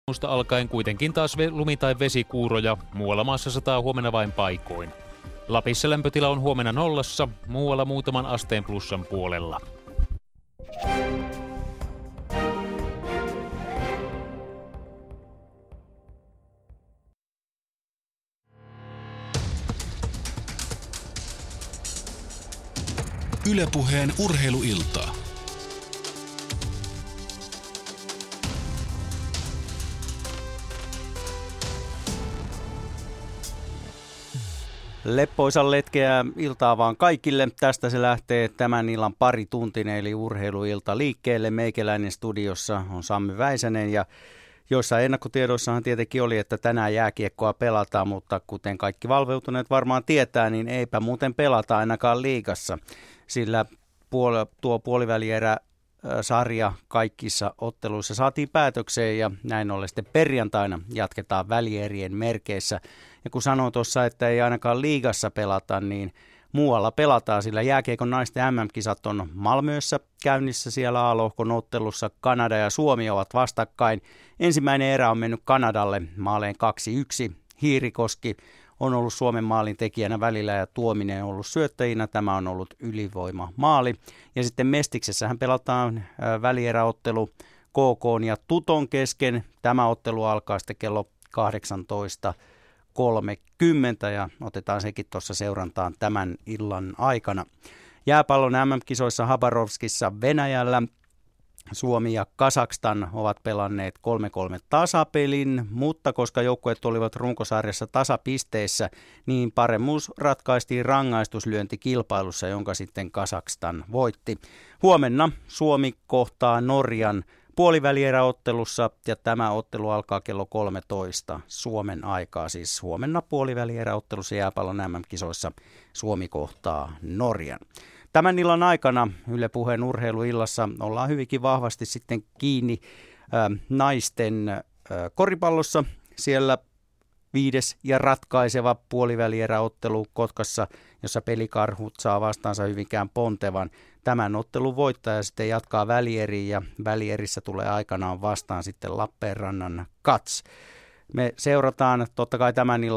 Alkaen kuitenkin taas lumi- tai vesikuuroja, muualla maassa sataa huomenna vain paikoin. Lapissa lämpötila on huomenna 0, muualla muutaman asteen plussan puolella. Yle Puheen urheiluiltaa. Leppoisan letkeää iltaa vaan kaikille. Tästä se lähtee tämän illan parituntinen eli urheiluilta liikkeelle. Meikäläinen studiossa on Sammy Väisänen ja joissain ennakkotiedoissahan tietenkin oli, että tänään jääkiekkoa pelataan, mutta kuten kaikki valveutuneet varmaan tietää, niin eipä muuten pelata ainakaan liigassa, sillä tuo puolivälierä sarja kaikissa otteluissa saatiin päätökseen ja näin ollen sitten perjantaina jatketaan välierien merkeissä. Ja kun sanoin tuossa, että ei ainakaan liigassa pelata, niin muualla pelataan, sillä jääkiekon naisten MM-kisat on Malmössä käynnissä siellä A-lohkon ottelussa. Kanada ja Suomi ovat vastakkain. Ensimmäinen erä on mennyt Kanadalle maaleen 2-1. Hiirikoski on ollut Suomen maalin tekijänä välillä ja Tuominen on ollut syöttäjinä. Tämä on ollut ylivoima maali. Ja sitten Mestiksessähän pelataan välieräottelu KK ja Tuton kesken. Tämä ottelu alkaa sitten kello 18.30 ja otetaan sekin tuossa seurantaan tämän illan aikana. Jääpallon MM-kisoissa Habarovskissa Venäjällä Suomi ja Kazakstan ovat pelanneet 3-3 tasapelin, mutta koska joukkueet olivat runkosarjassa tasapisteissä, niin paremmuus ratkaistiin rangaistuslyöntikilpailussa, jonka sitten Kazakstan voitti. Huomenna Suomi kohtaa Norjan puolivälieräottelussa ja tämä ottelu alkaa kello 13 Suomen aikaa. Siis huomenna puolivälieräottelussa jääpallon MM-kisoissa Suomi kohtaa Norjan. Tämän illan aikana Yle Puheen urheiluillassa ollaan hyvinkin vahvasti sitten kiinni naisten koripallossa. Siellä 5. ja ratkaiseva puolivälieräottelu Kotkassa, jossa Pelikarhut saa vastaansa Hyvinkään Pontevan. Tämän ottelun voittaja sitten jatkaa välieriin ja välierissä tulee aikanaan vastaan sitten Lappeenrannan Kats. Me seurataan totta kai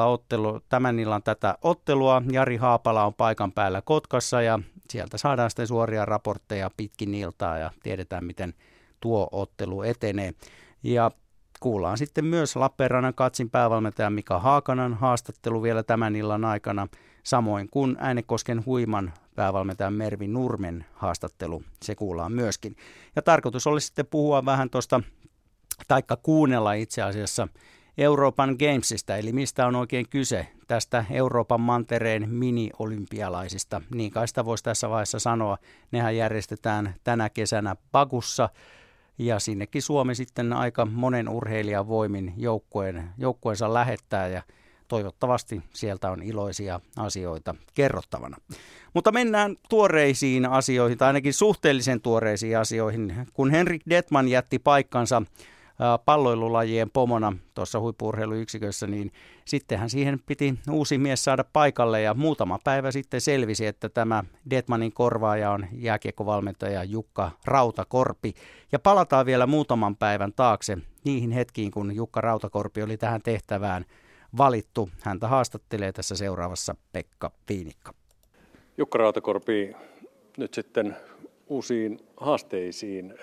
tämän illan tätä ottelua. Jari Haapala on paikan päällä Kotkassa ja sieltä saadaan sitten suoria raportteja pitkin iltaa ja tiedetään, miten tuo ottelu etenee. Ja kuullaan sitten myös Lappeenrannan Katsin päävalmentajan Mika Haakanan haastattelu vielä tämän illan aikana, samoin kuin Äänekosken Huiman päävalmentajan Mervi Nurmen haastattelu, se kuullaan myöskin. Ja tarkoitus olisi sitten puhua vähän tuosta, taikka kuunnella itse asiassa Euroopan Gamesista, eli mistä on oikein kyse tästä Euroopan mantereen mini-olympialaisista. Niin kai sitä voisi tässä vaiheessa sanoa. Nehän järjestetään tänä kesänä Bakussa ja sinnekin Suomi sitten aika monen urheilijan voimin joukkueensa lähettää ja toivottavasti sieltä on iloisia asioita kerrottavana. Mutta mennään tuoreisiin asioihin, tai ainakin suhteellisen tuoreisiin asioihin. Kun Henrik Detman jätti paikkansa palloilulajien pomona tuossa huippu-urheiluyksikössä, niin sittenhän siihen piti uusi mies saada paikalle ja muutama päivä sitten selvisi, että tämä Detmanin korvaaja on jääkiekkovalmentaja Jukka Rautakorpi. Ja palataan vielä muutaman päivän taakse niihin hetkiin, kun Jukka Rautakorpi oli tähän tehtävään valittu. Häntä haastattelee tässä seuraavassa Pekka Viinikka. Jukka Rautakorpi, nyt sitten uusiin haasteisiin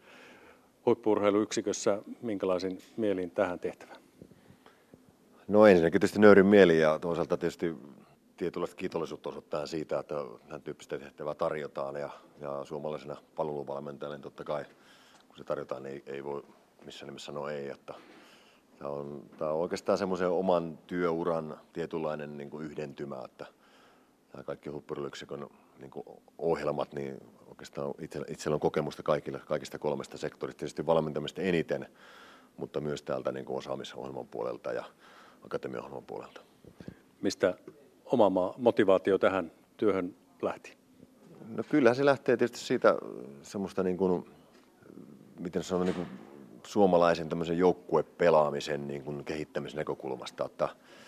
huippu-urheiluyksikössä, minkälaisin mielin tähän tehtävään? No ensinnäkin tietysti nöyrin mieli ja toisaalta tietysti tietynlaista kiitollisuutta osoittaa siitä, että tämän tyyppistä tehtävää tarjotaan ja suomalaisena palveluvalmentajana niin totta kai kun se tarjotaan, niin ei voi missään nimessä sanoa ei. Että tämä on oikeastaan semmoisen oman työuran tietynlainen niin kuin yhdentymä, että nämä kaikki huippu-urheiluyksikön niin kuin ohjelmat, niin oikeastaan itsellä on kokemusta kaikista 3 sektorista, tietysti valmentamista eniten, mutta myös täältä niin kuin osaamisohjelman puolelta ja akatemiaohjelman puolelta. Mistä oma motivaatio tähän työhön lähti? No kyllähän se lähtee tietysti siitä semmoista niin kuin, miten sanon, niin kuin suomalaisen tämmöisen joukkuepelaamisen niin kuin kehittämisen näkökulmasta, että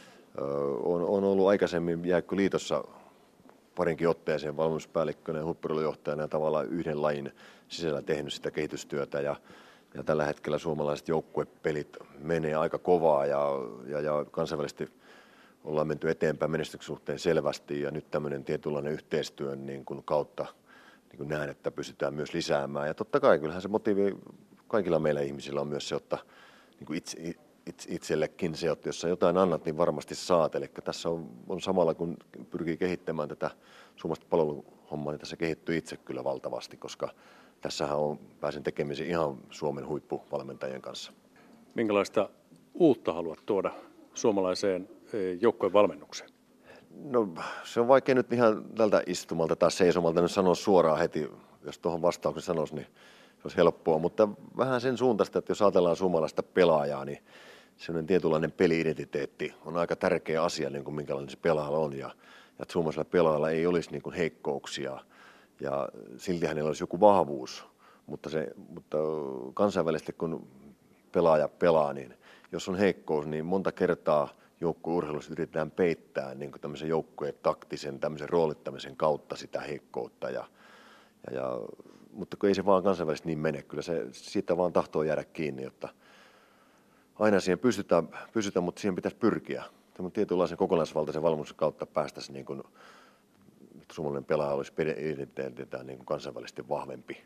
on ollut aikaisemmin Jääkköliitossa parinkin otteeseen valmennuspäällikkönä ja huippu-urheilujohtajana ja tavallaan yhden lajin sisällä tehnyt sitä kehitystyötä ja Ja tällä hetkellä suomalaiset joukkuepelit menee aika kovaa ja kansainvälisesti ollaan menty eteenpäin menestyksen suhteen selvästi ja nyt tämmöinen tietynlainen yhteistyön niin kuin kautta niin kuin näen, että pystytään myös lisäämään. Ja totta kai kyllähän se motiivi kaikilla meillä ihmisillä on myös se, että niin kuin itsellekin se, että jos sä jotain annat, niin varmasti saat. Eli tässä on samalla, kun pyrkii kehittämään tätä suomalaista palveluhommaa, niin tässä kehittyy itse kyllä valtavasti, koska tässähän pääsen tekemisiin ihan Suomen huippuvalmentajien kanssa. Minkälaista uutta haluat tuoda suomalaiseen joukkojen valmennukseen? No se on vaikea nyt ihan tältä istumalta tai seisomalta nyt sanoa suoraan heti, jos tuohon vastauksen sanoisi, niin se olisi helppoa. Mutta vähän sen suuntaista, että jos ajatellaan suomalaista pelaajaa, niin sellainen tietynlainen peli-identiteetti on aika tärkeä asia, niin kuin minkälainen se pelaajalla on. Ja että suomalaisella pelaajalla ei olisi niin kuin heikkouksia ja silti hänellä olisi joku vahvuus. Mutta kansainvälisesti kun pelaaja pelaa, niin jos on heikkous, niin monta kertaa joukkueurheilussa yritetään peittää niin kuin tämmöisen joukkueen taktisen, tämmöisen roolittamisen kautta sitä heikkoutta. Mutta kun ei se vaan kansainvälisesti niin mene, kyllä se siitä vaan tahtoo jäädä kiinni, jotta aina siihen pystytään, mutta siihen pitäisi pyrkiä. Tämän tietynlaisen kokonaisvaltaisen valmennuksen kautta päästäisiin, niin kuin, että suomalainen pelaaja olisi identiteettiltään niin kuin kansainvälisesti vahvempi.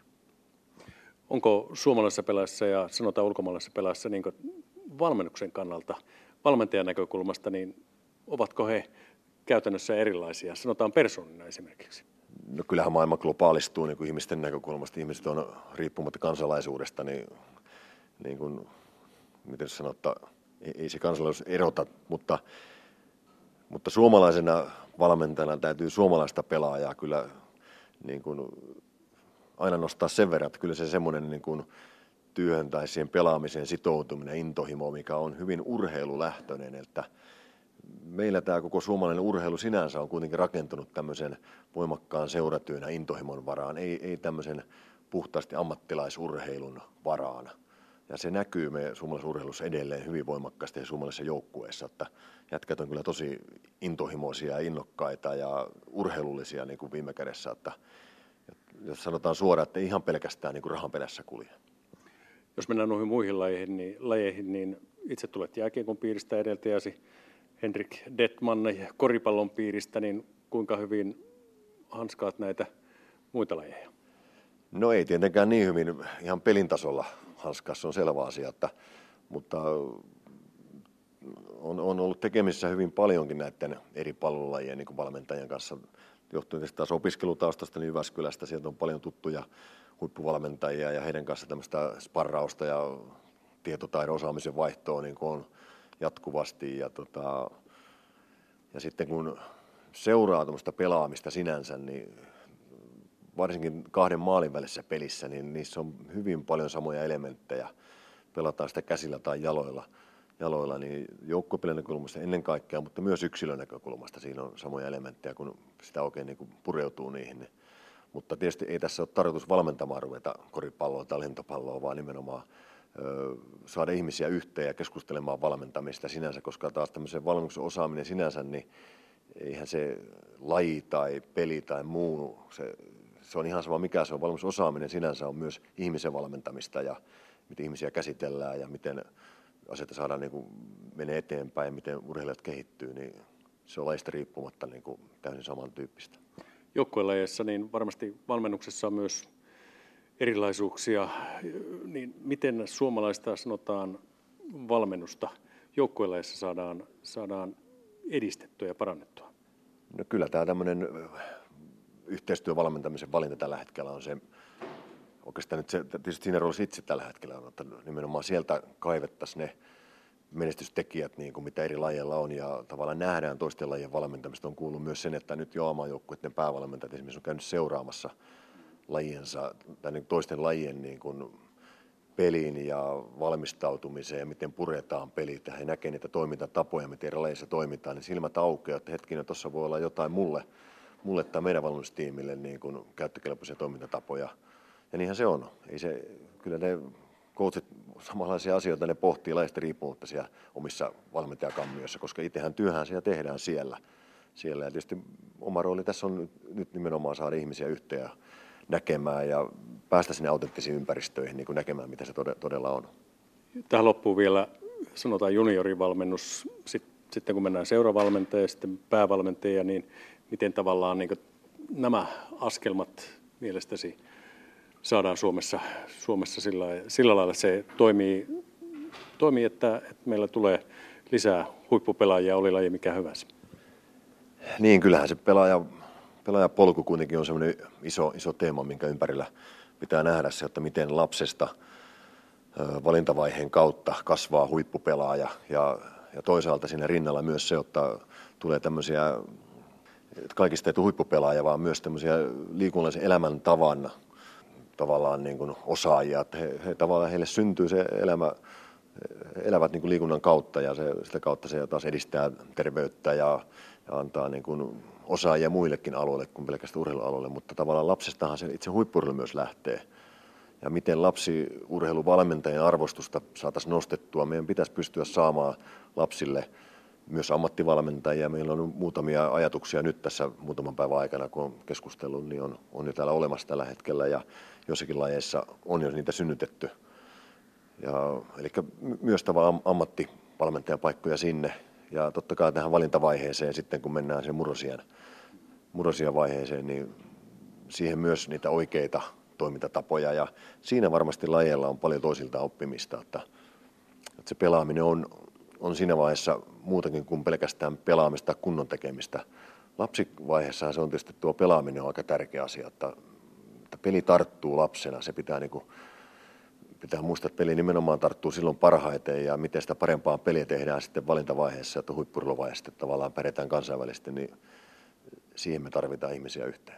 Onko suomalaisessa pelaajassa ja sanotaan ulkomaalaisessa pelaajassa niin kuin valmennuksen kannalta, valmentajan näkökulmasta, niin ovatko he käytännössä erilaisia? Sanotaan persoonina esimerkiksi. No kyllähän maailma globaalistuu niin kuin ihmisten näkökulmasta. Ihmiset on riippumatta kansalaisuudesta, niin kuin, miten sanottaa, ei se kansalaisuus erota, mutta suomalaisena valmentajana täytyy suomalaista pelaajaa kyllä niin kuin aina nostaa sen verran, että kyllä se semmoinen niin kuin työhön tai siihen pelaamiseen sitoutuminen, intohimo, mikä on hyvin urheilulähtöinen, että meillä tämä koko suomalainen urheilu sinänsä on kuitenkin rakentunut tämmöisen voimakkaan seuratyönä intohimon varaan, ei tämmöisen puhtaasti ammattilaisurheilun varaan. Ja se näkyy me suomalaisessa urheilussa edelleen hyvin voimakkaasti ja suomalaisessa joukkueessa, että jätkät on kyllä tosi intohimoisia ja innokkaita ja urheilullisia niin kuin viime kädessä, että jos sanotaan suoraan, että ei ihan pelkästään niin kuin rahan perässä kulje. Jos mennään noihin muihin lajeihin, niin itse tulet jääkiekon piiristä, edeltäjäsi Henrik Detman koripallon piiristä, niin kuinka hyvin hanskaat näitä muita lajeja? No ei tietenkään niin hyvin, ihan pelin tasolla hanskaa, se on selvä asia, mutta on ollut tekemisissä hyvin paljonkin näiden eri palvelulajien niin kuin valmentajien kanssa. Johtuen tästä taas opiskelutaustasta niin Jyväskylästä, sieltä on paljon tuttuja huippuvalmentajia ja heidän kanssa tämmöistä sparrausta ja tietotaidon osaamisen vaihtoa niin on jatkuvasti. Ja sitten kun seuraa tämmöistä pelaamista sinänsä, niin varsinkin 2 maalin välisessä pelissä, niin niissä on hyvin paljon samoja elementtejä. Pelataan sitä käsillä tai jaloilla niin joukkuepelin näkökulmasta ennen kaikkea, mutta myös yksilön näkökulmasta siinä on samoja elementtejä, kun sitä oikein niin kuin pureutuu niihin. Mutta tietysti ei tässä ole tarkoitus valmentamaan ruveta koripalloa tai lentopalloa, vaan nimenomaan saada ihmisiä yhteen ja keskustelemaan valmentamista sinänsä, koska taas tämmöisen valmennuksen osaaminen sinänsä, niin eihän se laji tai peli tai muu, se on ihan sama mikä se on. Valmennuksen osaaminen sinänsä on myös ihmisen valmentamista ja miten ihmisiä käsitellään ja miten asioita saadaan niin kuin menee eteenpäin ja miten urheilijat kehittyy, niin se on lajista riippumatta niin kuin täysin samantyyppistä. Joukkuelajeissa niin varmasti valmennuksessa on myös erilaisuuksia. Niin miten suomalaista sanotaan valmennusta joukkuelajeissa saadaan edistettyä ja parannettua? No kyllä tämä tämmöinen yhteistyövalmentamisen valinta tällä hetkellä on se, oikeastaan nyt se, tietysti siinä roolissa itse tällä hetkellä on, että nimenomaan sieltä kaivettaisiin ne menestystekijät, niin kuin mitä eri lajeilla on, ja tavallaan nähdään toisten lajien valmentamista. On kuullut myös sen, että nyt jo A-maajoukkueiden päävalmentajat esimerkiksi on käynyt seuraamassa lajiensa, tai niin toisten lajien niin kuin peliin ja valmistautumiseen, ja miten puretaan pelit, ja he näkevät niitä toimintatapoja, miten eri lajeissa toimitaan, niin silmät aukeaa, että hetkinen, tuossa voi olla jotain mulle tai meidän valmennustiimille niin kuin käyttökelpoisia toimintatapoja. Ja niinhän se on. Kyllä ne coachit samanlaisia asioita, ne pohtii lajista riippumatta siellä omissa valmentajakammioissa, koska itsehän työhön siellä tehdään siellä. Ja tietysti oma rooli tässä on nyt nimenomaan saada ihmisiä yhteen ja näkemään ja päästä sinne autenttisiin ympäristöihin niin kuin näkemään, mitä se todella on. Tähän loppuu vielä, sanotaan juniorivalmennus, sitten kun mennään seuravalmentaja ja sitten päävalmentaja, niin miten tavallaan niin nämä askelmat mielestäsi saadaan Suomessa sillä lailla, että se toimii että meillä tulee lisää huippupelaajia, oli laji mikä hyvänsä. Niin, kyllähän se pelaajapolku kuitenkin on semmoinen iso teema, minkä ympärillä pitää nähdä se, että miten lapsesta valintavaiheen kautta kasvaa huippupelaaja ja toisaalta siinä rinnalla myös se, että tulee tämmöisiä, että kaikista ei tule huippupelaajia, vaan myös tämmöisiä liikunnallisen elämäntavan tavallaan niin kuin osaajia, että tavallaan heille syntyy se elämä, elävät niin kuin liikunnan kautta ja sitä kautta se taas edistää terveyttä ja antaa niin kuin osaajia muillekin alueille kuin pelkästään urheilualueille, mutta tavallaan lapsestahan se itse huippu-urheilu myös lähtee. Ja miten lapsiurheiluvalmentajien arvostusta saataisiin nostettua, meidän pitäisi pystyä saamaan lapsille myös ammattivalmentajia. Meillä on muutamia ajatuksia nyt tässä muutaman päivän aikana, kun on keskustellut, niin on jo täällä olemassa tällä hetkellä ja jossakin lajeissa on jo niitä synnytetty. Eli myös tavallaan ammattivalmentajan paikkoja sinne ja totta kai tähän valintavaiheeseen sitten, kun mennään sen murrosian vaiheeseen, niin siihen myös niitä oikeita toimintatapoja ja siinä varmasti lajeilla on paljon toisilta oppimista, että se pelaaminen on siinä vaiheessa muutakin kuin pelkästään pelaamista kunnon tekemistä. Lapsivaiheessahan se on tietysti tuo pelaaminen on aika tärkeä asia, että peli tarttuu lapsena, se pitää muistaa, että peli nimenomaan tarttuu silloin parhaiten ja miten sitä parempaa peliä tehdään sitten valintavaiheessa, että huippu-urheiluvaiheessa sitten tavallaan pärjätään kansainvälisesti, niin siihen me tarvitaan ihmisiä yhteen.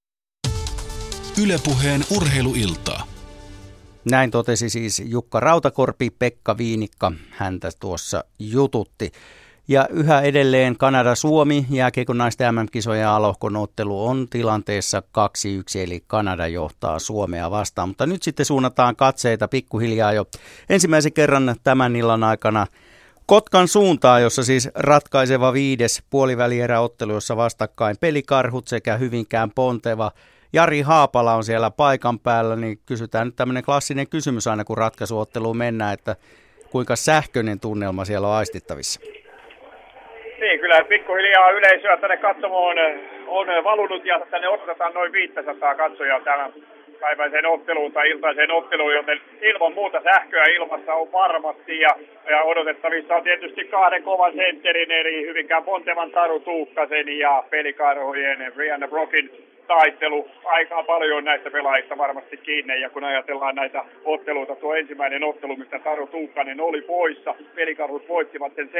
Yle Puheen urheiluiltaa. Näin totesi siis Jukka Rautakorpi, Pekka Viinikka häntä tuossa jututti. Ja yhä edelleen Kanada-Suomi jääkiekon naisten MM-kisojen A-lohkon ottelu on tilanteessa 2-1, eli Kanada johtaa Suomea vastaan. Mutta nyt sitten suunnataan katseita pikkuhiljaa jo ensimmäisen kerran tämän illan aikana Kotkan suuntaan, jossa siis ratkaiseva 5. puolivälieräottelu, jossa vastakkain Pelikarhut sekä Hyvinkään Ponteva. Jari Haapala on siellä paikan päällä, niin kysytään nyt tämmöinen klassinen kysymys aina kun ratkaisuotteluun mennään, että kuinka sähköinen tunnelma siellä on aistittavissa? Niin, kyllä pikkuhiljaa yleisöä tänne katsomoon on valunut ja tänne odotetaan noin 500 katsojaa tämän päiväiseen otteluun tai iltaiseen otteluun, joten ilman muuta sähköä ilmassa on varmasti ja odotettavissa on tietysti 2 kovan sentterin eli Hyvinkään Pontevan Taru Tuukkasen ja Pelikarhujen Brianna Brockin taistelu. Aika paljon näistä pelaajista varmasti kiinni ja kun ajatellaan näitä otteluita, tuo ensimmäinen ottelu, mistä Taru Tuukkanen oli poissa, Pelikarhut voittivat sen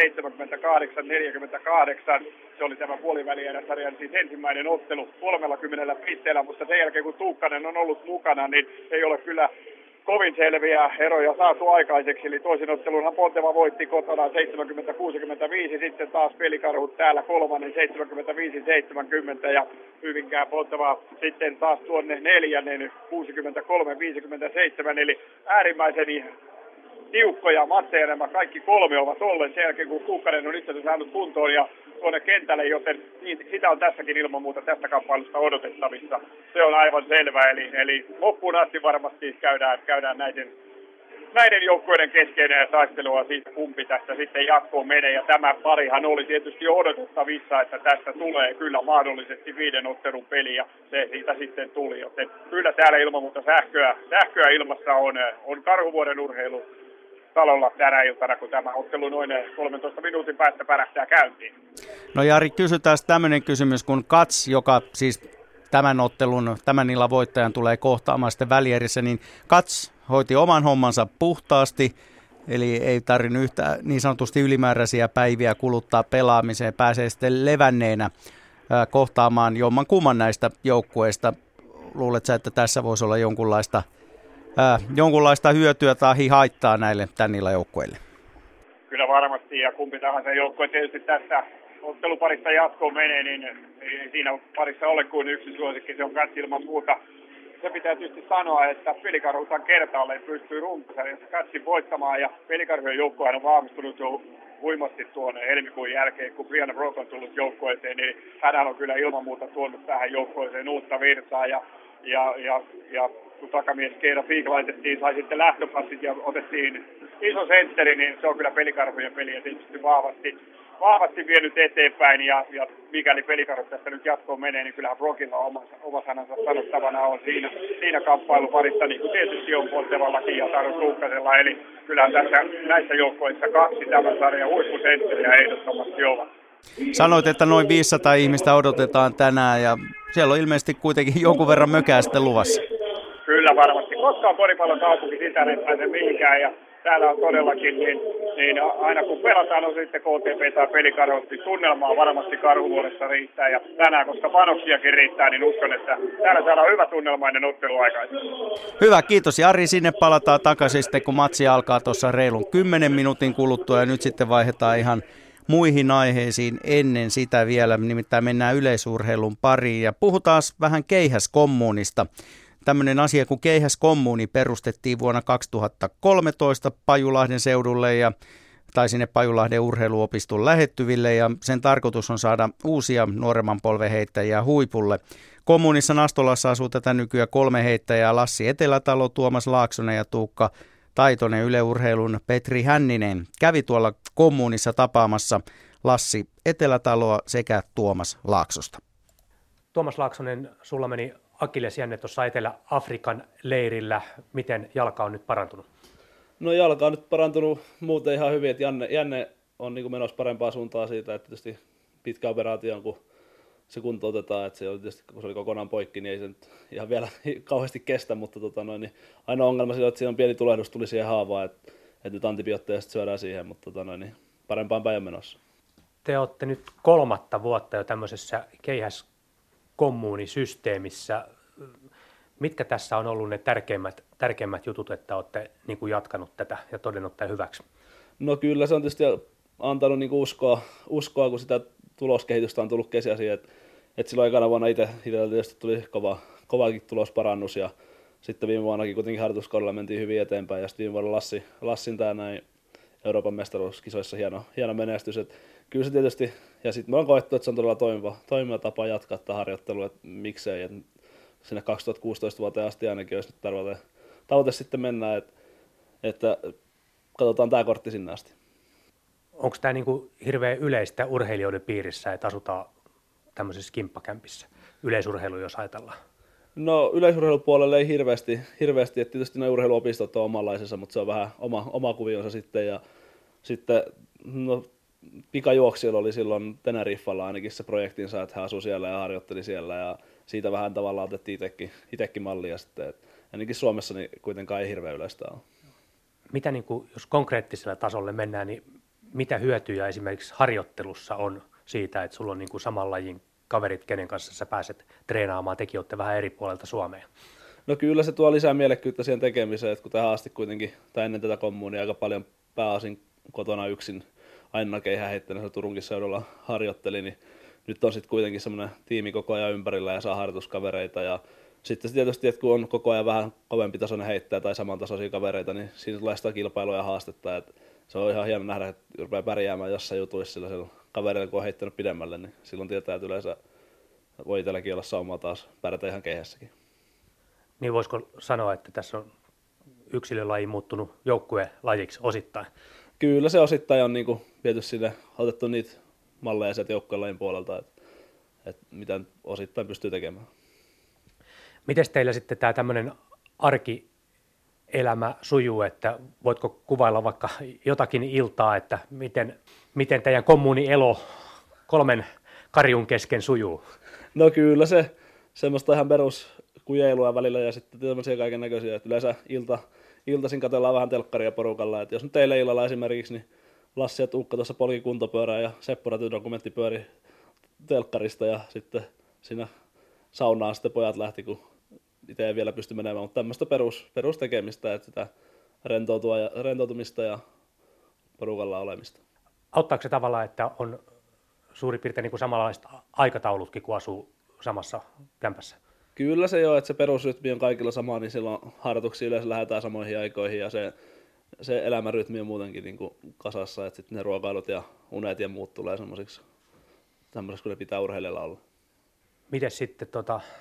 78-48. Se oli tämä puolivälieräsarjan siis ensimmäinen ottelu 30 pisteellä, mutta sen jälkeen kun Tuukkanen on ollut mukana, niin ei ole kyllä kovin selviä eroja saatu aikaiseksi, eli toisen ottelunhan Ponteva voitti kotona 70-65, sitten taas Pelikarhut täällä kolmannen 75-70 ja Hyvinkään Ponteva sitten taas tuonne neljännen 63-57, eli äärimmäisen tiukkoja matseja nämä kaikki 3 ovat olleet sen jälkeen, kun Tuukkanen on itse saanut kuntoon ja tuonne kentälle, joten sitä on tässäkin ilman muuta tästä kamppailusta odotettavissa. Se on aivan selvä, eli loppuun asti varmasti käydään näiden joukkueiden keskeinen taistelua siitä, kumpi tästä sitten jatkoon menee. Ja tämä parihan oli tietysti odotettavissa, että tästä tulee kyllä mahdollisesti 5 ottelun peli ja se siitä sitten tuli. Joten kyllä täällä ilman muuta sähköä ilmassa on Karhuvuoren urheilu talolla tänä iltana, kun tämä ottelu noin 13 minuutin päästä pärähtää käyntiin. No Jari, kysytään tämmöinen kysymys, kun Kats, joka siis tämän illan voittajan tulee kohtaamaan sitten välierissä, niin Kats hoiti oman hommansa puhtaasti, eli ei tarvinnut yhtään niin sanotusti ylimääräisiä päiviä kuluttaa pelaamiseen, pääsee sitten levänneenä kohtaamaan jomman kumman näistä joukkueista. Luuletko sä, että tässä voisi olla jonkunlaista hyötyä tai haittaa näille tän illan joukkueille? Kyllä varmasti, ja kumpi tahansa joukkue tietysti tässä otteluparissa jatkoon menee, niin ei siinä parissa ole kuin yksi suosikki, se on Kats ilman muuta. Se pitää tietysti sanoa, että Pelikarhutan kertaalleen pystyy runkosarjassa Katsin voittamaan, ja Pelikarhujen joukkohan on valmistunut jo huimasti tuonne helmikuun jälkeen, kun Brianna Brock on tullut joukkueeseen, niin hän on kyllä ilman muuta tuonut tähän joukkueeseen uutta virtaa, ja ja kun takamies Keira Fiik laitettiin, sai sitten lähtöpassit ja otettiin iso sentteri, niin se on kyllä pelikarvojen peliä tietysti vahvasti vienyt eteenpäin ja mikäli pelikarvot tästä nyt jatkoon menee, niin kyllähän Brokilla oma sanansa sanottavana on siinä kamppailuparissa, niin kuin tietysti on Pontevallakin ja Taru Tuukkasella, eli kyllähän näissä joukkoissa 2 tämän sarjan huippusentteriä ehdottomasti ovat. Sanoit, että noin 500 ihmistä odotetaan tänään ja siellä on ilmeisesti kuitenkin jonkun verran mökää sitten luvassa. Kyllä varmasti. Koska on koripallon kaupunki, sitä ei pääse mihinkään ja täällä on todellakin, niin aina kun pelataan on sitten KTP tai pelikarhut, niin tunnelmaa varmasti Karhuvuoressa riittää. Ja tänään, koska panoksiakin riittää, niin uskon, että täällä saadaan hyvä tunnelmainen ottelu aikaisemmin. Hyvä, kiitos Jari. Sinne palataan takaisin sitten, kun matsi alkaa tuossa reilun 10 minuutin kuluttua. Ja nyt sitten vaihdetaan ihan muihin aiheisiin ennen sitä vielä. Nimittäin mennään yleisurheilun pariin ja puhutaan vähän Keihäskommuunista. Tämmöinen asia kuin Keihäskommuuni perustettiin vuonna 2013 Pajulahden seudulle tai sinne Pajulahden urheiluopiston lähettyville ja sen tarkoitus on saada uusia nuoremman polven heittäjiä huipulle. Kommunissa Nastolassa asuu tätä nykyään 3 heittäjää, Lassi Etelätalo, Tuomas Laaksonen ja Tuukka Taitonen. Yle Urheilun Petri Hänninen kävi tuolla kommunissa tapaamassa Lassi Etelätaloa sekä Tuomas Laaksosta. Tuomas Laaksonen, sulla meni akillesjänne tuossa Etelä-Afrikan leirillä. Miten jalka on nyt parantunut? No jalka on nyt parantunut muuten ihan hyvin, että jänne on niin kuin menossa parempaa suuntaa siitä, että tietysti pitkä operaatio on, kun se kuntoutetaan, että se oli tietysti, kun se oli kokonaan poikki, niin ei se nyt ihan vielä kauheasti kestä, mutta niin ainoa ongelma sillä, että siinä on pieni tulehdus tuli siihen haavaan, että nyt antibiootteja sitten syödään siihen, mutta niin parempaan päin menossa. Te olette nyt 3. vuotta jo tämmöisessä Keihäskommuunisysteemissä. Mitkä tässä on ollut ne tärkeimmät jutut, että olette niin kuin jatkanut tätä ja todennut tämän hyväksi? No kyllä se on tietysti antanut niin kuin uskoa, kun sitä tuloskehitystä on tullut käsiä, että silloin ekana vuonna itsellä tietysti tuli kovakin tulosparannus ja sitten viime vuonnakin kuitenkin harjoituskaudella mentiin hyvin eteenpäin ja sitten viime vuonna Lassin tämä näin Euroopan mestaruuskisoissa hieno menestys. Että kyllä se tietysti, ja sitten me on koettu, että se on todella toimiva tapa jatkaa tätä harjoittelua, että miksei, että sinne 2016 vuoteen asti ainakin olisi nyt tavoite sitten mennä, että katsotaan tämä kortti sinne asti. Onko tämä niin kuin hirveän yleistä urheilijoiden piirissä, että asutaan tämmöisessä kimppakämpissä, yleisurheilu jos ajatellaan? No yleisurheilupuolelle ei hirveästi, että tietysti ne urheiluopistot on omanlaisensa, mutta se on vähän oma kuvionsa sitten ja sitten no, pikajuoksijoilla oli silloin Teneriffalla ainakin se projektinsa, että hän asui siellä ja harjoitteli siellä ja siitä vähän tavallaan otettiin itsekin mallia sitten, että ainakin Suomessa niin kuitenkaan ei hirveän yleistä ole. Mitä niin kuin, jos konkreettisella tasolle mennään, niin mitä hyötyjä esimerkiksi harjoittelussa on siitä, että sulla on niin kuin saman lajin kaverit, kenen kanssa sä pääset treenaamaan, tekin olette vähän eri puolelta Suomea? No kyllä se tuo lisää mielekkyyttä siihen tekemiseen, että kun tähän asti kuitenkin, tai ennen tätä kommunia aika paljon pääasin kotona yksin aina keihäheittäjänä Turunkin seudulla harjoitteli, niin nyt on sitten kuitenkin semmoinen tiimi koko ajan ympärillä ja saa harjoituskavereita ja sitten tietysti, että kun on koko ajan vähän kovempi tasoinen heittäjä tai samantasoisia kavereita, niin siinä tulee sitä kilpailua ja haastetta, että se on ihan hieno nähdä, että rupeaa pärjäämään jossain jutuissa sillä kaverilla, kun on heittänyt pidemmälle, niin silloin tietää, että yleensä voi itselläkin olla saumaa taas pärjätä ihan keihässäkin. Niin voisiko sanoa, että tässä on yksilölaji muuttunut joukkuelajiksi osittain? Kyllä se osittain on niin kuin viety sinne, otettu niitä malleja sieltä joukkuelajin puolelta, että mitä osittain pystyy tekemään. Miten teillä sitten tämä tämmöinen arkielämä sujuu, että voitko kuvailla vaikka jotakin iltaa, että miten teidän kommunielo 3 karjun kesken sujuu? No kyllä se semmoista ihan peruskujeilua välillä ja sitten tämmöisiä kaiken näköisiä, että yleensä iltaisin katsellaan vähän telkkaria porukalla, että jos nyt teille illalla esimerkiksi, niin Lassi ja Tuukka tuossa polki kuntopyörää ja Seppo Räty dokumentti pyöri telkkarista ja sitten siinä saunaan sitten pojat lähti, kun itse ei vielä pysty menemään, mutta tämmöistä perustekemistä, että sitä rentoutumista ja porukalla olemista. Auttaako se tavallaan, että on suurin piirtein niin kuin samanlaiset aikataulutkin, kun asuu samassa kämpässä? Kyllä se jo, että se perusrytmi on kaikilla sama, niin silloin harjoituksia yleensä lähdetään samoihin aikoihin ja se elämänrytmi on muutenkin niin kuin kasassa, että sitten ne ruokailut ja unet ja muut tulee semmoisiksi, kun ne pitää urheilijalla olla. Miten sitten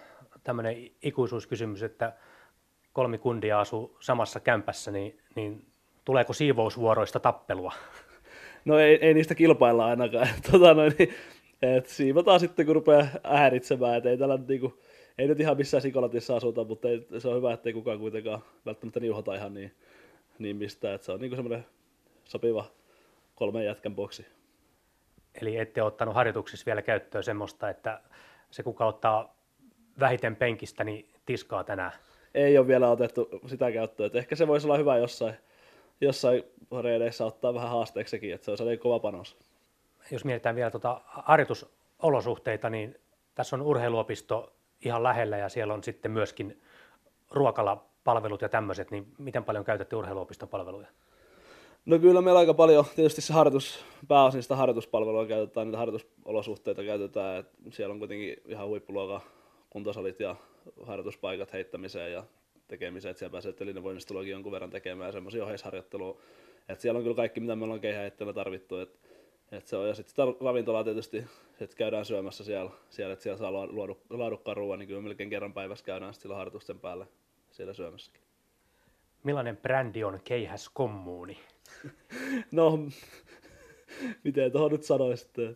tämmöinen ikuisuuskysymys, että 3 kundia asuu samassa kämpässä, niin tuleeko siivousvuoroista tappelua? No ei niistä kilpailla ainakaan. Et siivotaan sitten, kun rupeaa häiritsemään. Et ei, niinku, ei nyt ihan missään sikolatissa asuta, mutta se on hyvä, ettei kukaan kuitenkaan välttämättä niuhota ihan niin mistään. Et se on niinku semmoinen sopiva 3 jätkän boksi. Eli ette ole ottanut harjoituksissa vielä käyttöön semmoista, että se kuka ottaa vähiten penkistä, niin tiskaa tänään? Ei ole vielä otettu sitä käyttöön. Et ehkä se voisi olla hyvä jossain reideissä ottaa vähän haasteeksi sekin, että se olisi kova panos. Jos mietitään vielä harjoitusolosuhteita, niin tässä on urheiluopisto ihan lähellä ja siellä on sitten myöskin ruokalapalvelut ja tämmöiset, niin miten paljon käytätte urheiluopiston palveluja? No kyllä meillä aika paljon, tietysti se pääosin sitä harjoituspalvelua käytetään, niitä harjoitusolosuhteita käytetään, että siellä on kuitenkin ihan huippuluokan kuntosalit ja harjoituspaikat heittämiseen ja tekemiseen, että siellä pääsee telinevoimisteluakin jonkun verran tekemään ja semmoisia ohjeisharjoittelua, että siellä on kyllä kaikki, mitä me ollaan keihäheittäjänä tarvittu, että se on, ja sitten sitä ravintolaa tietysti, että käydään syömässä siellä että siellä saa laadukkaan ruoan, niin kyllä melkein kerran päivässä käydään sillä harjoitusten päälle siellä syömässäkin. Millainen brändi on Keihäs Kommuuni? No, miten tuohon nyt sanoisitte,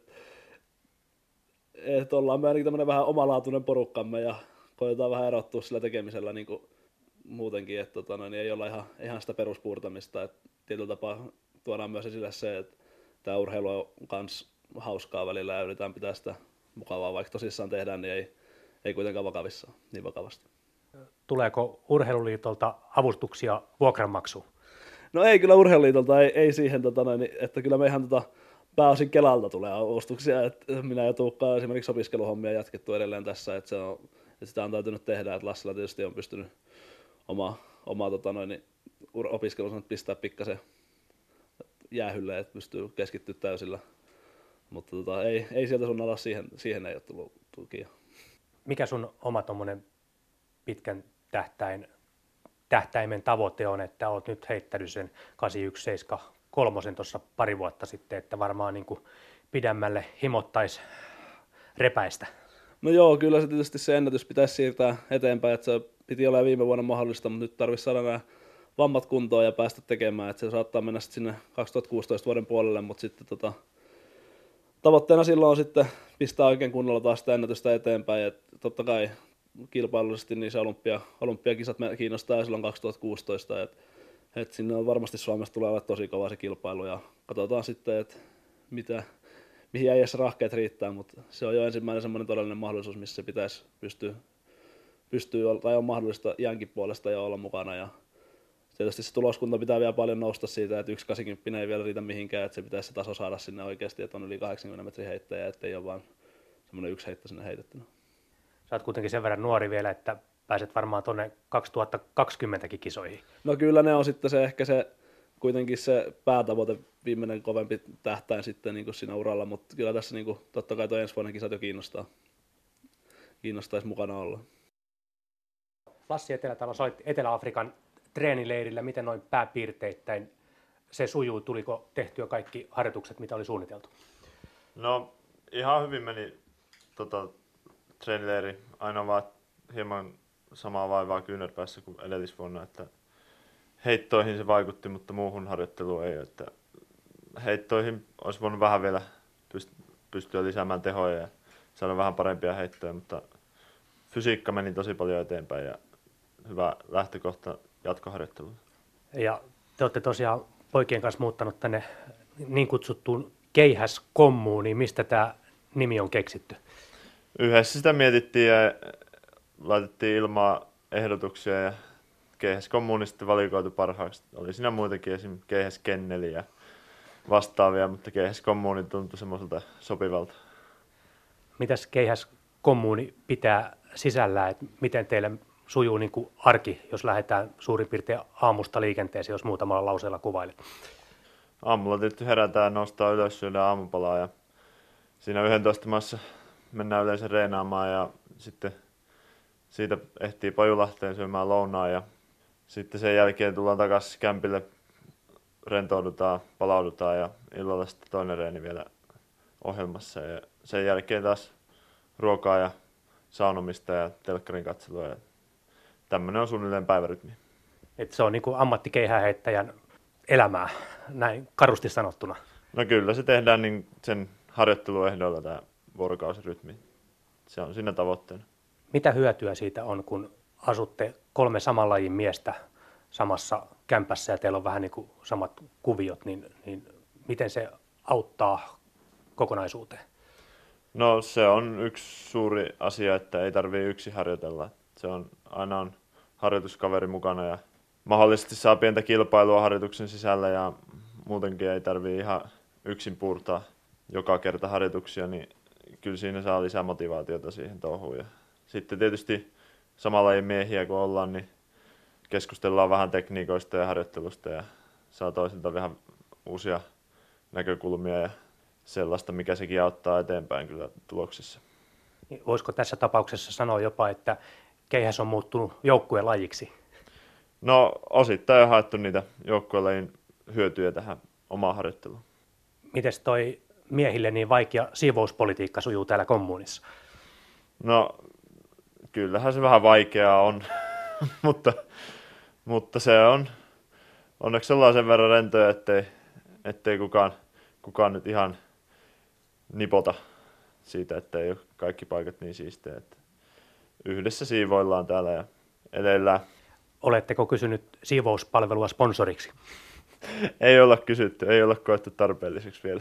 että ollaan me ainakin tämmöinen vähän omalaatuinen porukkamme ja koetaan vähän erottua sillä tekemisellä niin kuin muutenkin, että niin ei olla ihan sitä peruspuurtamista, että tietyllä tapaa tuodaan myös esille se, että tämä urheilu on myös hauskaa välillä ja yritetään pitää sitä mukavaa, vaikka tosissaan tehdään, niin ei kuitenkaan niin vakavasti. Tuleeko Urheiluliitolta avustuksia vuokranmaksuun? No ei kyllä Urheiluliitolta, ei siihen, että kyllä me ihan pääosin Kelalta tulee avustuksia, että minä ja Tuukka on esimerkiksi opiskeluhommia jatkettu edelleen tässä, että sitä on täytynyt tehdä, että Lassila tietysti on pystynyt oma opiskelunsa pistää pikkasen jäähylle, että pystyy keskittyä täysillä, mutta ei sieltä sun alas siihen ei ole tullut tukia. Mikä sun oma tommonen pitkän tähtäimen tavoite on, että olet nyt heittänyt sen 8173 tuossa pari vuotta sitten, että varmaan niin kuin pidemmälle himottaisi repäistä? No joo, kyllä se tietysti se ennätys pitäisi siirtää eteenpäin, että se piti olla viime vuonna mahdollista, mutta nyt tarvitsisi saada nämä vammat kuntoon ja päästä tekemään, että se saattaa mennä sitten sinne 2016 vuoden puolelle, mutta sitten tavoitteena silloin on sitten pistää oikein kunnolla taas sitä ennätystä eteenpäin, että totta kai kilpailullisesti niin se olympiakisat kiinnostaa silloin 2016, että sinne on varmasti Suomessa tulee olla tosi kova se kilpailu ja katsotaan sitten, että mihin äijässä rahkeet riittää, mutta se on jo ensimmäinen semmoinen todellinen mahdollisuus, missä se pitäisi pystyä tai on mahdollista iänkin puolesta jo olla mukana ja tietysti se tuloskunta pitää vielä paljon nousta siitä, että 1,80 ei vielä riitä mihinkään, että se pitäisi se taso saada sinne oikeasti, että on yli 80 metrin heittäjä, ettei ole vaan semmoinen yksi heitto sinne heitettynä. Sä oot kuitenkin sen verran nuori vielä, että pääset varmaan tuonne 2020 kisoihin. No kyllä ne on sitten kuitenkin se päätavoite, viimeinen kovempi tähtäin sitten niin kuin siinä uralla, mutta kyllä tässä niin kuin, totta kai tuo ensi vuoden kisat jo kiinnostaisi mukana olla. Lassi Etelätalo, sä olit Etelä-Afrikan treenileirillä, miten noin pääpiirteittäin se sujuu, tuliko tehtyä kaikki harjoitukset, mitä oli suunniteltu? No ihan hyvin meni treenileiri, aina vaan hieman samaa vaivaa kyynärpäässä kuin edellisvuonna, että heittoihin se vaikutti, mutta muuhun harjoitteluun ei, että heittoihin olisi voinut vähän vielä pystyä lisäämään tehoja ja saada vähän parempia heittoja, mutta fysiikka meni tosi paljon eteenpäin ja hyvä lähtökohta jatkoharjoitteluun. Ja te olette tosiaan poikien kanssa muuttanut tänne niin kutsuttuun Keihäs-kommuuniin. Mistä tämä nimi on keksitty? Yhdessä sitä mietittiin ja laitettiin ilmaa ehdotuksia ja Keihäs-kommuuni sitten valikoitu parhaaksi. Oli siinä muutenkin esimerkiksi Keihäs-kenneli ja vastaavia, mutta Keihäs-kommuuni tuntui semmoiselta sopivalta. Mitäs Keihäs-kommuuni pitää sisällään, että miten teille sujuu niin kuin arki, jos lähdetään suurin piirtein aamusta liikenteeseen, jos muutamalla lauseella kuvailet? Aamulla tietysti herätään, nostaa ylös, syödään aamupalaa ja siinä 11 maassa mennään yleensä reenaamaan ja sitten siitä ehtii Pajulahteen syömään lounaa ja sitten sen jälkeen tullaan takaisin kämpille, rentoudutaan, palaudutaan ja illalla sitten toinen reeni vielä ohjelmassa ja sen jälkeen taas ruokaa ja saunomista ja telkkarin katselua. Ja tämmöinen on suunnilleen päivärytmi. Et se on niin kuin ammattikeihäheittäjän elämää, näin karusti sanottuna. No kyllä, se tehdään niin sen harjoitteluehdoilla tämä vuorokausirytmi. Se on siinä tavoitteena. Mitä hyötyä siitä on, kun asutte 3 saman lajin miestä samassa kämpässä ja teillä on vähän niin kuin samat kuviot, niin miten se auttaa kokonaisuuteen? No se on yksi suuri asia, että ei tarvitse yksin harjoitella. Se on aina harjoituskaveri mukana ja mahdollisesti saa pientä kilpailua harjoituksen sisällä ja muutenkin ei tarvitse ihan yksin puurtaa joka kerta harjoituksia, niin kyllä siinä saa lisää motivaatiota siihen touhuun. Ja sitten tietysti samalla lajin miehiä kun ollaan, niin keskustellaan vähän tekniikoista ja harjoittelusta ja saa toisilta vähän uusia näkökulmia ja sellaista, mikä sekin auttaa eteenpäin kyllä tuloksissa. Voisiko tässä tapauksessa sanoa jopa, että keihäs on muuttunut joukkuelajiksi? No osittain on haettu niitä joukkuelajin hyötyjä tähän omaan harjoitteluun. Mites toi miehille niin vaikea siivouspolitiikka sujuu täällä kommunissa? No kyllähän se vähän vaikeaa on, mutta se on onneksi ollaan sen verran rentoja, ettei kukaan nyt ihan nipota siitä, että ei ole kaikki paikat niin siistejä. Että yhdessä siivoillaan täällä ja eleillään. Oletteko kysynyt siivouspalvelua sponsoriksi? Ei olla kysytty, ei olla koettu tarpeelliseksi vielä.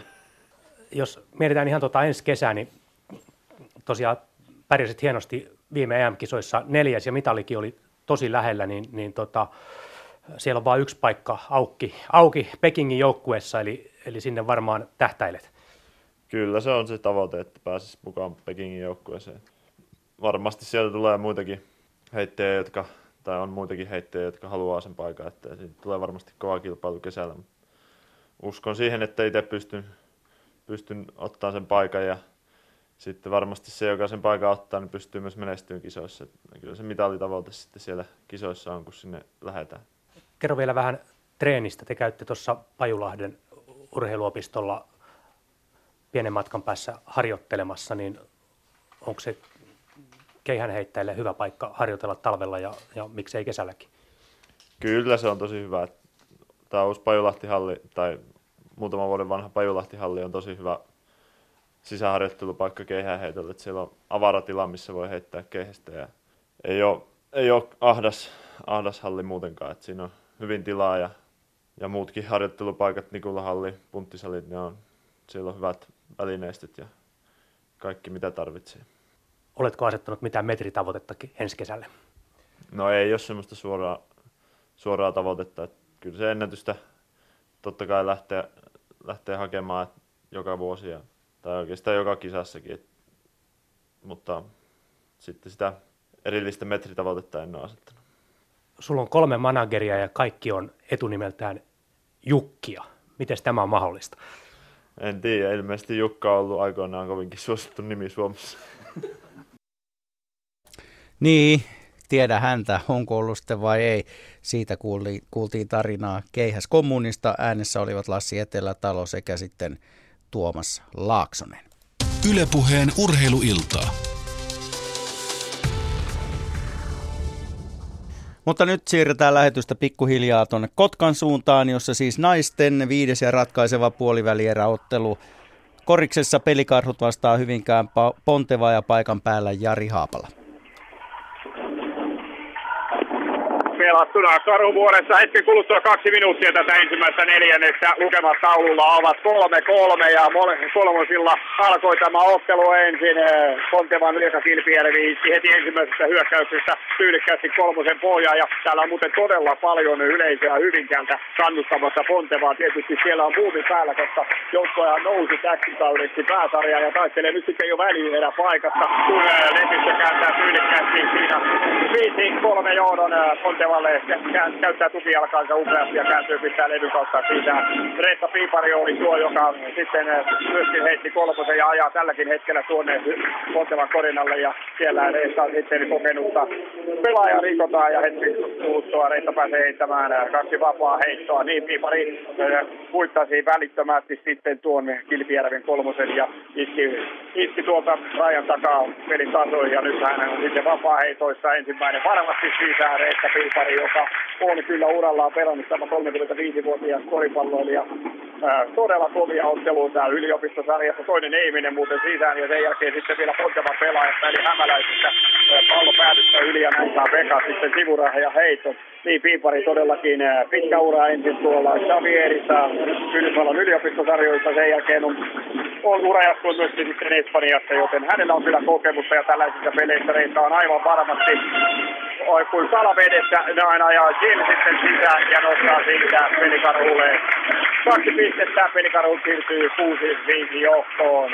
Jos mietitään ihan ensi kesää, niin tosiaan pärjäsit hienosti viime EM-kisoissa 4. ja mitalikin oli tosi lähellä, niin siellä on vain yksi paikka auki Pekingin joukkueessa, eli sinne varmaan tähtäilet. Kyllä se on se tavoite, että pääsisi mukaan Pekingin joukkueeseen. Varmasti siellä tulee muitakin heittejä, on muitakin heittejä, jotka haluaa sen paikan, että siitä tulee varmasti kova kilpailu kesällä. Uskon siihen, että itse pystyn ottamaan sen paikan ja sitten varmasti se, joka sen paikan ottaa, niin pystyy myös menestyyn kisoissa. Kyllä se mitalitavoite sitten siellä kisoissa on, kun sinne lähdetään. Kerro vielä vähän treenistä. Te käytte tuossa Pajulahden urheiluopistolla pienen matkan päässä harjoittelemassa, niin onko se keihänheittäjille hyvä paikka harjoitella talvella ja miksei kesälläkin? Kyllä se on tosi hyvä. Tämä uusi Pajulahti-halli tai muutaman vuoden vanha Pajulahti-halli on tosi hyvä sisäharjoittelupaikka keihäänheitolle. Siellä on avaratila, missä voi heittää keihästä ja ei ole ahdas halli muutenkaan. Että siinä on hyvin tilaa ja muutkin harjoittelupaikat, Nikulahalli, punttisalit, siellä on hyvät välineistöt ja kaikki mitä tarvitsee. Oletko asettanut mitään metritavoitettakin ensi kesälle? No ei ole semmoista suoraa tavoitetta. Että kyllä se ennätystä totta kai lähtee hakemaan joka vuosi tai oikeastaan joka kisassakin. Mutta sitten sitä erillistä metritavoitetta en ole asettanut. Sulla on 3 manageria ja kaikki on etunimeltään Jukkia. Miten tämä on mahdollista? En tiedä. Ilmeisesti Jukka on ollut aikoinaan kovinkin suosittu nimi Suomessa. Niin, tiedä häntä, onko ollut sitten vai ei. Siitä kuultiin tarinaa Keihäs-kommunista. Äänessä olivat Lassi Etelätalo sekä sitten Tuomas Laaksonen. Yle Puheen urheiluiltaa. Mutta nyt siirretään lähetystä pikkuhiljaa tuonne Kotkan suuntaan, jossa siis naisten 5. ja ratkaiseva puolivälieräottelu. Koriksessa Pelikarhut vastaa Hyvinkään Ponteva ja paikan päällä Jari Haapala. Pelattuna Karhuvuoressa hetken kuluttua 2 minuuttia tätä ensimmäistä neljännestä. Lukemat taululla ovat 3-3 ja kolmosilla alkoi tämä ottelu ensin. Pontevan Liesa Kilpijärvi iski heti ensimmäisestä hyökkäyksestä tyylikkäästi 3 pohjaa ja täällä on muuten todella paljon yleisöä Hyvinkäältä kannustamassa Pontevaa. Tietysti siellä on buumi päällä, koska joukkoja nousi täkkikaudeksi pääsarjaan ja taistelee nyt sitten jo välierä paikasta, kun Lepistö kääntää tyylikkäästi siinä 5-3 johdon Ponteva alalle, käyttää tukijalkaansa upeasti ja kääntyy pistää levyn kautta siitä. Reetta Piipari oli tuo, joka sitten myöskin heitti kolmosen ja ajaa tälläkin hetkellä tuonne Pontevan korinalle ja siellä Reetta on sitten kokenutta pelaaja rikotaan ja hetki kuluttua Reetta pääsee heittämään 2 vapaa heittoa. Niin Piipari kuittasi välittömästi sitten tuon Kilpijärven kolmosen ja iski tuolta rajan takaa pelin tasoihin ja nyt hän on sitten vapaa-heitoissa ensimmäinen varmasti sisään Reetta Piipari, joka on kyllä urallaan pelannut tämä 35-vuotias koripalloilija. Todella kovia otteluita yliopistosarjassa, toinen ei mene muuten sisään ja sen jälkeen sitten vielä Pontevan pelaajasta eli Hämäläisistä pallo päädystä yli ja näin saa Veka sitten sivuraha ja heitto. Niin Piipari todellakin pitkä ura ensin tuolla Xavierissa Yhdysvallan yliopistosarjoissa, sen jälkeen on ura jatkuu myöskin sitten Espanjassa, joten hänellä on kyllä kokemusta ja tällaisissa peleissä Reetta on aivan varmasti kuin kalavedessä, aina ajaa Jill sitten sisään ja nostaa siitä Pelikarhulle 2 pistettä, Pelikarhu siirtyy 6-5 johtoon.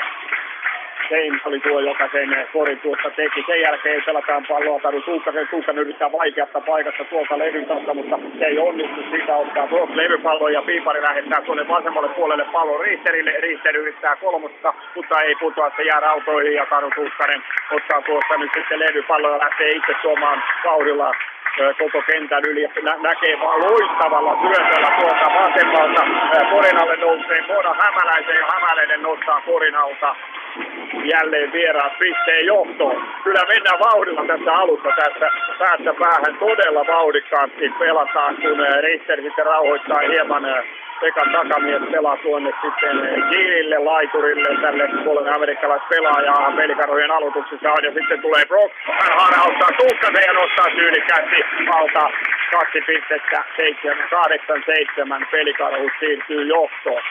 James oli tuo, joka sen korin tuosta teki. Sen jälkeen pelataan palloa Taru Tuukkasen. Tuukkanen yrittää vaikeasta paikasta tuolta levyn kanssa, mutta se ei onnistu. Siitä ottaa Brock levypallon ja Piipari lähettää tuonne vasemmalle puolelle pallon Richterille. Richter yrittää kolmosta, mutta ei putoa. Se jää rautoihin ja Taru Tuukkanen ottaa tuosta nyt sitten levypallon ja lähtee itse tuomaan vauhdilla koko kentän yli. Näkee vaan loistavalla syötöllä tuolta vasemmalta. Korinalle nousee Mona Hämäläisen ja Hämäläinen nostaa Korinalta. Jälleen vieraat pisteen johtoon. Kyllä mennään vauhdilla tässä alussa tässä päästä päähän todella vauhdikkaasti pelataan, kun Richter sitten rauhoittaa hieman Pekan takamies pelaa tuonne sitten Gillille, laiturille, tälle puolelle amerikkalaispelaajaa Pelikarhujen aloituksessa on ja sitten tulee Brock. Hän harhauttaa Tuukkasen ja nostaa tyylikästi alta 2 pistettä, 8-7, Pelikarhut siirtyy johtoon.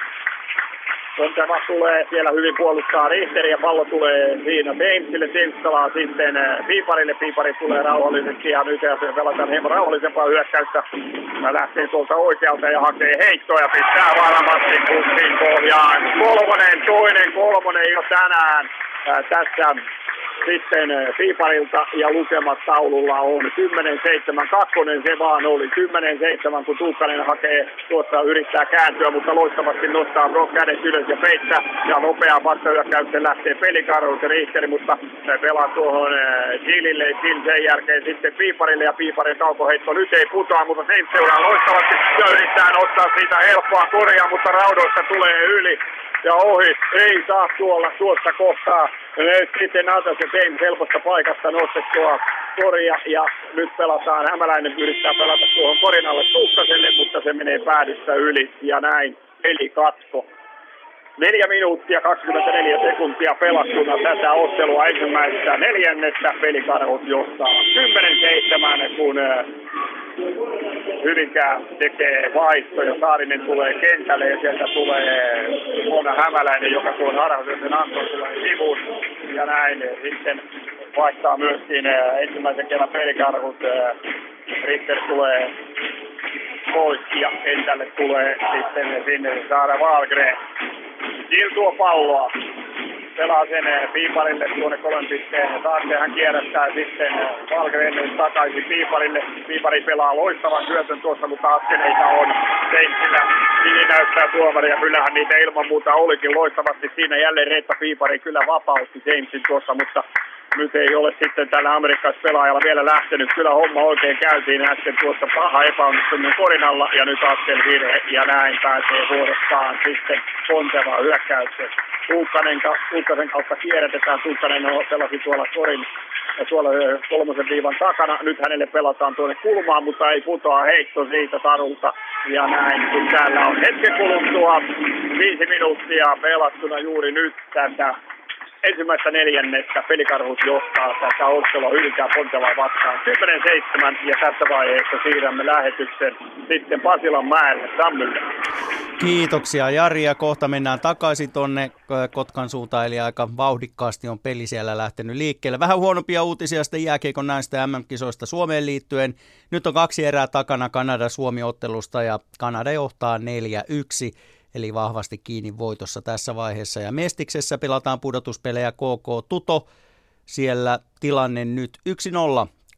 Ponteva tulee siellä hyvin puolustaa Richteri ja pallo tulee siinä Jamesille. James pelaa sitten Piiparille. Piipari tulee rauhallisesti ja nyt pelataan hieman rauhallisempaa hyökkäystä. Lähtee tuolta oikealta ja hakee heittoa ja pistää varmasti pussin pohjaan. Kolmonen jo tänään tässä. Sitten Piiparilta ja lukemat taululla on 10-7, kakkonen se vaan oli 10-7, kun Tuukkanen hakee tuossa yrittää kääntyä, mutta loistavasti nostaa Brock kädet ylös ja peittää ja nopeaa vastahyökkäyksen lähtee Pelikarhut ja Richteri, mutta pelaa tuohon Gillille, Gill sen jälkeen sitten Piiparille ja Piiparin kaukoheitto nyt ei putoa, mutta sen seuraa loistavasti ja yrittää nostaa siitä helppoa korjaa, mutta raudoista tulee yli. Ja ohi, ei saa tuossa kohtaa. Sitten Natas ja James helposta paikasta nostettua koria ja nyt pelataan. Hämäläinen yrittää pelata tuohon korinalle Tuukkaselle, mutta se menee päädystä yli ja näin pelikatko. 4 minuuttia 24 sekuntia pelattuna tätä ottelua ensimmäisessä neljännessä. Pelikarhut johtaa 10-7, kun Hyvinkää tekee vaihto ja Saarinen tulee kentälle ja sieltä tulee Mona Hämäläinen, joka tuon harhaisen antoi tulee sivuun ja näin sitten vaihtaa myöskin ensimmäisen kerran Pelikarhut. Richter tulee pois ja kentälle tulee sitten sinne Saara Wahlgren. Jill tuo palloa. Pelaa sen Piiparille tuonne 3 pisteen. Taakse hän kierrättää sitten Wahlgren takaisin Piiparille. Piipari pelaa loistavan syötön tuossa, mutta askeleita on Jamesillä. Niin näyttää tuomari ja kyllähän niitä ilman muuta olikin loistavasti. Siinä jälleen Reetta Piipari kyllä vapautti Jamesin tuossa, mutta nyt ei ole sitten tällä amerikkalaispelaajalla vielä lähtenyt. Kyllä homma oikein käytiin äsken tuossa paha epäonnistuminen korinalla ja nyt askel virhe ja näin pääsee vuorostaan sitten Ponteva hyökkäykseen. Tuukkasen kautta kierrätetään. Tuukkanen pelasi tuolla korin tuolla 3. viivan takana. Nyt hänelle pelataan tuonne kulmaan, mutta ei putoa heitto siitä Tarulta. Ja näin, kun täällä on hetken kuluttua 5 minuuttia pelattuna juuri nyt tätä ensimmäistä neljännettä. Pelikarhut johtaa tätä ottelua Hyvinkää Pontevaa vastaan 10-7 ja tässä vaiheessa siirrämme lähetyksen sitten Pasilanmäelle Sammylle. Kiitoksia Jari ja kohta mennään takaisin tonne Kotkan suuntaan, eli aika vauhdikkaasti on peli siellä lähtenyt liikkeelle. Vähän huonompia uutisia sitten jääkiekon näistä MM-kisoista Suomeen liittyen. Nyt on 2 erää takana Kanada-Suomi-ottelusta ja Kanada johtaa 4-1. Eli vahvasti kiinni voitossa tässä vaiheessa. Ja Mestiksessä pelataan pudotuspelejä KK Tuto. Siellä tilanne nyt 1-0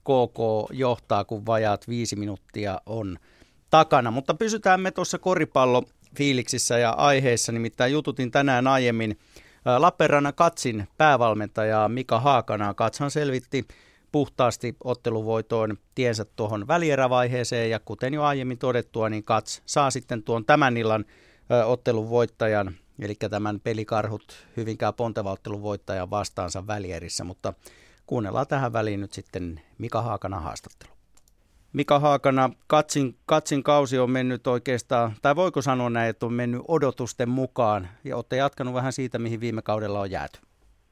KK johtaa, kun vajaat 5 minuuttia on takana. Mutta pysytään me tuossa koripallofiiliksissä ja aiheissa, nimittäin jututin tänään aiemmin Lappeenrannan Katsin päävalmentajaa Mika Haakanaa. Katshan selvitti puhtaasti otteluvoitoon tiensä tuohon välierävaiheeseen, ja kuten jo aiemmin todettua, niin Kats saa sitten tuon tämän illan ottelun voittajan, eli tämän Pelikarhut Hyvinkään Ponteva ottelun voittajan vastaansa välierissä, mutta kuunnellaan tähän väliin nyt sitten Mika Haakanan haastattelu. Mika Haakana, Katsin kausi on mennyt oikeastaan, tai voiko sanoa näin, että on mennyt odotusten mukaan, ja olette jatkanut vähän siitä, mihin viime kaudella on jääty.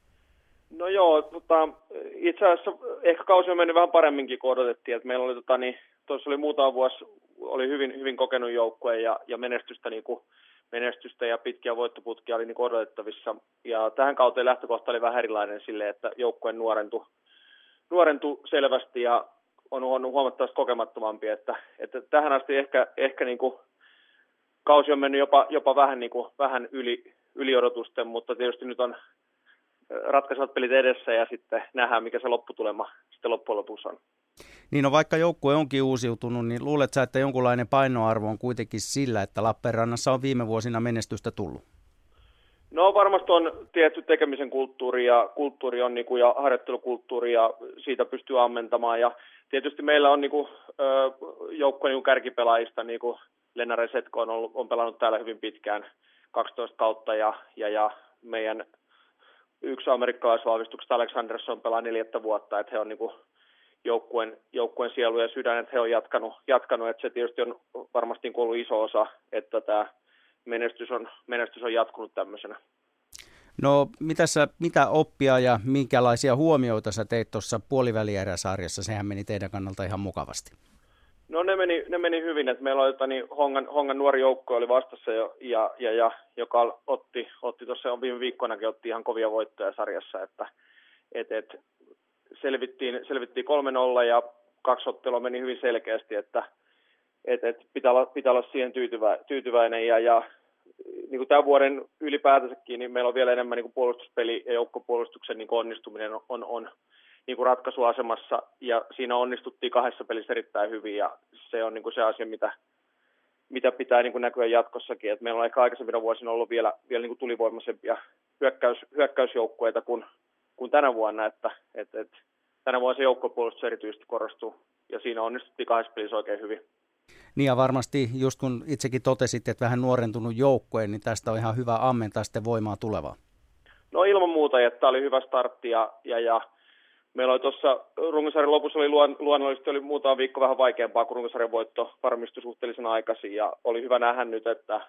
No joo, itse asiassa ehkä kausi on mennyt vähän paremminkin kuin odotettiin, että meillä oli, tuossa oli muutama vuosi, oli hyvin kokenut joukkue ja menestystä ja pitkiä voittoputkia oli niin odotettavissa. Ja tähän kauteen lähtökohta oli vähän erilainen silleen, että joukkue nuorentui selvästi ja on huomattavasti kokemattomampi, että tähän asti ehkä niin kuin kausi on mennyt jopa vähän yli odotusten, mutta tietysti nyt on ratkaisevat pelit edessä ja sitten nähdään, mikä se lopputulema sitten loppujen lopuksi on. Niin no, vaikka joukkue onkin uusiutunut, niin luulet sä, että jonkunlainen painoarvo on kuitenkin sillä, että Lappeenrannassa on viime vuosina menestystä tullut? No varmasti on tietty tekemisen kulttuuri on ja harjoittelukulttuuri ja siitä pystyy ammentamaan. Ja tietysti meillä on joukkueen kärkipelaajista, niin kuin Lennare Setko on pelannut täällä hyvin pitkään, 12 kautta ja meidän yksi amerikkalaisvalmistuksesta Alexanderson pelaa 4 vuotta, että he on joukkueen sielu ja sydän, että he on jatkanut, että se tietysti on varmasti ollut iso osa, että tämä menestys on jatkunut tämmöisenä. No mitä oppia ja minkälaisia huomioita sä teit tuossa puolivälieräsarjassa? Sehän meni teidän kannalta ihan mukavasti. No ne meni hyvin, että meillä oli Hongan nuori joukko oli vastassa ja joka otti tuossa viime viikkoinakin otti ihan kovia voittoja sarjassa, että selvittiin 3-0 ja 2 ottelua meni hyvin selkeästi, että pitää olla siihen tyytyväinen ja niin kuin tämän vuoden ylipäätänsäkin, niin meillä on vielä enemmän niin kuin puolustuspeli ja joukkopuolustuksen niin kuin onnistuminen on niin kuin ratkaisuasemassa, ja siinä onnistuttiin 2 pelissä erittäin hyvin, ja se on niin kuin se asia, mitä pitää niin kuin näkyä jatkossakin, että meillä on ehkä aikaisemmina vuosina ollut vielä niin kuin tulivoimaisempia hyökkäysjoukkueita kuin tänä vuonna, että tänä vuonna se joukkopuolustus erityisesti korostuu, ja siinä onnistuttiin 2 pelissä oikein hyvin. Niin ja varmasti, just kun itsekin totesit, että vähän nuorentunut joukkue, niin tästä on ihan hyvä ammentaa sitten voimaa tulevaa. No ilman muuta, että tämä oli hyvä startti ja meillä oli tuossa runkosarjan lopussa luonnollisesti oli muutama viikko vähän vaikeampaa, kun runkosarjan voitto varmistui suhteellisen aikaisin ja oli hyvä nähdä nyt, että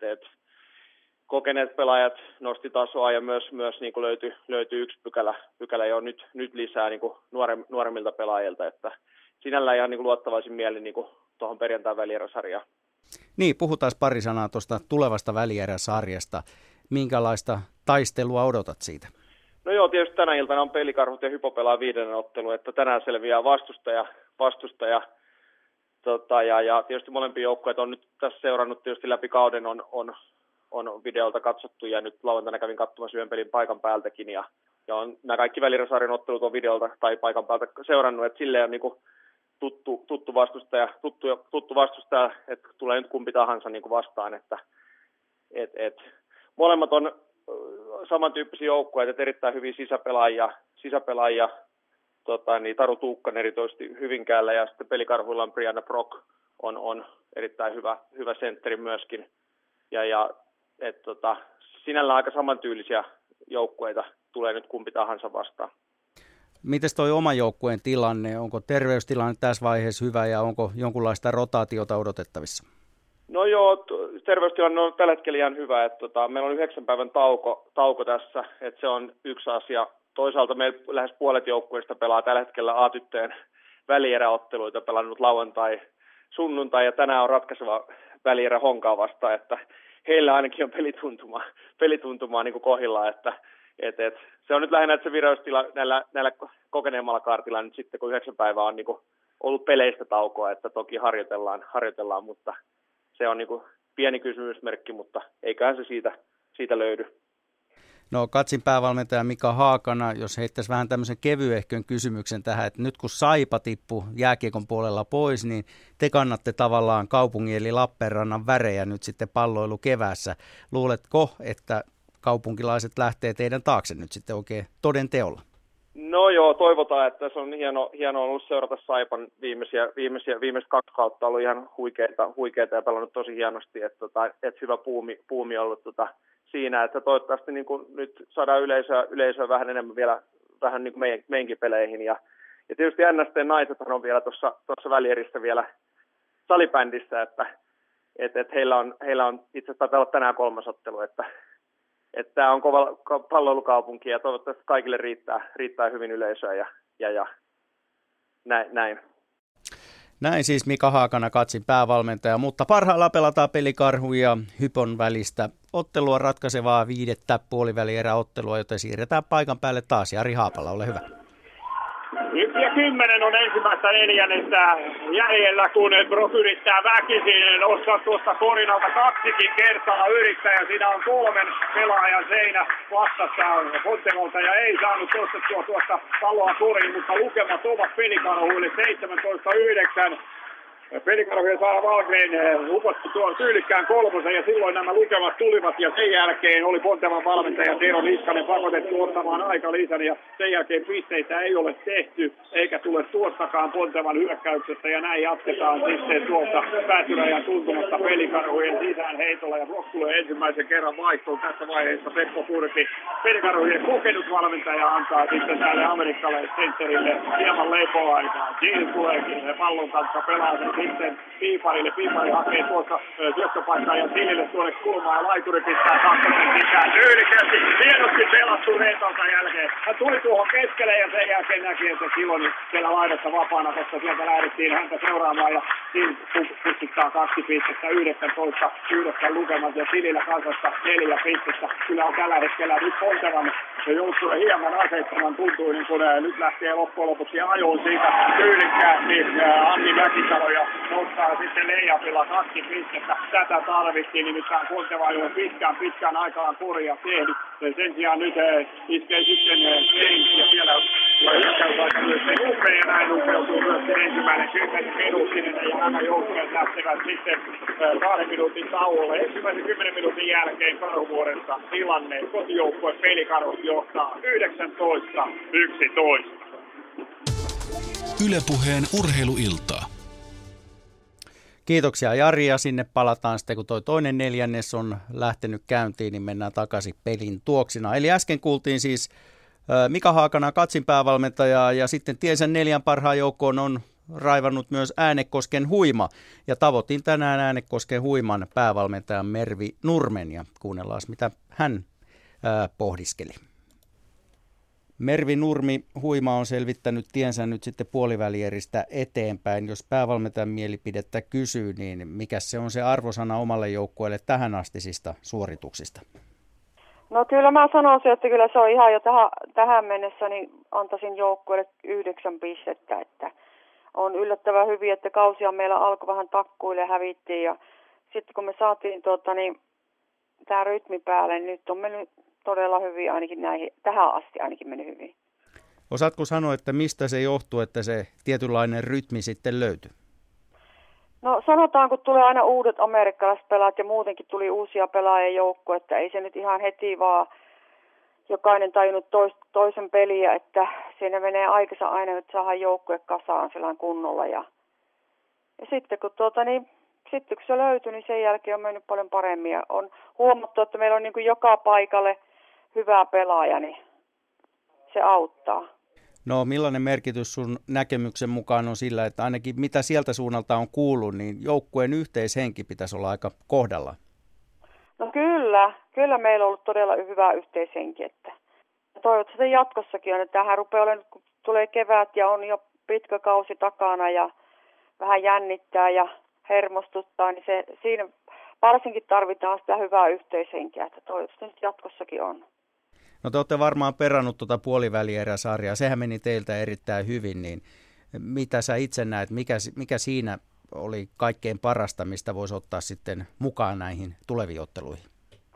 kokeneet pelaajat nosti tasoa ja myös niin kuin löytyi 1 pykälä jo nyt lisää niin kuin nuoremmilta pelaajilta, että sinällään ihan niin kuin luottavaisin mielin niin kuin tuohon perjantain välieräsarjaan. Niin, puhutaan pari sanaa tuosta tulevasta välieräsarjasta. Minkälaista taistelua odotat siitä? No joo, tietysti tänä iltana on Pelikarhut ja Hypo pelaa 5. ottelu, että tänään selviää vastustaja. Ja tietysti molempia joukkueita on nyt tässä seurannut tietysti läpi kauden on videolta katsottu ja nyt lauantaina kävin katsomassa yhden pelin paikan päältäkin ja on nämä kaikki välieräsarjan ottelut on videolta tai paikan päältä seurannut, että silleen on niin kuin tuttu vastustaja, että tulee nyt kumpi tahansa niin kuin vastaan, että molemmat on samantyyppisiä joukkueita, että erittäin hyviä sisäpelaajia niin Taru Tuukkanen erityisesti Hyvinkäällä ja sitten Pelikarhuilla on Brianna Brock on erittäin hyvä sentteri myöskin ja sinällään aika samantyylisiä joukkueita tulee nyt kumpi tahansa vastaan. Mites toi oma joukkueen tilanne? Onko terveystilanne tässä vaiheessa hyvä ja onko jonkunlaista rotaatiota odotettavissa? No joo, terveystilanne on tällä hetkellä ihan hyvä. Että meillä on 9 päivän tauko tässä, että se on yksi asia. Toisaalta meillä lähes puolet joukkueista pelaa tällä hetkellä A-tyttöjen välieräotteluita, pelannut lauantai, sunnuntai ja tänään on ratkaiseva välierä Honkaa vastaan, että heillä ainakin on pelituntumaa niin kuin kohdillaan, että se on nyt lähinnä, että se vireystila näillä kokeneemmalla kaartilla nyt sitten, kun 9 päivää on niin kuin ollut peleistä taukoa, että toki harjoitellaan, mutta se on niin kuin pieni kysymysmerkki, mutta eiköhän se siitä löydy. No Katsin päävalmentaja Mika Haakana, jos heittäisi vähän tämmöisen kevyehkön kysymyksen tähän, että nyt kun Saipa tippui jääkiekon puolella pois, niin te kannatte tavallaan kaupungin eli Lappeenrannan värejä nyt sitten palloilu keväässä. Luuletko, että kaupunkilaiset lähtee teidän taakse nyt sitten oikein toden teolla? No joo, toivotaan, että se on hieno ollut seurata Saipan viimeiset 2 kautta, ollut ihan huikeita ja pelannut tosi hienosti, että hyvä puumi ollut siinä, että toivottavasti niin kuin nyt saadaan yleisöä vähän enemmän vielä vähän niin kuin meidänkin peleihin. Ja tietysti NST:n naisethan on vielä tuossa välierissä vielä salibändissä, että heillä on itse asiassa taitaa olla tänään 3. ottelu, että tämä on kova palloilukaupunki ja toivottavasti kaikille riittää hyvin yleisöä ja näin. Näin siis Mika Haakana, Katsin päävalmentaja, mutta parhaillaan pelataan Pelikarhu ja Hypon välistä ottelua, ratkaisevaa 5. puolivälieräottelua, joten siirretään paikan päälle taas. Jari Haapala, ole hyvä. 1:10 on ensimmäistä neljännestä jäljellä, kun Brock yrittää väkisin ostaa tuosta korinalta 2 kertaa yrittää ja siinä on 3 pelaajan seinä vastassa Pontevalta ja ei saanut ostettua tuosta palloa koriin, mutta lukemat ovat Pelikarhuille 17-9. Pelikarhuja saa Valgren hupotti tuon tyylikkään 3 ja silloin nämä lukemat tulivat ja sen jälkeen oli Pontevan valmentaja Tero Niskanen pakotettu ottamaan aikalisän ja sen jälkeen pisteitä ei ole tehty eikä tule tuostakaan Pontevan hyökkäyksestä ja näin jatketaan sitten tuolta päätyrajan tuntumasta Pelikarhujen sisään heitolla ja Brock tulee ensimmäisen kerran vaihtoon tässä vaiheessa Pekko Kurti. Pelikarhujen kokenut valmentaja antaa sitten tälle amerikkalaiselle sentterille hieman lepoaikaa. Jill tuleekin pallon kanssa pelaa sen sitten Piiparille. Piipari hakee tuossa syöttöpaikkaa ja Sillille tuonne kulmaan ja laituri pistää kakkosen sisään. Tyylikästi, hienosti pelattu Reitalta jälkeen. Hän tuli tuohon keskelle ja sen jälkeen näki, että Siloni siellä laidassa vapaana, koska sieltä lähdettiin häntä seuraamaan ja Sill pussittaa 2 pistettä, 19 lukemat ja Sillillä kansasta 4 pistettä. Kyllä on tällä hetkellä nyt Pontevan joukkue hieman asettaman tuntuu, niin kun nyt lähtee loppujen lopuksi ajoon siitä tyylikkäästi Anni Mäkisalo ja nostaa sitten leijapilla 2 pistettä. Tätä tarvittiin, nimittäin Ponteva ei ole pitkään aikaan koria tehnyt. Sen sijaan nyt iskee sitten James ja siellä hyökkäysaika myös upea ja näin upeutuu myös ensimmäinen 10 minuuttinen ja nämä joukkueet lähtevät sitten 2 minuutin tauolle. Ensimmäisen 10 minuutin jälkeen Karhuvuoressa tilanne kotijoukkue Pelikarhut johtaa 19-11. Yle Puheen urheiluiltaa. Kiitoksia Jari ja sinne palataan sitten, kun toi toinen neljännes on lähtenyt käyntiin, niin mennään takaisin pelin tuoksina. Eli äsken kuultiin siis Mika Haakana, Katsin päävalmentaja ja sitten tiensä 4 parhaan joukkoon on raivannut myös Äänekosken Huima. Ja tavoitin tänään Äänekosken Huiman päävalmentajan Mervi Nurmen ja kuunnellaan mitä hän pohdiskeli. Mervi Nurmi, Huima on selvittänyt tiensä nyt sitten puolivälieristä eteenpäin. Jos päävalmentajan mielipidettä kysyy, niin mikä se on se arvosana omalle joukkueelle tähän astisista suorituksista? No kyllä mä sanoisin, että kyllä se on ihan jo tähän mennessä, niin antaisin joukkueelle 9 pistettä. Että on yllättävän hyvin, että kausia meillä alkoi vähän takkuille ja hävittiin. Ja sitten kun me saatiin tämä rytmi päälle, niin nyt on mennyt todella hyvin ainakin tähän asti ainakin meni hyvin. Osaatko sanoa, että mistä se johtuu, että se tietynlainen rytmi sitten löytyy? No sanotaan, kun tulee aina uudet amerikkalaiset pelaat ja muutenkin tuli uusia pelaajia joukkoon, että ei se nyt ihan heti vaan jokainen tajunnut toisen peliä, että siinä menee aikansa aina, että saadaan joukkue kasaan sellainen kunnolla. Ja sitten kun sitten kun se löytyi, niin sen jälkeen on mennyt paljon paremmin ja on huomattu, että meillä on niin kuin joka paikalle hyvä pelaaja, niin se auttaa. No millainen merkitys sun näkemyksen mukaan on sillä, että ainakin mitä sieltä suunnalta on kuullut, niin joukkueen yhteishenki pitäisi olla aika kohdalla? No kyllä meillä on ollut todella hyvä yhteishenki, että toivottavasti jatkossakin on, että tähän rupeaa olemaan, kun tulee kevät ja on jo pitkä kausi takana ja vähän jännittää ja hermostuttaa, niin siinä varsinkin tarvitaan sitä hyvää yhteishenkeä, että toivottavasti jatkossakin on. No te olette varmaan perannut tuota puolivälieräsarjaa, sehän meni teiltä erittäin hyvin, niin mitä sä itse näet, mikä siinä oli kaikkein parasta, mistä voisi ottaa sitten mukaan näihin tuleviin otteluihin?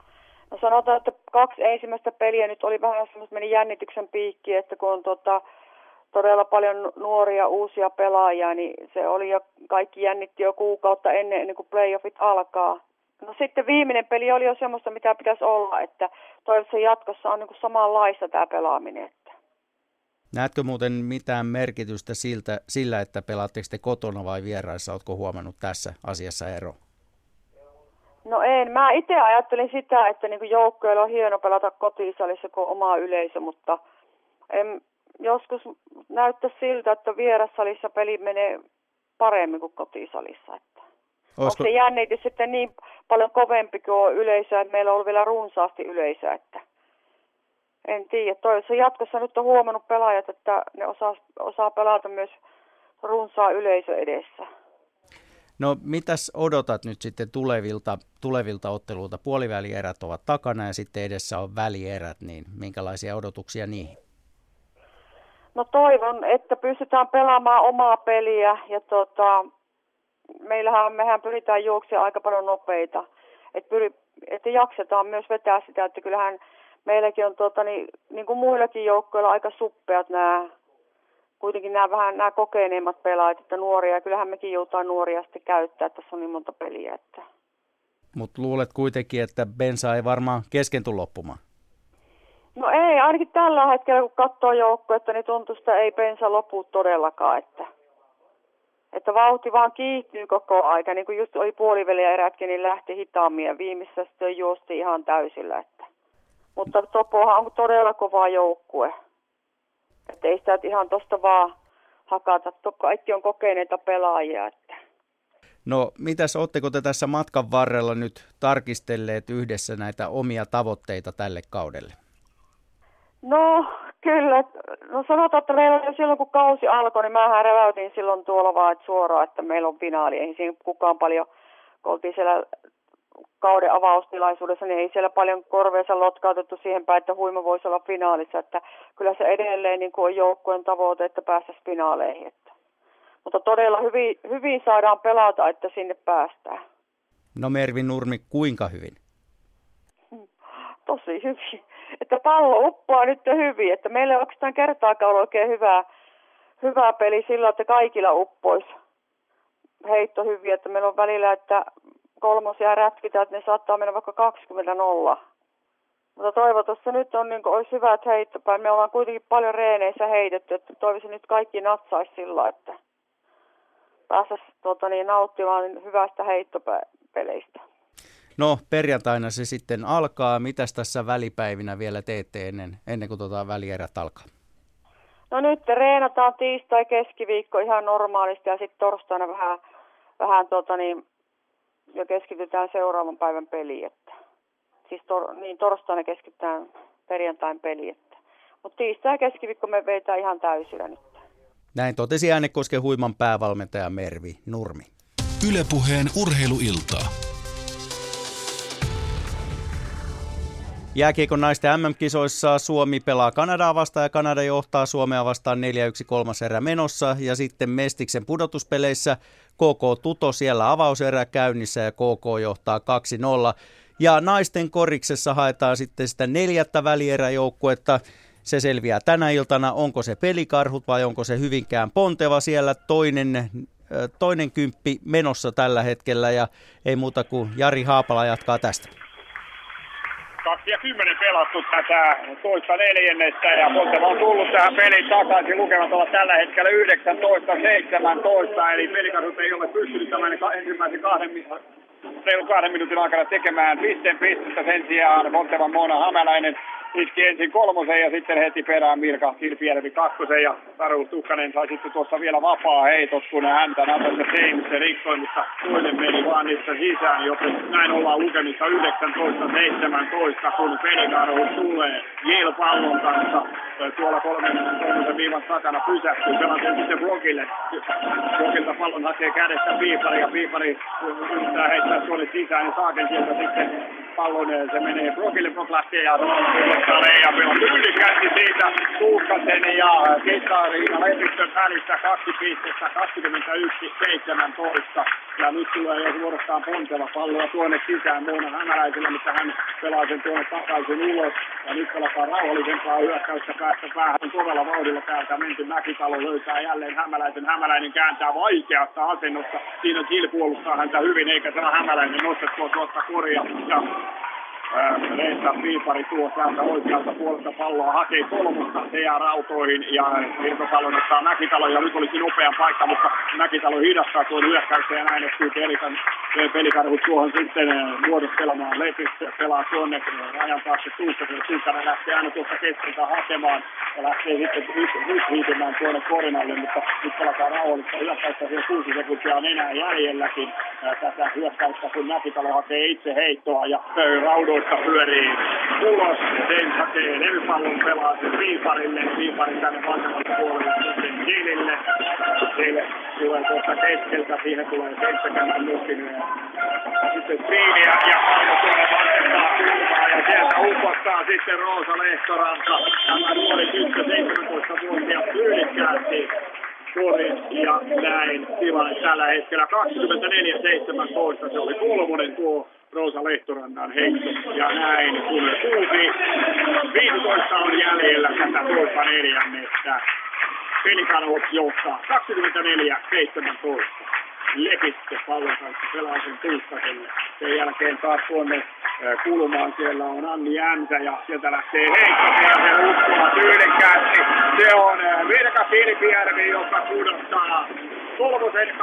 No sanotaan, että 2 ensimmäistä peliä nyt oli vähän semmoista meni jännityksen piikki, että kun on todella paljon nuoria uusia pelaajia, niin se oli jo, kaikki jännitti jo kuukautta ennen kuin playoffit alkaa. No sitten viimeinen peli oli jo semmoista, mitä pitäisi olla, että toivottavasti jatkossa on niin kuin samanlaista tämä pelaaminen. Että. Näetkö muuten mitään merkitystä sillä, että pelaatteko te kotona vai vieraissa? Oletko huomannut tässä asiassa ero? No en. Mä itse ajattelin sitä, että niin kuin joukkueella on hieno pelata kotisalissa kuin oma yleisö, mutta joskus näyttää siltä, että vierassalissa peli menee paremmin kuin kotisalissa. Että. Onko se jännitys sitten niin paljon kovempi kuin on yleisöä, että meillä on ollut vielä runsaasti yleisöä, että en tiedä. Toivottavasti jatkossa nyt on huomannut pelaajat, että ne osaa pelata myös runsaa yleisö edessä. No mitäs odotat nyt sitten tulevilta otteluilta? Puolivälierät ovat takana ja sitten edessä on välierät, niin minkälaisia odotuksia niihin? No toivon, että pystytään pelaamaan omaa peliä ja mehän pyritään juoksemaan aika paljon nopeita, että jaksetaan myös vetää sitä, että kyllähän meilläkin on niin kuin muillakin joukkoilla aika suppeat kuitenkin nämä kokeneemmat pelaajat, että nuoria, kyllähän mekin joutaa nuoria sitten käyttää, että tässä on niin monta peliä. Että. Mutta luulet kuitenkin, että bensa ei varmaan kesken tule loppumaan? No ei, ainakin tällä hetkellä kun katsoo joukkoa, niin tuntuu, että ei bensa lopu todellakaan, että vauhti vaan kiihtyy koko aika, niin kuin just oli puoliväliä erätkin, niin lähti hitaammin ja viimeisessä sitten juosti ihan täysillä. Että. Mutta Topohan on todella kova joukkue. Että ei sitä ihan tuosta vaan hakata. Kaikki on kokeneita pelaajia. Että. No mitäs, ootteko te tässä matkan varrella nyt tarkistelleet yhdessä näitä omia tavoitteita tälle kaudelle? No kyllä. No sanotaan, että meillä oli silloin kun kausi alkoi, niin mähän räväytin silloin tuolla vaan suoraan, että meillä on finaali. Ei siinä kukaan paljon, kun oltiin siellä kauden avaustilaisuudessa, niin ei siellä paljon korveensa lotkautettu siihen päin, että Huima voisi olla finaalissa. Että kyllä se edelleen niin kuin on joukkueen tavoite, että päästäisiin finaaleihin. Että. Mutta todella hyvin saadaan pelata, että sinne päästään. No Mervi Nurmi, kuinka hyvin? Tosi hyvin. Että pallo uppoaa nyt hyvin. Että meillä ei oikeastaan kertaakaan ollut oikein hyvää peli sillä, että kaikilla uppoisi heitto hyvin. Että meillä on välillä, että kolmosia rätkitään, että ne saattaa mennä vaikka 20-0. Mutta toivottavasti nyt on, niin kuin, olisi hyvät heittopäin. Me ollaan kuitenkin paljon reeneissä heitetty, että toivoisin nyt kaikki natsaisi sillä, että päästäisiin nauttimaan hyvästä heittopeleistä. No perjantaina se sitten alkaa. Mitäs tässä välipäivinä vielä teette ennen kuin välierät alkaa? No nyt reenataan tiistai, keskiviikko ihan normaalisti ja sitten torstaina vähän jo keskitytään seuraavan päivän peliin. Että. Siis torstaina keskitytään perjantain peliin. Mutta tiistai ja keskiviikko me veitään ihan täysillä nyt. Näin totesi Äänekosken Huiman päävalmentaja Mervi Nurmi. Yle Puheen urheiluiltaa. Jääkiekon naisten MM-kisoissa Suomi pelaa Kanadaa vastaan ja Kanada johtaa Suomea vastaan 4-1 kolmas erä menossa. Ja sitten Mestiksen pudotuspeleissä KK Tuto siellä avauserä käynnissä ja KK johtaa 2-0. Ja naisten koriksessa haetaan sitten sitä 4. välieräjoukkuetta. Se selviää tänä iltana, onko se Pelikarhut vai onko se Hyvinkään Ponteva siellä toinen kymppi menossa tällä hetkellä ja ei muuta kuin Jari Haapala jatkaa tästä. 2:10 pelattu tätä toista neljännestä ja Ponteva on tullut tähän peliin takaisin. Lukemat ovat tällä hetkellä 19-17, eli Pelikarhut ei ole pystynyt tämän ensimmäisen reilun 2 minuutin aikana tekemään pistettä. Sen sijaan Pontevan Mona Hämäläinen iski ensin 3 ja sitten heti perään Mirka Kilpijärvi 2 ja Taru Tukkanen sai sitten tuossa vielä vapaa heitot, kun häntä Natasha James rikkoi, mutta toinen meni vaan niistä sisään, joten näin ollaan lukemissa 19-17, kun Pelikarhut tulee Yale-pallon kanssa tuolla 3 viivan takana pysähtyy. Pelataan sitten Brockille. Brockilta pallon hakee kädestä Piipari ja Piipari yrittää heittää tuonne sisään ja saaken sieltä sitten pallon, se menee Brockille, Brock lähtee ja Roosalle ja pelaa tyylikästi siitä Tuukkasen ja Keskariina Lepistön välissä 2 pistettä 21-17 ja nyt tulee jo suorastaan Pontela palloa tuonne sisään Moona Hämäläiselle, mutta hän pelaa sen tuonne takaisin ulos ja nyt pelataan rauhallisempaa hyökkäystä päästä päähän kovalla vauhdilla täältä menty. Mäkitalo löytää jälleen Hämäläinen kääntää vaikeasta asennosta, siinä Gil puolustaa häntä hyvin eikä saa Hämäläinen nostettua tuosta koria ja Reetta Piipari tuo täältä oikealta puolelta palloa, hakee kolmosta, se jää rautoihin ja Mirko Salonen ottaa Mäkitalon ja nyt olisi nopean paikka, mutta Mäkitalo hidastaa tuon hyökkäystä ja näin ehtyy Pelikarhut tuohon sitten muodostelemaan. Lepistö pelaa tuonne rajan taakse Tuukkaselle. Tuukkanen lähtee aina tuosta keskeltä hakemaan ja lähtee sitten nyt hiitemään tuonne Korinalle, mutta nyt pelataan rauhallista hyökkäystä, siellä 6 sekuntia on enää jäljelläkin tätä hyökkäystä, kun Mäkitalo hakee itse heittoa ja raudoista pyörii ulos ja sen hakee levypallon pelaa sen Piiparille. Piipari tänne vasemmalta puolelle sitten Gilille. Gil tulee tuosta keskeltä, siihen tulee 70 myöskin sitten Striiniä ja pallo tuolla vasemmalta kulmaa ja sieltä upottaa sitten Roosa Lehtoranta. Tämä nuori tyttö 17-vuotias tyylikkäästi korin ja näin tilanne tällä hetkellä 24-17. Se oli kolmonen tuo Roosa Lehtorannan heitto ja näin kun 15 on jäljellä tätä toista neljännettä. Pelikarhut johtaa 24-17. Lepistö pallon kanssa pelaa sen Tuukkaselle. Sen jälkeen taas tuonne kulmaan siellä on Anni Jämsä ja sieltä lähtee heitto ja se uskoa tyylikkäästi. Se on Virka Kilpijärvi, joka pudottaa kolmosen 24-20.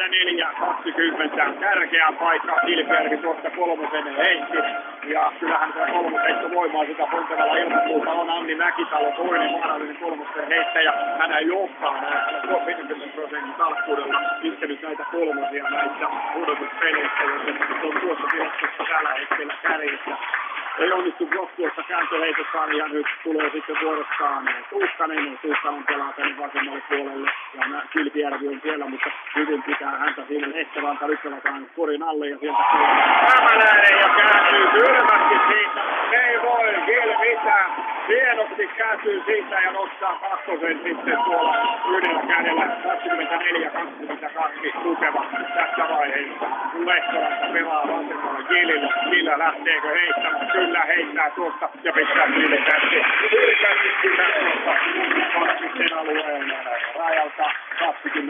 Tärkeä paikka Kilpijärvi tuosta kolmosen heitti. Ja kyllähän se kolmosen voimaa sitä Pontelalla ilman muuta on Anni Mäkitalo, toinen vaarallinen kolmosen heittäjä. Hän johtaa näillä 50% talkkuudella iskenyt näitä kolmosia näissä pudotuspeleissä, joten se on tuossa tilastossa tällä hetkellä kärjessä. Ei onnistu blokkuossa kääntöheitossaan ja nyt tulee sitten vuorostaan Tuukkanen. Tuukkanen pelaa tänne vasemmalle puolelle ja Kilpijärvi on siellä, mutta hyvin pitää häntä siinä Lehtoranta. Nyt pelataan korin alle ja sieltä tulee Hämäläinen ja kääntyy kylmästi siitä. Ei voi Gil mitään. Hienosti kääntyy siitä ja nostaa kakkosen sitten tuolla yhdellä kädellä 24-22 tukeva tässä vaiheessa. Lehtoranta pelaa vasemmalla Gilillä. Gil lähteekö heittämään? Kyllä heittää tuosta ja pistää Gilille Yrkästi sitä tuosta kaksisten alueen rajalta 26-22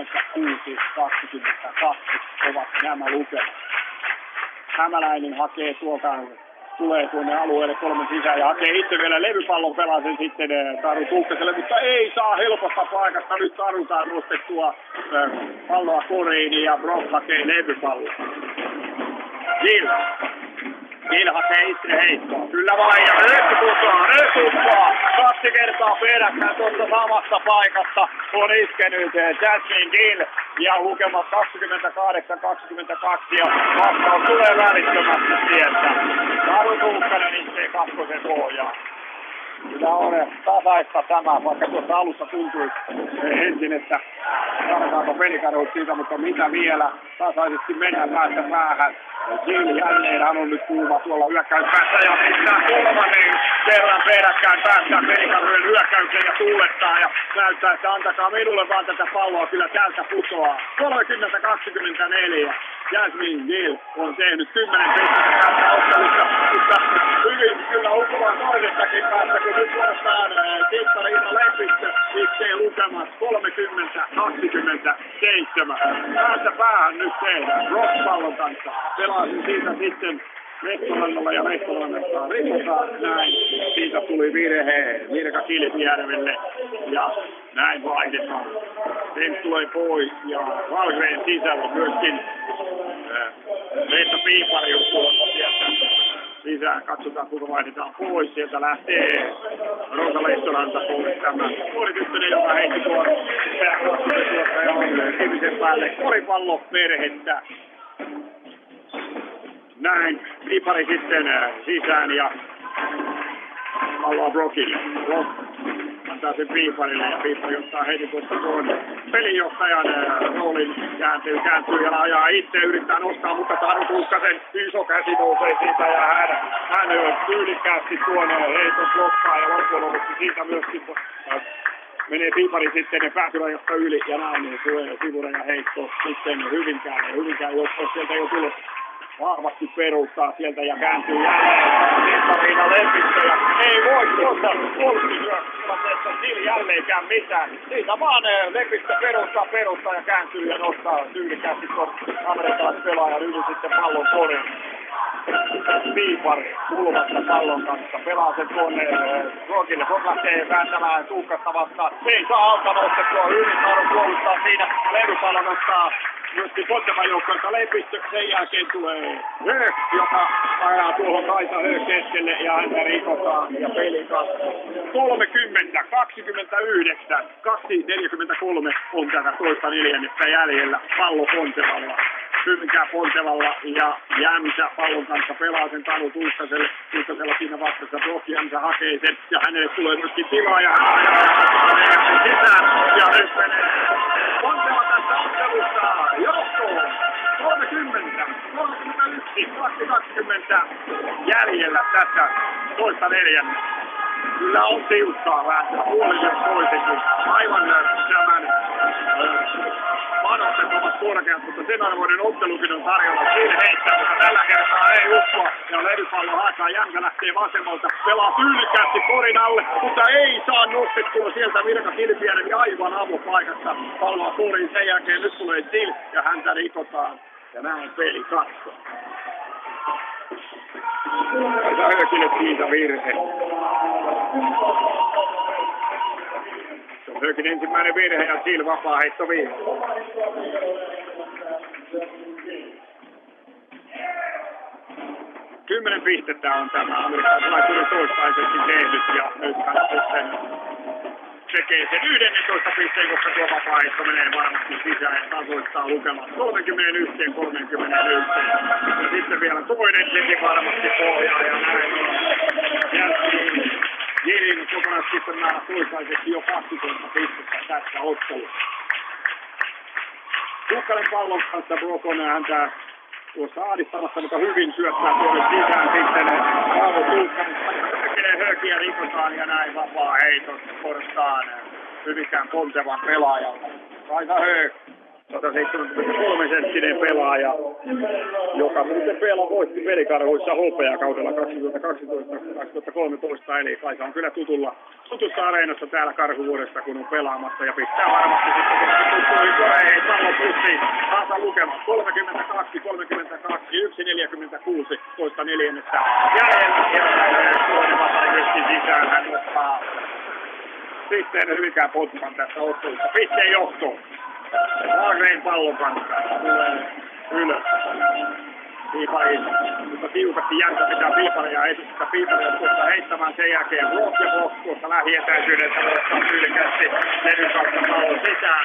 ovat nämä lukemat. Hämäläinen hakee tuolta, tulee tuonne alueelle kolmen sisään ja hakee itse vielä levypallon, pelaa sen sitten Taru Tuukkaselle, mutta ei saa helposta paikasta. Nyt Tarutaan nostettua palloa koriin ja Brock hakee levypallon. Gil hakee itse heittoa. Kyllä vain ja nyt putoaa. 2 kertaa peräkkäin tuossa samassa paikassa on iskenyt Jasmine Gil ja lukemat 28-22 ja vastaus tulee välittömästi sieltä. Taru Tuukkanen iskee kakkosen pohjaan. Kyllä on tasaista tämä, vaikka tuossa alussa tuntui ensin, että saadaanko Pelikarhut siitä, mutta mitä vielä tasaisesti mennään päästä päähän. Gil jälleen, hän on nyt kuuma tuolla hyökkäyspäässä ja pistää kolmannen kerran peräkkäin päästään Pelikarhujen hyökkäykseen ja tuulettaa ja näyttää, että antakaa minulle vaan tätä palloa, kyllä täältä putoaa. 30-24. Jasmine Gil on tehnyt 10 pistettä tässä ottelussa, mutta hyvin kyllä uhkuvan toisestakin päästä, kun nyt suorastaan Keskariina Lepistö iskee lukemat 30-27. Päästä päähän nyt tehdään Rock-pallon kanssa. Pelasin siitä sitten Lehtorannalla ja Lehtorannasta rikotaan näin. Siitä tuli virhe Mirka Kilpijärvelle ja näin vaihdetaan. Sen tulee pois ja Valgren sisällä myöskin Reetta Piipari on tulossa sieltä sisään. Katsotaan kuinka vaihdetaan pois. Sieltä lähtee Roosa Lehtoranta pois tämä nuorityttönen, joka heitti tuossa ja on ihmisen päälle koripallo perhettä. Näin, Piipari sitten sisään ja palloa Brockille. Brock antaa sen Piiparille ja Piipari ottaa heti tuosta tuon pelinjohtajan roolin, kääntyy ja ajaa itse, yrittää nostaa, mutta Taru Tuukkasen iso käsi nousee siitä ja hän tyylikkäästi tuon heiton Antonovic siitä myöskin menee Piipari sitten päätyrajasta yli ja näin, niin tulee sivuraja heitto sitten Hyvinkään joukko sieltä jo tullut vahvasti peruuttaa sieltä ja kääntyy jälleen Piipariina Lepistö ja ei voi tuossa puolustustilanteessa sillä jälleenkään mitään. Siitä vaan Lepistö peruuttaa ja kääntyy ja nostaa tyylikkäästi tuon amerikkalaispelaajan yli sitten pallon korin. Piipari kulmassa pallon kanssa pelaa sen tuonne Rokille. Rok lähtee vääntämään Tuukkasta vastaan. Ei saa alta nostettua hyvin. Saadaan puolustaa siinä. Levypallo nostaa myöskin Pontevan joukkoilta Lepistö. Sen jälkeen tulee Höök, joka ajaa tuohon Kaisa Höök keskelle ja häntä rikotaan. Ja peli 30, 29, 2.43 on tätä toista neljännettä jäljellä. Pallo Pontevalla. Hyvinkään Pontevalla ja Jämsä pallon kanssa pelaa sen Tanu Tuukkaselle. Tuukkasella siinä vastassa Brock Jämsä hakee sen ja hänelle tulee myöskin tilaa ja hän sisään ja nyt menee Ponteva tässä ottelussa johtoon. 30, 31, 20 jäljellä tässä toista neljännettä. Kyllä on tiukkaa vääntää puolille toisenkin. Aivan tämän panokset ovat korkeat, mutta sen arvoinen ottelukin on tarjolla. Siinä heittää, mutta tällä kertaa ei uskoa. Ja levypallo haetaan, Jämsä lähtee vasemmalta. Pelaa tyylikkäästi korin alle, mutta ei saa nostettua sieltä Mirka Kilpiäinen aivan avopaikassa. Palloa koriin, sen jälkeen nyt tulee Sil ja häntä rikotaan. Ja näin peli katso. Höökille siitä virhe. Se on Höökin ensimmäinen virhe ja Sil vapaa heitto viime. Kymmenen pistettä on tämä amerikkalaisulaisuuden toistaiseksi tehnyt ja nyt hän sitten tekee sen 11 pisteen, koska tuo vapaa-heitto menee varmasti sisään ja tasoittaa lukemaan 31-31. Ja sitten vielä toinen sekin varmasti pohjaa ja näin. Jelin kokonaispistön määrä toistaiseksi jo 20 pistettä tässä ottelussa. Tukkanen pallon kanssa Brokon häntä tuossa ahdistamassa, mutta hyvin syöttää tuonne sisään sitten Paavo Tukkanen. Tekee Höökiä rikotaan ja näin vapaa heitos portaan Hyvinkään Pontevan pelaajalta. Kaisa Höök, 173-senttinen pelaaja, joka muuten voitti pelikarhuissa hopeakaudella 2012-2013, eli Kaisa on kyllä tutussa areenassa täällä Karhuvuodessa, kun on pelaamassa ja pistää varmasti sitten tuttuihin koreihin pallon pussiin. Taasa lukema 32-32, 1-46, toista neljännettä jäljellä. Ja toinen vasta myöskin sisään, hän ottaa sitten Hyvinkään Pontevan tässä ottelussa pisteen johtoon. Wahlgren pallon kanssa tulee ylös. Piipari, mutta tiukasti Jämsä pitää Piiparia esittää. Piiparia tuossa heittämään sen jälkeen Brock ja Brock tuossa lähietäisyydestä voittaa tyylikästi levyn kautta pallon sisään.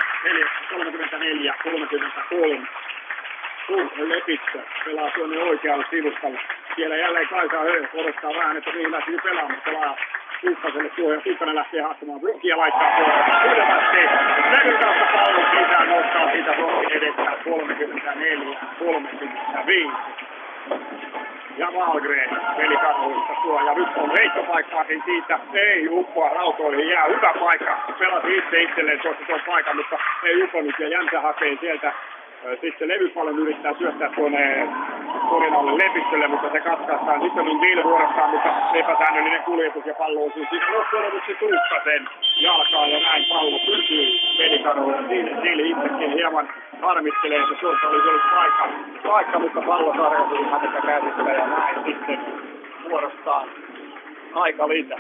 34-33. Lepistö pelaa tuonne oikealle sivustalle. Siellä jälleen Kaisa Höök odottaa vähän, että mihin lähti pelaamaan. Pelaa Tuukkaselle tuohon ja Tuukkanen lähtee haastamaan Brockia laittaa tuohon kylmästi. Levyn kautta pallon sisään nostaa siitä Brockin edestään 34-35. Ja Wahlgren pelikarhuista tuo ja nyt on heittopaikkaakin siitä. Ei uppoa rautoihin, jää hyvä paikka. Pelasi itselleen tuon paikan, mutta ei uponnut ja Jämsä hakee sieltä. Sitten levypallon yrittää syöttää tuonne korin alle Lepistölle, mutta se katkaistaan. Sitten on Ville vuorostaan, mutta epäsäännöllinen kuljetus ja pallo osuu siinä loppujen lopuksi Tuukkasen jalkaan ja näin pallo pysyy pelikarhuilla. Siinä Ville itsekin hieman harmittelee, että tuossa olisi ollut paikka, mutta pallo tarjoutui häntä käsistä ja näin sitten vuorostaan aika lisää.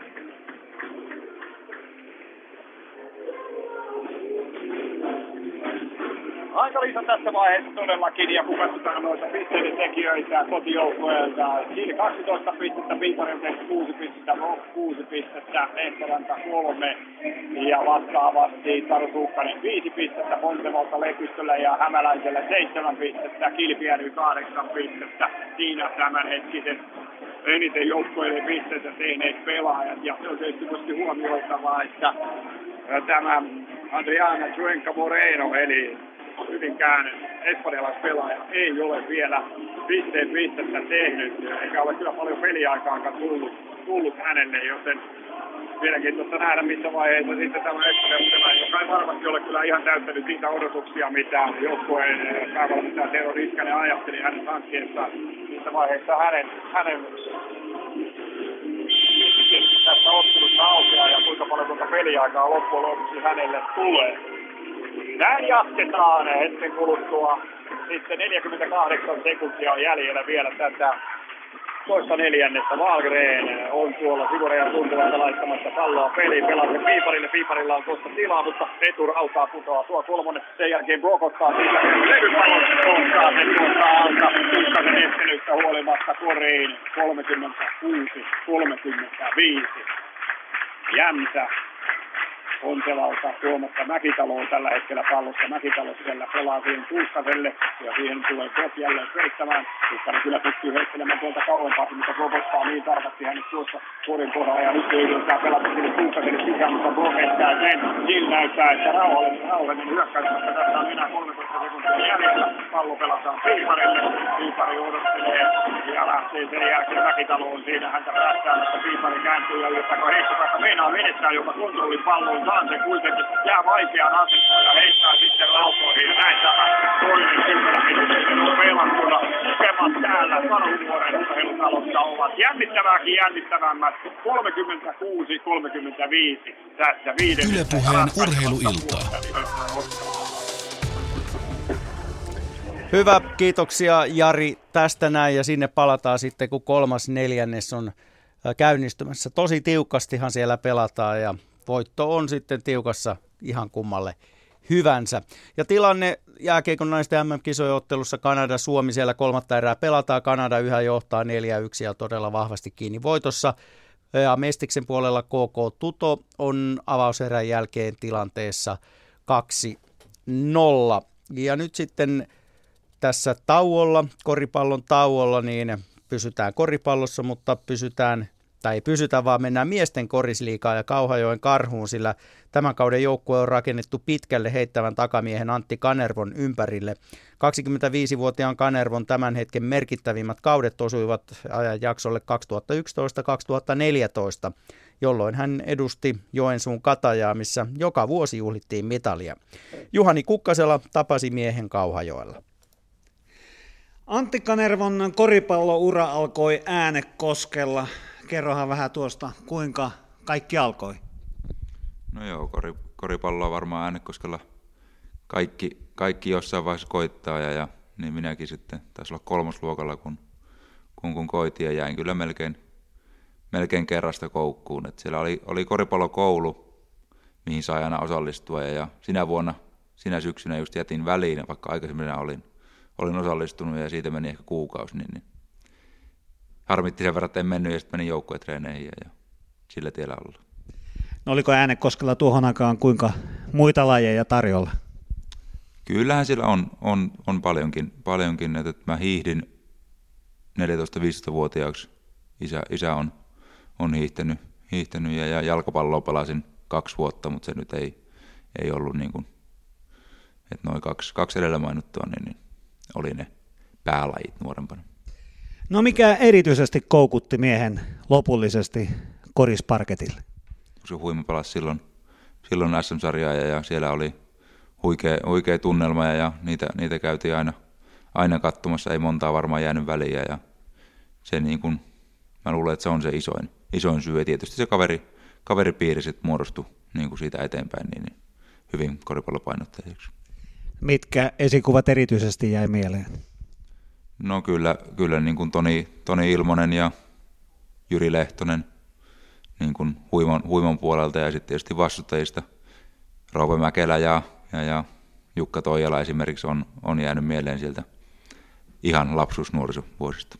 Aika liisa tässä vaiheessa todellakin, ja kun katsotaan noita pisteiden tekijöitä kotijoukkueelta, Chile 12 pistettä, Piipari on tehty 6 pistettä, Brock 6 pistettä, Lehtoranta 3 ja vastaavasti Taru Tuukkanen 5 pistettä, Pontevalta Lepistöllä ja Hämäläisellä 7 pistettä, Kilpiäry 8 pistettä, siinä tämänhetkiset eniten joukkueiden pisteitä tehneet pelaajat, ja se on tietysti myöskin huomioitavaa, että tämä Adriana Cuenca Moreno, eli Hyvinkään espanjalaispelaaja ei ole vielä pistettä tehnyt, eikä ole kyllä paljon peliaikaankaan tullut hänelle, joten mielenkiintoista nähdä, missä vaiheessa sitten tämä Express-pelaaja, joka ei varmasti ole kyllä ihan täyttänyt niitä odotuksia, mitä joukkueen päävalmentaja Tero Riskänen ajatteli hänen hankkeessaan. Missä vaiheessa hänen tästä ottelusta aukeaa ja kuinka paljon tuota peliaikaa loppujen lopuksi hänelle tulee. Näin jatketaan hetken kuluttua. Sitten 48 sekuntia on jäljellä vielä tätä toista neljännettä. Wahlgren on tuolla sivurajan tuntuvassa laittamassa palloa peliin. Pelaa sen Piiparille. Piiparilla on tuosta tilaa, mutta eturautaa putoaa tuo kolmonen. Sen jälkeen Brock ottaa siitä levypallon. Ottaa sen tuosta alta. Kukkasen estelystä huolimatta koriin. 36-35. Jämsä Ontelalta tuomatta Mäkitaloon tällä hetkellä pallossa. Mäkitalo siellä pelaa siihen Kuuskaselle ja siihen tulee Brock jälleen peittämään. Kuuskanen kyllä pystyy heittelemään tuolta kauempaa, mutta Brock ottaa niin tarkasti hänet tuossa korin kohdalla ja nyt yritetään pelata sinne Kuuskaselle sisään, mutta Brock estää sen. Siinä näyttää, että rauhallinen hyökkäyksessä. Tässä on enää 13 sekuntia jäljellä. Pallo pelataan Piiparille. Piipari odottelee ja lähtee sen jälkeen Mäkitaloon. Siinä häntä päästään, mutta Piipari kääntyy ja yrittääkö heittopäästä. Meinaa menettää jopa kontrollin pallon. Saan sen kuitenkin. Jää vaikeaan asentoon ja heittää sitten lautoihin. Ja näin tämä toinen 10 minuutin on pelattuna. Lukemat täällä Karhuvuoren urheilutalossa ovat jännittävämmät. 36-35 tässä 5. Yle Puheen urheiluiltaa. Hyvä, kiitoksia Jari tästä näin ja sinne palataan sitten, kun kolmas neljännes on käynnistymässä. Tosi tiukastihan siellä pelataan ja voitto on sitten tiukassa ihan kummalle hyvänsä. Ja tilanne jääkiekon naisten MM-kisojen ottelussa Kanada-Suomi siellä kolmatta erää pelataan. Kanada yhä johtaa 4-1 ja todella vahvasti kiinni voitossa. Ja Mestiksen puolella KK Tuto on avauserän jälkeen tilanteessa 2-0. Ja nyt sitten tässä tauolla, koripallon tauolla, niin pysytään koripallossa, mutta ei pysytä, vaan mennään miesten korisliigaan ja Kauhajoen Karhuun, sillä tämän kauden joukkue on rakennettu pitkälle heittävän takamiehen Antti Kanervon ympärille. 25-vuotiaan Kanervon tämän hetken merkittävimmät kaudet osuivat ajanjaksolle 2011-2014, jolloin hän edusti Joensuun Katajaa, missä joka vuosi juhlittiin mitalia. Juhani Kukkasela tapasi miehen Kauhajoella. Antti Kanervon koripalloura alkoi Äänekoskella. Kerrohan vähän tuosta, kuinka kaikki alkoi. No joo, koripalloa varmaan Äänekoskella kaikki jossain vaiheessa koittaa ja niin minäkin sitten taisi olla kolmosluokalla, kun koitin ja jäin kyllä melkein kerrasta koukkuun. Et siellä oli koripallokoulu, mihin sai aina osallistua ja sinä syksynä just jätin väliin, vaikka aikaisemmin olin osallistunut ja siitä meni ehkä kuukausi, niin harmitti sen verran, että en mennyt ja sitten menin joukkuetreeneihin ja sillä tiellä ollaan. No oliko Äänekoskella tuohon aikaan kuinka muita lajeja tarjolla? Kyllähän siellä on paljonkin, että mä hiihdin 14-15-vuotiaaksi. Isä on hiihtänyt ja jalkapalloa pelasin 2 vuotta, mutta se nyt ei ollut niin kuin, että noin kaksi edellä mainittua, niin oli ne päälajit nuorempana. No mikä erityisesti koukutti miehen lopullisesti korisparketille? Se huima pelasi silloin SM-sarjaa ja siellä oli huikea tunnelma ja niitä käytiin aina katsomassa, ei montaa varmaan jäänyt väliä ja se niin kuin, mä luulen, että se on se isoin syy ja tietysti se kaveripiiri sitten muodostui niin kuin siitä eteenpäin niin hyvin koripallopainotteiseksi. Mitkä esikuvat erityisesti jäi mieleen? No kyllä niin kuin Toni Ilmonen ja Jyri Lehtonen niin kuin huiman puolelta ja sitten tietysti vastustajista Roope Mäkelä ja Jukka Toijala esimerkiksi on jäänyt mieleen sieltä ihan lapsuusnuorisovuosista.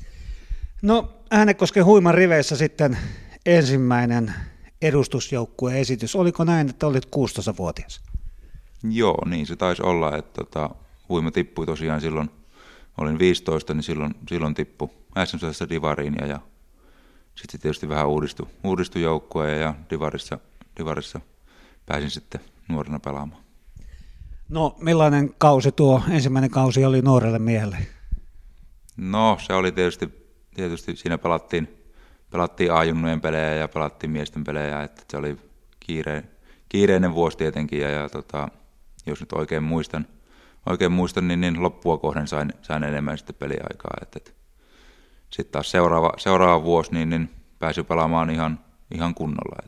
No Äänekosken huiman riveissä sitten ensimmäinen edustusjoukkueen esitys. Oliko näin, että olit 16-vuotias? Joo, niin se taisi olla, että huima tippui tosiaan silloin. Olin 15, niin silloin tippui SM-sarjassa divariin ja sitten tietysti vähän uudistui joukkue ja divarissa pääsin sitten nuorena pelaamaan. No millainen kausi tuo ensimmäinen kausi oli nuorelle miehelle? No se oli tietysti siinä pelattiin A-junnujen pelejä ja pelattiin miesten pelejä, että se oli kiireinen vuosi tietenkin ja jos nyt oikein muistan niin loppua kohden sain enemmän sitten peliaikaa. Sitten taas seuraava vuosi niin pääsi pelaamaan ihan kunnolla.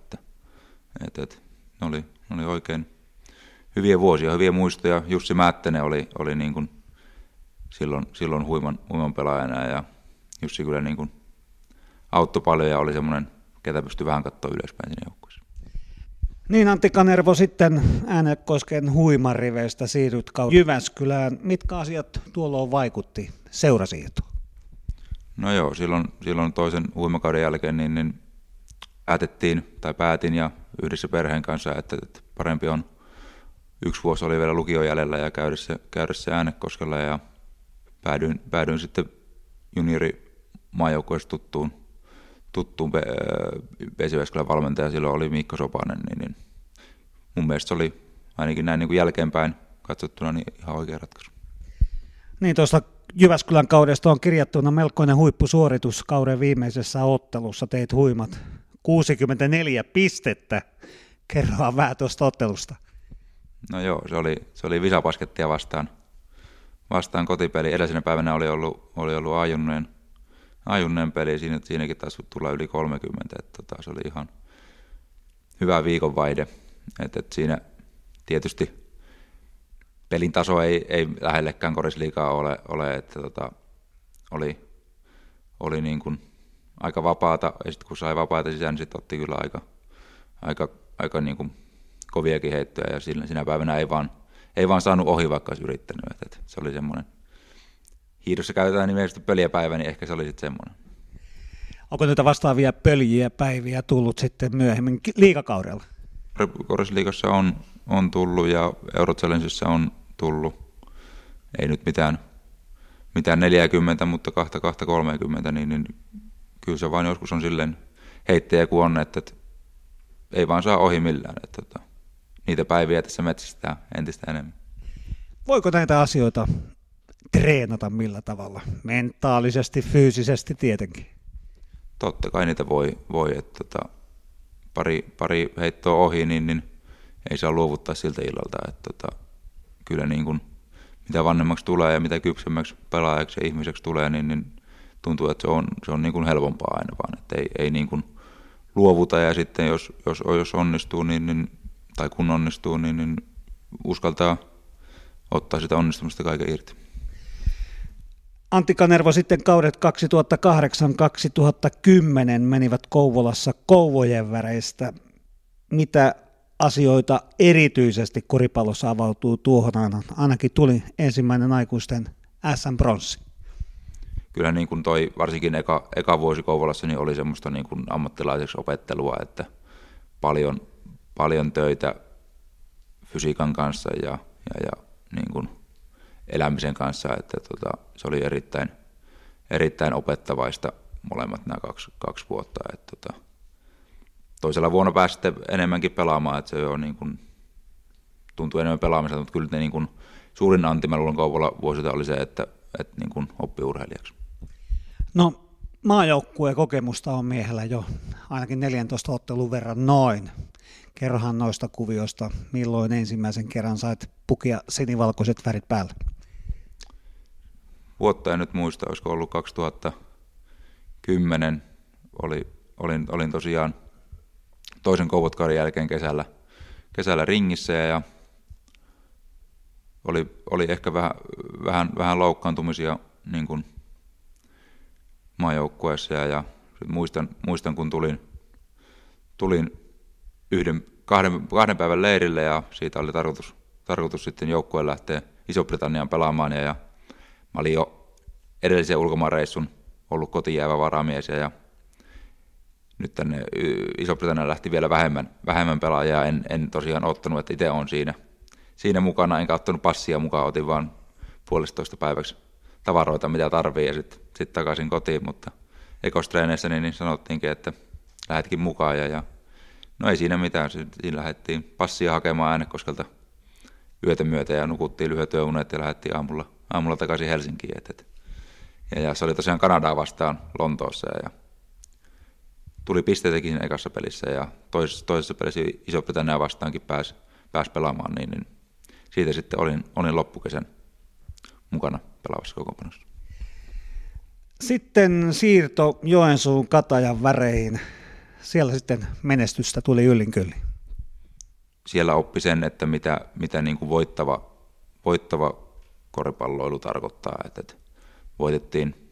Ne oli oikein hyviä vuosia, hyviä muistoja. Jussi Määttänen oli niin kuin silloin huiman pelaajana ja Jussi kyllä niin kuin auttoi paljon ja oli semmoinen, ketä pystyi vähän katsoa ylöspäin siinä joukkueessa. Niin, Antti Kanervo, sitten Äänekosken huimariveistä siirryt Jyväskylään. Mitkä asiat tuolloin vaikutti seurasiirtoon? No joo, silloin toisen huimakauden jälkeen niin päätin ja yhdessä perheen kanssa, että parempi on 1 vuosi oli vielä lukion jäljellä ja käydä se Äänekoskella ja päädyin sitten juniorimaajoukkueessa tuttuun Jyväskylän valmentaja silloin oli Mikko Sopanen, niin mun mielestä se oli ainakin näin niin kuin jälkeenpäin katsottuna niin ihan oikea ratkaisu. Niin, tuosta Jyväskylän kaudesta on kirjattuna melkoinen huippusuoritus kauden viimeisessä ottelussa. Teit huimat 64 pistettä. Kerrohan vähän tuosta ottelusta. No joo, se oli Visapaskettia vastaan kotipeli. Edellisenä päivänä oli ollut A-junnujen peli, siinäkin taisi tulla yli 30, että se oli ihan hyvä viikonvaihde. Siinä tietysti pelin taso ei lähellekään Korisliigaa ole että oli niin kuin aika vapaata, ja sitten kun sai vapaata sisään, niin sitten otti kyllä aika niin kuin koviakin heittoja, ja sinä päivänä ei vaan saanut ohi, vaikka olisi yrittänyt. Että se oli semmoinen, hiidossa käytetään nimellisesti pöljäpäivä, niin ehkä se oli sitten semmoinen. Onko noita vastaavia pöljiä päiviä tullut sitten myöhemmin liigakaudella? Korisliigassa on tullut ja Eurochallengeissa on tullut, ei nyt mitään 40, mutta 230, niin kyllä se vaan joskus on silleen heittäjä kuin on, että ei vaan saa ohi millään. Että niitä päiviä tässä metsästään entistä enemmän. Voiko näitä asioita treenata millä tavalla? Mentaalisesti, fyysisesti tietenkin? Totta kai niitä voi että pari heittoa ohi, niin ei saa luovuttaa siltä illalta. Että kyllä niin kuin, mitä vanhemmaksi tulee ja mitä kypsemmäksi pelaajaksi ja ihmiseksi tulee, niin tuntuu, että se on niin kuin helpompaa aina vaan. Että ei niin kuin luovuta ja sitten jos onnistuu, tai kun onnistuu, niin uskaltaa ottaa sitä onnistumista kaiken irti. Antti Kanervo, sitten kaudet 2008-2010 menivät Kouvolassa Kouvojen väreistä. Mitä asioita erityisesti koripallossa avautuu tuohon ainakin tuli ensimmäinen aikuisten SM-bronssi? Kyllä niin kuin toi varsinkin eka vuosi Kouvolassa niin oli semmoista niin kuin ammattilaiseksi opettelua, että paljon töitä fysiikan kanssa ja niin kuin elämisen kanssa, että se oli erittäin opettavaista molemmat nämä kaksi vuotta. Että toisella vuonna pääsi sitten enemmänkin pelaamaan, että se on niin kuin, tuntui enemmän pelaamista, mutta kyllä niin kuin suurin anti mä luulen Kouvola vuosilta oli se, että niin kuin oppi urheilijaksi. No, maajoukkueen kokemusta on miehellä jo ainakin 14 ottelun verran noin. Kerrohan noista kuvioista, milloin ensimmäisen kerran sait pukia sinivalkoiset värit päälle? Vuotta en nyt muista, olisiko ollut 2010. Olin tosiaan toisen Kouvotkauden jälkeen kesällä ringissä ja oli ehkä vähän loukkaantumisia niin kuin maajoukkueessa ja muistan kun tulin kahden päivän leirille ja siitä oli tarkoitus sitten joukkueen lähteä Iso-Britanniaan pelaamaan ja mä olin jo edellisen ulkomaanreissun ollut kotiin jäävä varamies ja nyt tänne Iso-Britanniaan lähti vielä vähemmän pelaajia, en tosiaan ottanut, että itse olen siinä mukana, enkä ottanut passia mukaan, otin vaan 1,5 päiväksi tavaroita, mitä tarvii ja sitten takaisin kotiin, mutta ekostreeneissä niin sanottiinkin, että lähdetkin mukaan ja no ei siinä mitään, siinä lähdettiin passia hakemaan Äänekoskelta yötä myötä ja nukuttiin lyhyet yöunet ja lähdettiin aamulla takaisin Helsinkiin. Ja se oli tosiaan Kanadaa vastaan Lontoossa ja tuli pisteitäkin siinä ekassa pelissä ja toisessa pelissä Iso-Britannia vastaankin pääsi pelaamaan, niin siitä sitten olin loppukesän mukana pelaavassa kokoonpanossa. Sitten siirto Joensuun Katajan väreihin. Siellä sitten menestystä tuli yllin kyllin. Siellä oppi sen, että mitä niin kuin voittava koripalloilu tarkoittaa. Että voitettiin,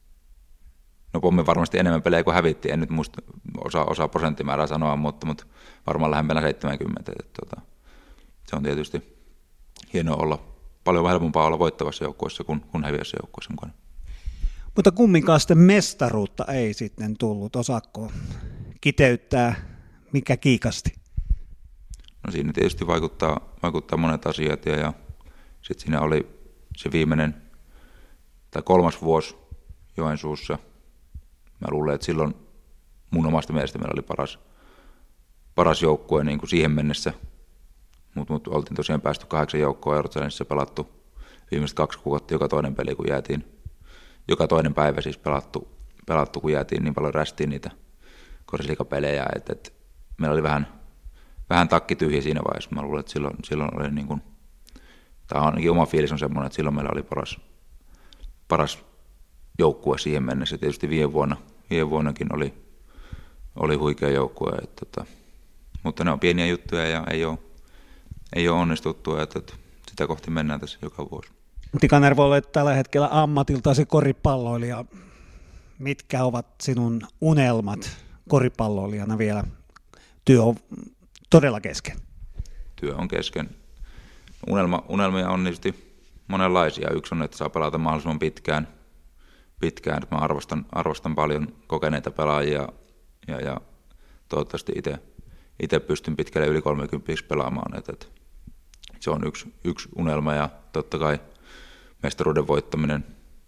no pommin varmasti enemmän pelejä kuin hävittiin. En nyt muista osaa prosenttimäärää sanoa, mutta varmaan lähempänä 70. Se on tietysti hienoa olla, paljon helpompaa olla voittavassa joukkueessa kuin häviässä joukkueessa mukana. Mutta kumminkaan sitten mestaruutta ei sitten tullut. Osaatko kiteyttää, mikä kiikasti? No siinä tietysti vaikuttaa monet asiat ja sitten siinä oli se viimeinen tai 3. vuosi Joensuussa. Mä luulen, että silloin mun omasta mielestä meillä oli paras joukkue niin kuin siihen mennessä. Mutta oltiin tosiaan päästy 8 joukkoa Eurochallengeissa pelattu viimeiset 2 kuukautta joka toinen peli, kun jäätiin. Joka toinen päivä siis pelattu, kun jäätiin niin paljon rästiin niitä korisliigapelejä, että meillä oli vähän takki tyhjä siinä vaiheessa. Mä luulen, että silloin oli niin kuin, tai ainakin oma fiilis on semmoinen, että silloin meillä oli paras joukkue siihen mennessä. Tietysti viime vuonnakin oli huikea joukkue, mutta ne on pieniä juttuja ja ei ole onnistuttu, että sitä kohti mennään tässä joka vuosi. Antti Kanervo, olet tällä hetkellä ammatiltasi koripalloilija. Mitkä ovat sinun unelmat koripalloilijana vielä? Työ on todella kesken. Työ on kesken. Unelmia on tietysti monenlaisia. Yksi on, että saa pelata mahdollisimman pitkään. Mä arvostan paljon kokeneita pelaajia ja toivottavasti itse pystyn pitkälle yli 30 pelaamaan. Että se on yksi unelma ja totta kai mestaruuden voittaminen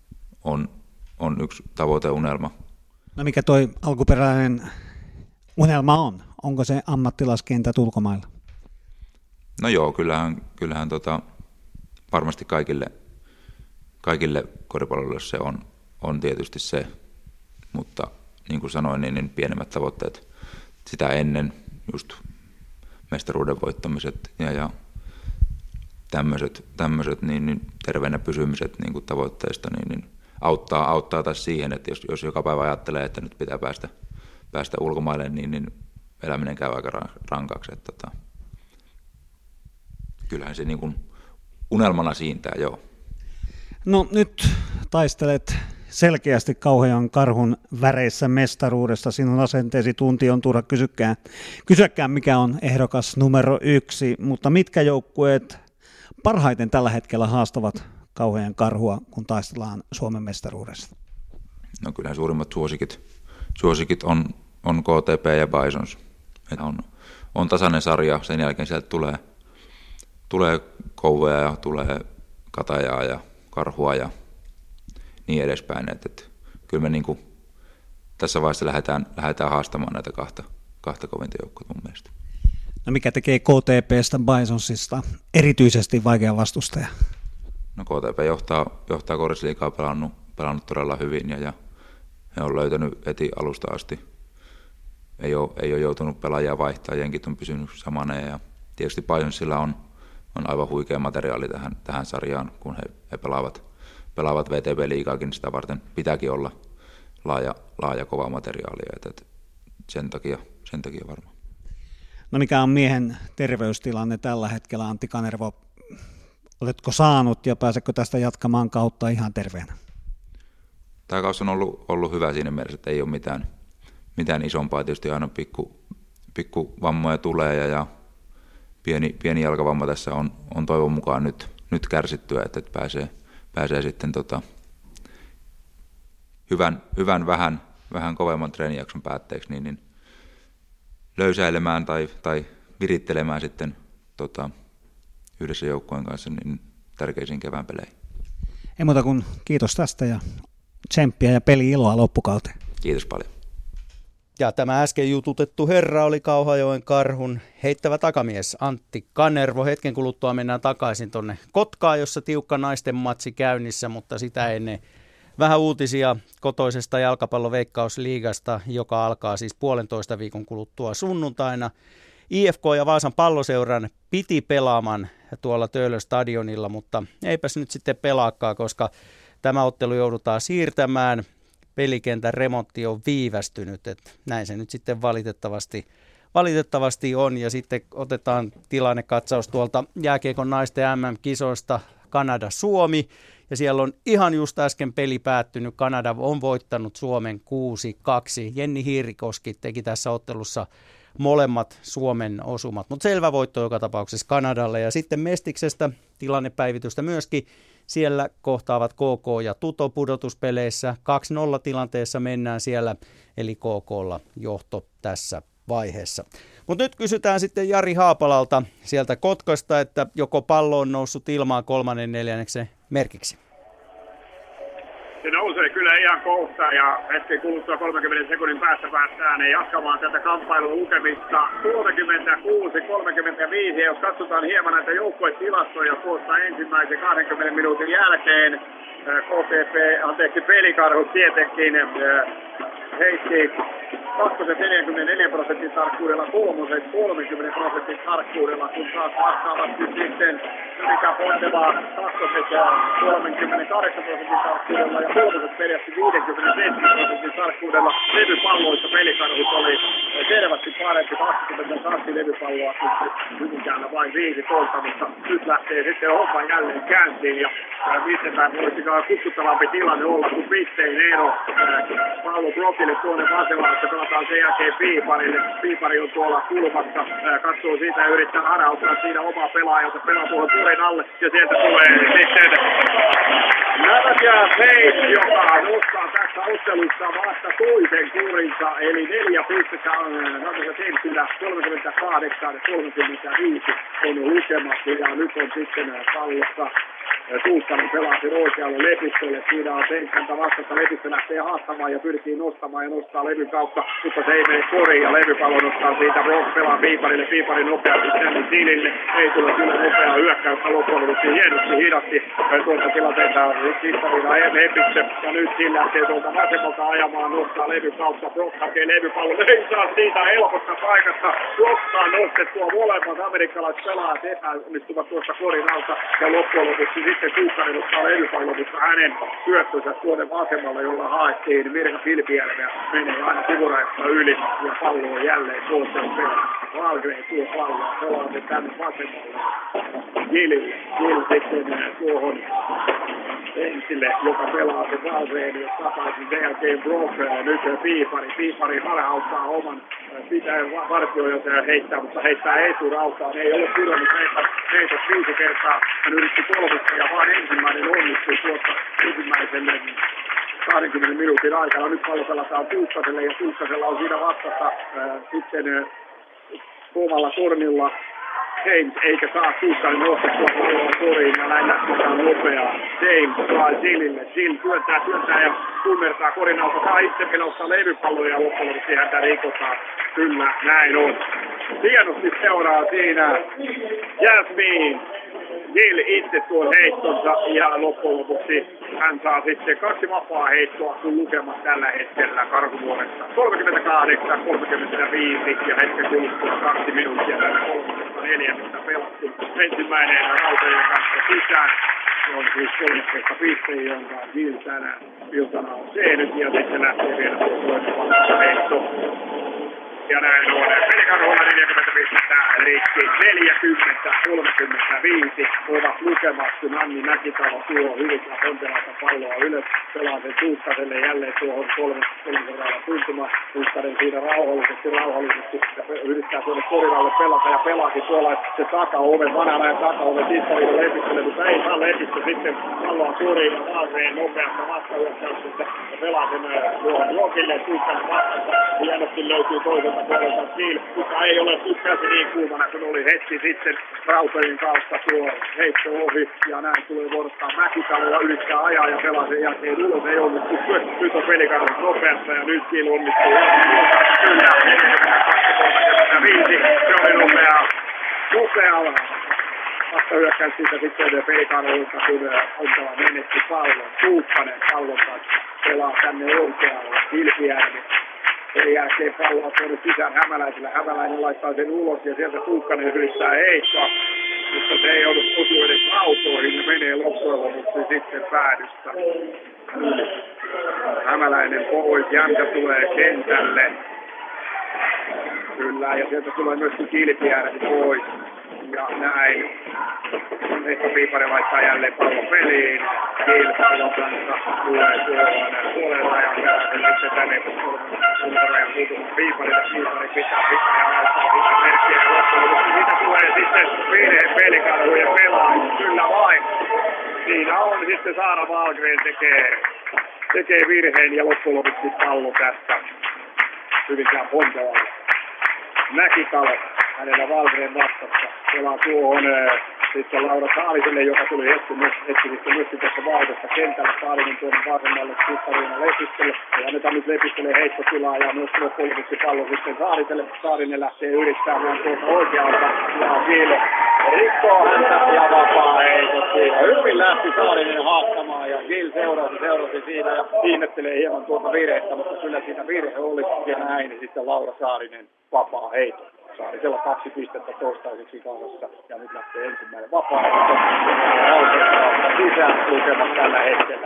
on yksi tavoiteunelma. No mikä toi alkuperäinen unelma on? Onko se ammattilaiskentät ulkomailla? No joo, kyllähän varmasti kaikille koripalloille se on tietysti se, mutta niin kuin sanoin, niin pienemmät tavoitteet sitä ennen, just mestaruuden voittamiset ja tämmöiset niin terveenä pysymiset niin kuin tavoitteista niin auttaa taas siihen, että jos joka päivä ajattelee, että nyt pitää päästä ulkomaille, niin eläminen käy aika rankaksi. Kyllähän se niin kuin unelmana siintää, joo. No nyt taistelet selkeästi Kauhajoen Karhun väreissä mestaruudesta. Sinun asenteesi tunti on turha kysyäkään, mikä on ehdokas numero 1, mutta mitkä joukkueet parhaiten tällä hetkellä haastavat Kauhajoen Karhua, kun taistellaan Suomen mestaruudesta? No kyllähän suurimmat suosikit on KTP ja Bisons. On tasainen sarja, sen jälkeen sieltä tulee Kouvoja ja tulee Katajaa ja Karhua ja niin edespäin. Et kyllä me niinku tässä vaiheessa lähdetään haastamaan näitä kahta kovinta joukkoa mun mielestä. No mikä tekee KTP:stä Bisonsista erityisesti vaikea vastustaja? No KTP johtaa korisliigaa pelannut todella hyvin ja he on löytänyt heti alusta asti. Ei ole joutunut pelaajia vaihtaa, jenkit on pysynyt samana ja tietysti Bisonsilla on aivan huikea materiaali tähän sarjaan, kun he pelaavat VTB-liigaakin, sitä varten pitääkin olla laaja kova materiaalia, että sen takia varmaan. No mikä on miehen terveystilanne tällä hetkellä, Antti Kanervo? Oletko saanut ja pääsetkö tästä jatkamaan kautta ihan terveenä? Tämä kausi on ollut hyvä siinä mielessä, että ei ole mitään isompaa. Tietysti aina pikku vammoja tulee ja pieni jalkavamma tässä on toivon mukaan nyt kärsittyä, että pääsee sitten hyvän vähän kovemman treenijakson päätteeksi niin löysäilemään tai virittelemään sitten yhdessä joukkueen kanssa niin tärkeisiin kevään peleihin. Ei muuta kuin kiitos tästä ja tsemppiä ja peli-iloa loppukauteen. Kiitos paljon. Ja tämä äsken jututettu herra oli Kauhajoen Karhun heittävä takamies Antti Kanervo. Hetken kuluttua mennään takaisin tuonne Kotkaan, jossa tiukka naisten matsi käynnissä, mutta sitä ennen Vähän uutisia kotoisesta jalkapalloveikkausliigasta, joka alkaa siis 1,5 viikon kuluttua sunnuntaina. IFK ja Vaasan Palloseuran piti pelaaman tuolla Töölön stadionilla, mutta eipäs nyt sitten pelaakaan, koska tämä ottelu joudutaan siirtämään. Pelikentän remontti on viivästynyt, että näin se nyt sitten valitettavasti on. Ja sitten otetaan tilannekatsaus tuolta jääkiekon naisten MM-kisoista Kanada-Suomi. Ja siellä on ihan just äsken peli päättynyt. Kanada on voittanut Suomen 6-2. Jenni Hiirikoski teki tässä ottelussa molemmat Suomen osumat, mutta selvä voitto joka tapauksessa Kanadalle. Ja sitten Mestiksestä tilannepäivitystä myöskin. Siellä kohtaavat KK ja Tuto pudotuspeleissä. 2-0 tilanteessa mennään siellä, eli KKlla johto tässä vaiheessa. Mutta nyt kysytään sitten Jari Haapalalta sieltä Kotkasta, että joko pallo on noussut ilmaan 3/4 merkiksi. Se nousee kyllä ihan kohta ja hetken kuluttua 30 sekunnin päästä päästään jatkamaan tätä kamppailun lukemista 36-35. Jos katsotaan hieman näitä joukkuetilastoja tuosta ensimmäisen 20 minuutin jälkeen, Pelikarhut tietenkin heitti kakkosen 44% tarkkuudella, kolmosen 30% tarkkuudella, kun taas vastaavasti sitten mikä Pontevaa kakkoset 38% tarkkuudella ja kolmoset periaatti 57% tarkkuudella. Levypalloissa Pelikarhut oli selvästi parempi, 22 levypalloa, Hyvinkäällä vain 15, mutta nyt lähtee sitten homma jälleen käyntiin ja missäpä voisikaan kutsuttavampi tilanne olla kuin pisteen ero pallo blokille tuonne vasemmalle, että pelataan sen jälkeen Piiparille. Piipari on tuolla kulmassa, katsoo siitä ja yrittää harauttaa siinä omaa pelaajansa, pelaa tuohon tulen alle ja sieltä tulee sitten Natalia Page, joka nostaa tässä ottelussa vasta toisen kurinsa, eli 4 pistettä Natalia Pagella 38-35 on lukemat ja nyt on sitten pallossa Tuukkanen pelaa sen oikealle Lepistölle. Siinä on Tenkkanta vastassa. Lepistö lähtee haastamaan ja pyrkii nostamaan ja nostaa levyn kautta, mutta se ei mene koriin ja levypallo nostaa siitä. Brock pelaa Piiparille. Piipari nopeasti tänne Silille. Ei tule kyllä nopeaa hyökkäystä loppuun. Hienosti hidasti tuolta tilanteessa Kistarina Lepistö. Ja nyt Sill lähtee tuolta vasemmalta ajamaan, nostaa levyn kautta. Brock hakee levypallon. Ei saa siitä helposta paikasta. Nostaa nostettua molemmat amerikkalaiset pelaajat epäonnistuvat tuosta korin alta ja loppujen lopuksi sitten Tuukkanen ottaa levypallon, mutta hänen syöttönsä tuonne vasemmalle, jolla haettiin Mirka Filpijärveä, menee aina sivurajasta yli ja pallo on jälleen tuossa Valgren tuo palloa, pelaa se tänne vasemmalle Gilille. Gil sitten tuohon Enksille, joka pelaa se Valgren takaisin, sen jälkeen Brock, nyt Piipari harhauttaa oman pitää vartioijansa ja heittää, mutta heittää eturautaan, ei ole pudonnut heitä 5 kertaa, hän yritti 3 ja vaan ensimmäinen onnistui tuossa ensimmäisen 20 minuutin aikana. Nyt pallo pelataan Tuukkaselle ja Tuukkasella on siinä vastassa sitten omalla tornilla James, eikä saa Tuukkanen nostettua palloa koriin ja näin lähtetään nopeaa. James saa Sillille. Sill työntää ja tunnertaa korin alta. Saa itse pelottaa levypalloja ja loppujen häntä rikotaan. Kyllä, näin on. Hienosti seuraa siinä Jasmine. Gill itse tuon heittonsa ja loppujen lopuksi hän saa sitten 2 vapaa heittoa, kun lukemat tällä hetkellä Karhuvuoressa 38-35 ja hetken kuluttua 2 minuuttia tällä 34, mitä pelattu ensimmäinen Rautojen kanssa sisään. Se on siis 13 pisteen, jonka Gill tänä iltana on tehnyt ja sitten lähtee vielä tuossa heitto. Ja näin on. Pelikarhulla 40 pistettä rikki. 40-35 ovat lukemat, kun Anni Mäkitalo tuo Hyvinkään Pontelaalta palloa ylös. Pelaa sen Tuukkaselle jälleen tuohon 3 tuntuma. Tuukkanen siinä rauhallisesti ja yrittää tuonne korilalle pelata ja pelaakin tuolla se takaoven, vanhanajan takaoven Tistarille Lepistölle, mutta ei saa Lepistö sitten palloa kuriin ja Valgren nopeasta vastahyökkäyksestä ja pelaa sen tuohon Lokille. Tuukkanen vastassa hienosti löytyy toiselta puolelta Sill, mutta ei ole käsi niin kuumana kun oli hetki sitten Rautojen kautta tuo heitto ohi ja näin tulee vuorostaan Mäkitalo ja yrittää ajaa ja pelaa sen jälkeen ulos, ei onnistu. Nyt on Pelikarhut nopeassa ja nyt Sill onnistuu. Kyllä, 42-35, se oli nopeaa vastahyökkäys siitä sitten Pelikarhulta, kun Ontala menetti pallon. Tuukkanen pallon kanssa pelaa tänne oikealle. Kilpijärvi. Sen jälkeen pallo on tuonut sisään Hämäläiselle. Hämäläinen laittaa sen ulos ja sieltä Tuukkanen yrittää heittoa. Mutta se ei ollut osu edes autoihin ja menee loppujen lopuksi sitten päädystä. Hämäläinen pois, Jämsä tulee kentälle. Kyllä, ja sieltä tulee myöskin Kilpijärvi pois. Ja näin. Ehkä Piipari laittaa jälleen pallon peliin. Kilpailun kanssa tulee puolen rajan peräisen sitten tänne kultarajan puutumaan Piiparille. Piipari pitää ja laittaa siitä merkkiä ja loppujen lopuksi. Siitä tulee sitten virheen Pelikarhu ja pelaa. Kyllä vain. Siinä on sitten Saara Wahlgren tekee virheen ja loppujen lopuksi pallo tästä Hyvinkään Pontelalle. Mäkitalo, hänellä Wahlgren vastassa, pelaa tuohon sitten Laura Saaliselle, joka tuli hetki myöskin tuossa vauhdesta kentällä. Saalinen tuonne vasemmalle Kristiina Lepistelle. Ja annetaan nyt Lepistelle heittotilaa ja myös loppujen lopuksi pallo sitten Saariselle. Saarinen lähtee yrittämään tuolta oikealta ja Ville rikkoo häntä ja vapaa heitot siinä. Hyvin lähti Saarinen haastamaan ja Ville seurasi siinä ja ihmettelee hieman tuota virhettä, mutta kyllä siinä virhe oli ja näin sitten Laura Saarinen vapaa heitot. Saarisella 2 pistettä toistaiseksi kasassa ja nyt lähtee ensimmäinen vapaa-heitto. Raukeaa sisään lukemat tällä hetkellä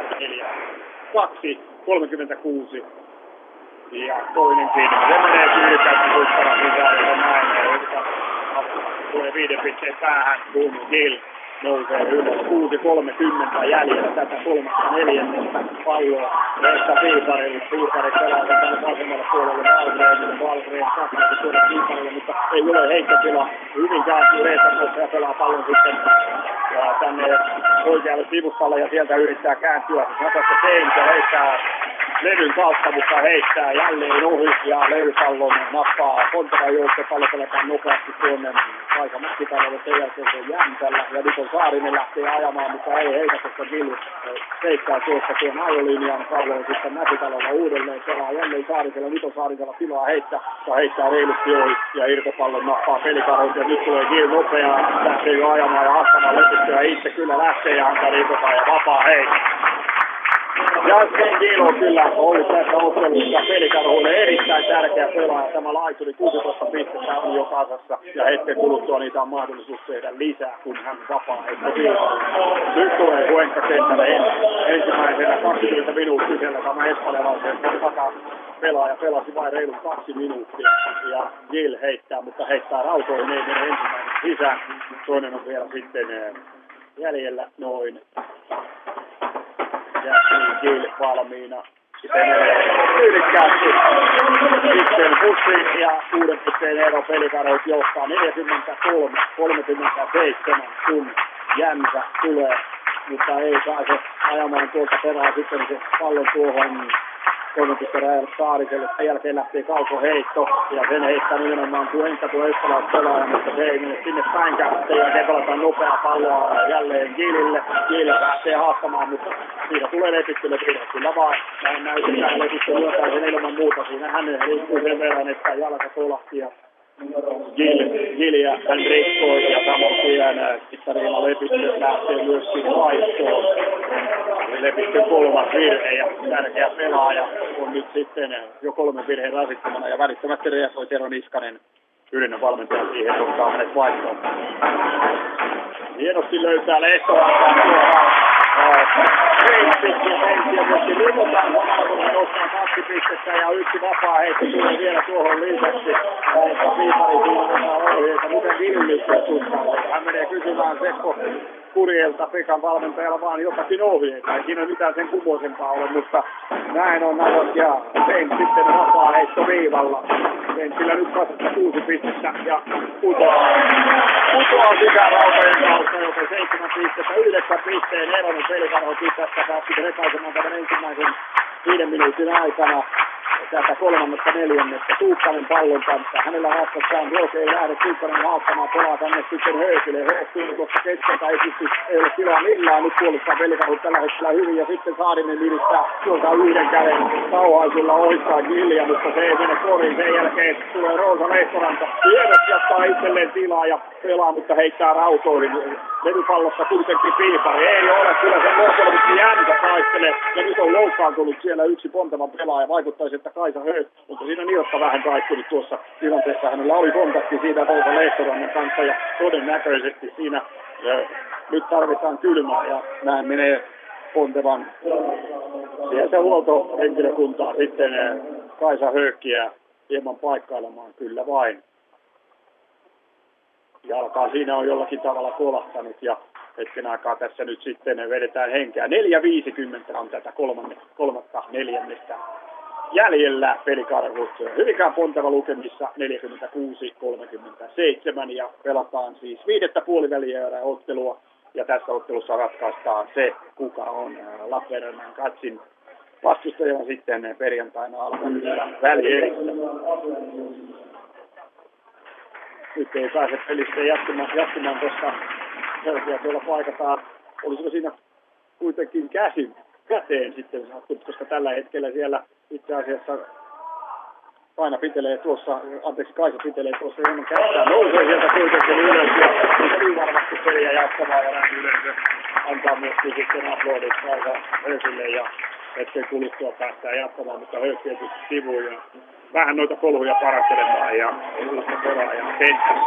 4-2-36. Ja toinenkin, se menee Kylkästä huippana sisään ja näin. Tulee 5 pisteen päähän, kun Gill nousee ylös. 6.30 jäljellä tätä 3.4. palloa. Reetta Piiparille. Piipari pelaa tänne vasemmalle puolelle Wahlgrenille. Wahlgren takaisin tuoda Piiparille, mutta ei ole heikkotila. Hyvin kääntyy Reetta tuossa ja pelaa pallon sitten ja tänne oikealle sivustalle ja sieltä yrittää kääntyä. Natassa James heittää levyn kautta, mutta heittää jälleen ohi ja levypallon nappaa Pontavan joukko. Pallo pelataan nopeasti tuonne Kaisa Mäkitalolle. Sen jälkeen se on Jämsällä ja nyt on Saarinen lähtee ajamaan, mutta ei heitä, koska Ville seikkää tuossa tuon ajolinjaan. Pallo on sitten Mäkitalolla uudelleen. Pelaa jälleen Saarisella. Nyt on Saarisella tilaa heittää. Heittää reilusti ohi ja irtopallon nappaa Pelikarhulta. Ja nyt tulee Gill nopeaa. Lähtee jo ajamaan ja haastamaan Lepistö ja itse kyllä lähtee ja antaa irtotaan ja vapaa heitä. Jasmin Gill on kyllä ollut tässä ottelussa Pelikarhulle erittäin tärkeä pelaaja. Tämä laituri 16 pistettä on jo kasassa ja hetken kuluttua niitä on mahdollisuus tehdä lisää, kun hän vapaa heittää. Nyt tulee Huenka kentälle ensimmäisenä 20 minuuttisella sama espanjalaisen pelaaja pelasi vain reilun 2 minuuttia ja Gill heittää, mutta heittää rautoihin, ei mene ensimmäinen sisään. Toinen on vielä sitten jäljellä noin. Jasmin Gill valmiina. Sitten yrittäästi. Sitten Pussi ja 6 pisteen ero Pelikarhut johtaa 43-37, kun Jämsä tulee. Mutta ei pääse ajamaan tuolta perään sitten se pallon tuohon 3 pisteen rajalle Saariselle. Sen jälkeen lähtee Kauko heitto ja sen heittää nimenomaan Kuenka tuo estalaispelaaja, mutta se ei mene sinne päinkään. Sen jälkeen pelataan nopeaa palloa jälleen Gillille. Gill lähtee haastamaan, mutta siinä tulee Lepistille virhe. Kyllä vaan näin näytetään Lepistö lyötää sen ilman muuta. Siinä hänen liikkuu sen verran, että jalka kolahti ja Gill ja hän rikkoi ja samoin tien Kittariina Lepistö lähtee myöskin vaihtoon. Lepistön 3. virhe ja tärkeä pelaaja on nyt sitten jo 3 virheen rasittamana ja välittömästi reagoi Tero Niskanen, yleinen valmentaja siihen, ottaa hänet vaihtoon. Hienosti löytää Lehtola Reittiä myöskin rikotaan samalla, kun hän nostaa 2 pistettä ja 1 vapaa heitto tulee vielä tuohon lisäksi. Mutta Piipari siinä ottaa ohjeita, miten Villissä suhtaa. Hän menee kysymään Seppo Kurjelta, Pekan valmentajalla vaan jotakin ohjeita. Ei siinä mitään sen kumoisempaa ole, mutta näin on nähnyt ja James sitten vapaa heitto viivalla. Sillä nyt kasvaa 6 pistettä ja putoaa sisään rautojen kautta, joten 7 pistettä, 9 pisteen eron Pelikarhut tässä pääsi rekaisemaan tämän ensimmäisen 5 minuutin aikana. Tätä 3.4. Tuukkanen pallon kanssa. Hänellä vastassaan Jose ei lähde Tuukkanen haastamaan, pelaa tänne sitten Höökille. Höökille tuossa keskeltä ei ole tilaa millään. Nyt puolustaa Pelikarhut tällä hetkellä hyvin ja sitten Saarinen yrittää tuolta yhden käden kauhaisilla ohittaa Gillia, mutta se ei mene koriin. Sen jälkeen tulee Roosa Lehtoranta. Hienosti jättää itselleen tilaa ja pelaa, mutta heittää rautoihin. Levypallossa kuitenkin Piipari. Ei ole, kyllä se loppujen Jänsä taistelee. Ja nyt on loukkaantunut siellä yksi ponteva pelaaja. Vaikuttaisi, että Kaisa Höök, mutta siinä niotta vähän taittunut tuossa tilanteessa. Hänellä oli kontakti siitä Roosa Lehtorannan kanssa ja todennäköisesti siinä nyt tarvitaan kylmää ja näin menee pontevan sieltä huoltohenkilökuntaa sitten Kaisa Höökkiä hieman paikkailemaan, kyllä vain. Jalkaa siinä on jollakin tavalla kolahtanut ja hetken aikaa tässä nyt sitten vedetään henkeä. 4.50 on tätä kolmatta neljännestä jäljellä pelikarhut. Hyvinkään ponteva lukemissa 46-37 ja pelataan siis 5. puoliväliä ottelua. Ja tässä ottelussa ratkaistaan se, kuka on Lappeenrannan Katsin vastustajana sitten perjantaina alkavissa välierissä. Nyt ei pääse pelistä jatkumaan koska selkeä tuolla paikataan. Olisiko siinä kuitenkin käteen sitten sattunut, koska tällä hetkellä siellä itse asiassa Kaisa pitelee tuossa hieman kättään. Nousee sieltä kuitenkin ylös ja niin varmasti peliä jatkamaan ja näin yleensä antaa myöskin sitten aplodit Kaisa Höökille ja hetken kuluttua päästään jatkamaan, mutta Höök tietysti sivuun ja vähän noita kolhuja parantelemaan ja uutta pelaajan kenttää.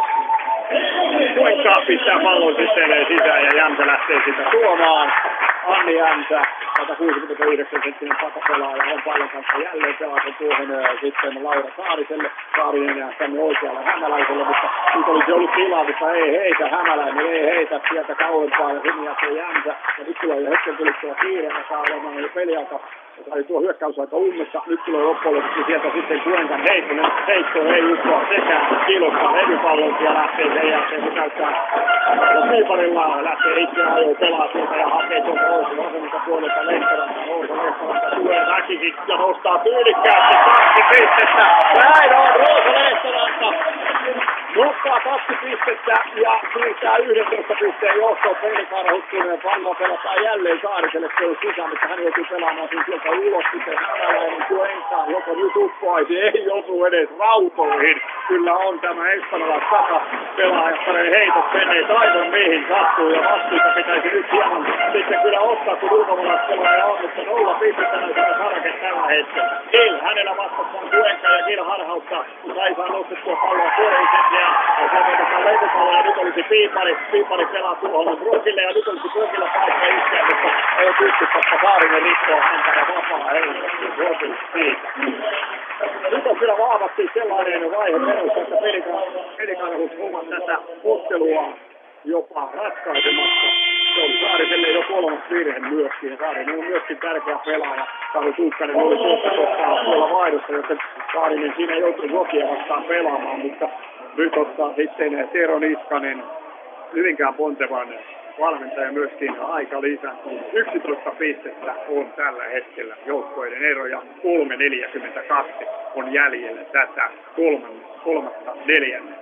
Kuinka pistää pallon sitten sisään ja Jämsä lähtee sitä tuomaan. Anni Jämsä, 169-senttinen takapelaaja, on paljon kanssa jälleen pelaajan tuohon sitten Laura Saariselle. Saarinen jää tänne oikealle Hämäläiselle, mutta nyt olisi ollut tilaa, mutta ei heitä. Hämäläinen ei heitä sieltä kauempaa ja sinne jättää Jämsä. Ja nyt tulee jo hetken kuluttua kiireellä, saa olemaan jo pelialta. Oli tuo hyökkäysaika ummessa. Nyt tulee loppujen sieltä sitten Kuenkan Heittonen. Heitto ei uskoa sekään kilottaa levypallon ja lähtee sen jälkeen. Se näyttää Piiparilla lähtee itse ajoon pelaa sieltä ja hakee tuolta vasemmasta puolelta Lehtoranta. Lehtoranta tulee väkisin ja nostaa tyylikkäästi 2 pistettä. Näin on Roosa Lehtoranta. Nostaa 2 pistettä ja siirtää 11 pisteen johtoon pelikarhut, kun palloa pelataan jälleen Saariselle sisään, mutta hän joutuu pelaamaan sen sieltä ulos sitten Hämäläinen Kuenka, joko nyt uppoaisi, ei osu edes rautoihin. Kyllä on tämä espanjalais pelaaja, heitot menneet aivan mihin sattuu ja vastuuta pitäisi nyt hieman sitten kyllä ottaa, kun ulkomaalaispelaaja on, mutta 0 pistettä näyttää Sarake tällä hetkellä. Gill, hänellä vastassaan Kuenka ja Gill harhauttaa, mutta ei saa nostettua palloa Kuenka. Ja sieltä otetaan levypalloa ja nyt olisi Piipari pelaa tuohon Brokille ja nyt olisi Brokilla paikka iskeä, mutta ei pysty, koska Saarinen rikkoo antava vapaa henkilöksi Brokille siitä. Nyt on kyllä vahvasti sellainen vaihe menossa, että pelikarhut ovat tätä ottelua jopa ratkaisemassa. Se oli Saariselle jo 3. virhe myöskin. Saarinen on myöskin tärkeä pelaaja. Kari Tuukkanen oli tuossa kohtaa tuolla vaihdossa, joten Saarinen siinä joutui Brokia vastaan pelaamaan, mutta nyt ottaa sitten Tero Niskanen Hyvinkään pontevan valmentaja myöskin aika lisääntyy. 11 pistettä on tällä hetkellä joukkoiden ero ja 3.42 on jäljellä tätä kolmatta neljännestä.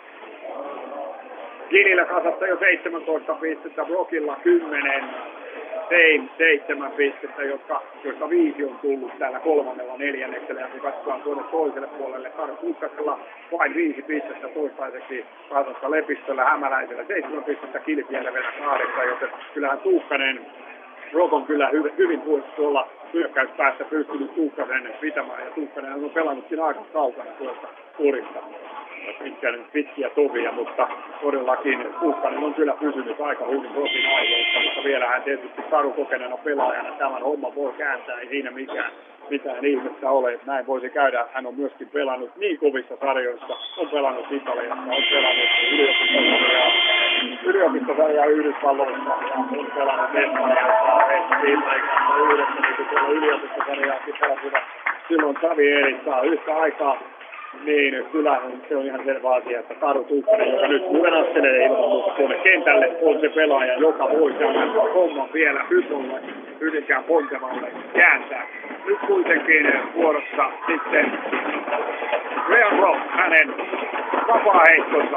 Gillillä kasassa jo 17 pistettä, Brokilla 10, Sein 7 pistettä, joista 5 on tullut täällä kolmannella neljänneksellä. Ja kun katsotaan tuonne toiselle puolelle, Kari Tuukkasella vain 5 pistettä toistaiseksi kasassa Lepistöllä, Hämäläisellä 7 pistettä, Kilpielevellä 8, joten kyllähän Tuukkanen, Brok on kyllä hyvin tuolla hyökkäyspäässä pystynyt Tuukkasen pitämään ja Tuukkanen on pelannutkin aika kaukana tuosta kurista. Pitkiä tovia, mutta todellakin Tuukkanen on kyllä pysynyt aika hyvin Brokin aiheessa, mutta vielä hän tietysti kokeneena pelaajana tämän homman voi kääntää, ei siinä mitään ihmettä ole. Näin voisi käydä. Hän on myöskin pelannut niin kovissa sarjoissa, on pelannut Italiassa, on pelannut yliopistosarjaa Yhdysvalloissa ja on pelannut Espanjassa, viimeisessä yhdessä, niin kuin tuolla yliopistosarjaakin pelasivat silloin Xavierissa yhtä aikaa. Niin, kyllähän se on ihan selvä asia, että Taru Tuukkanen, joka nyt juvenastelee ilman muuta tuonne kentälle, on se pelaaja, joka voi tämän homman vielä Hypolle, Hyvinkään pontevalle kääntää. Nyt kuitenkin vuorossa sitten Real Rock, hänen vapaa-heittonsa.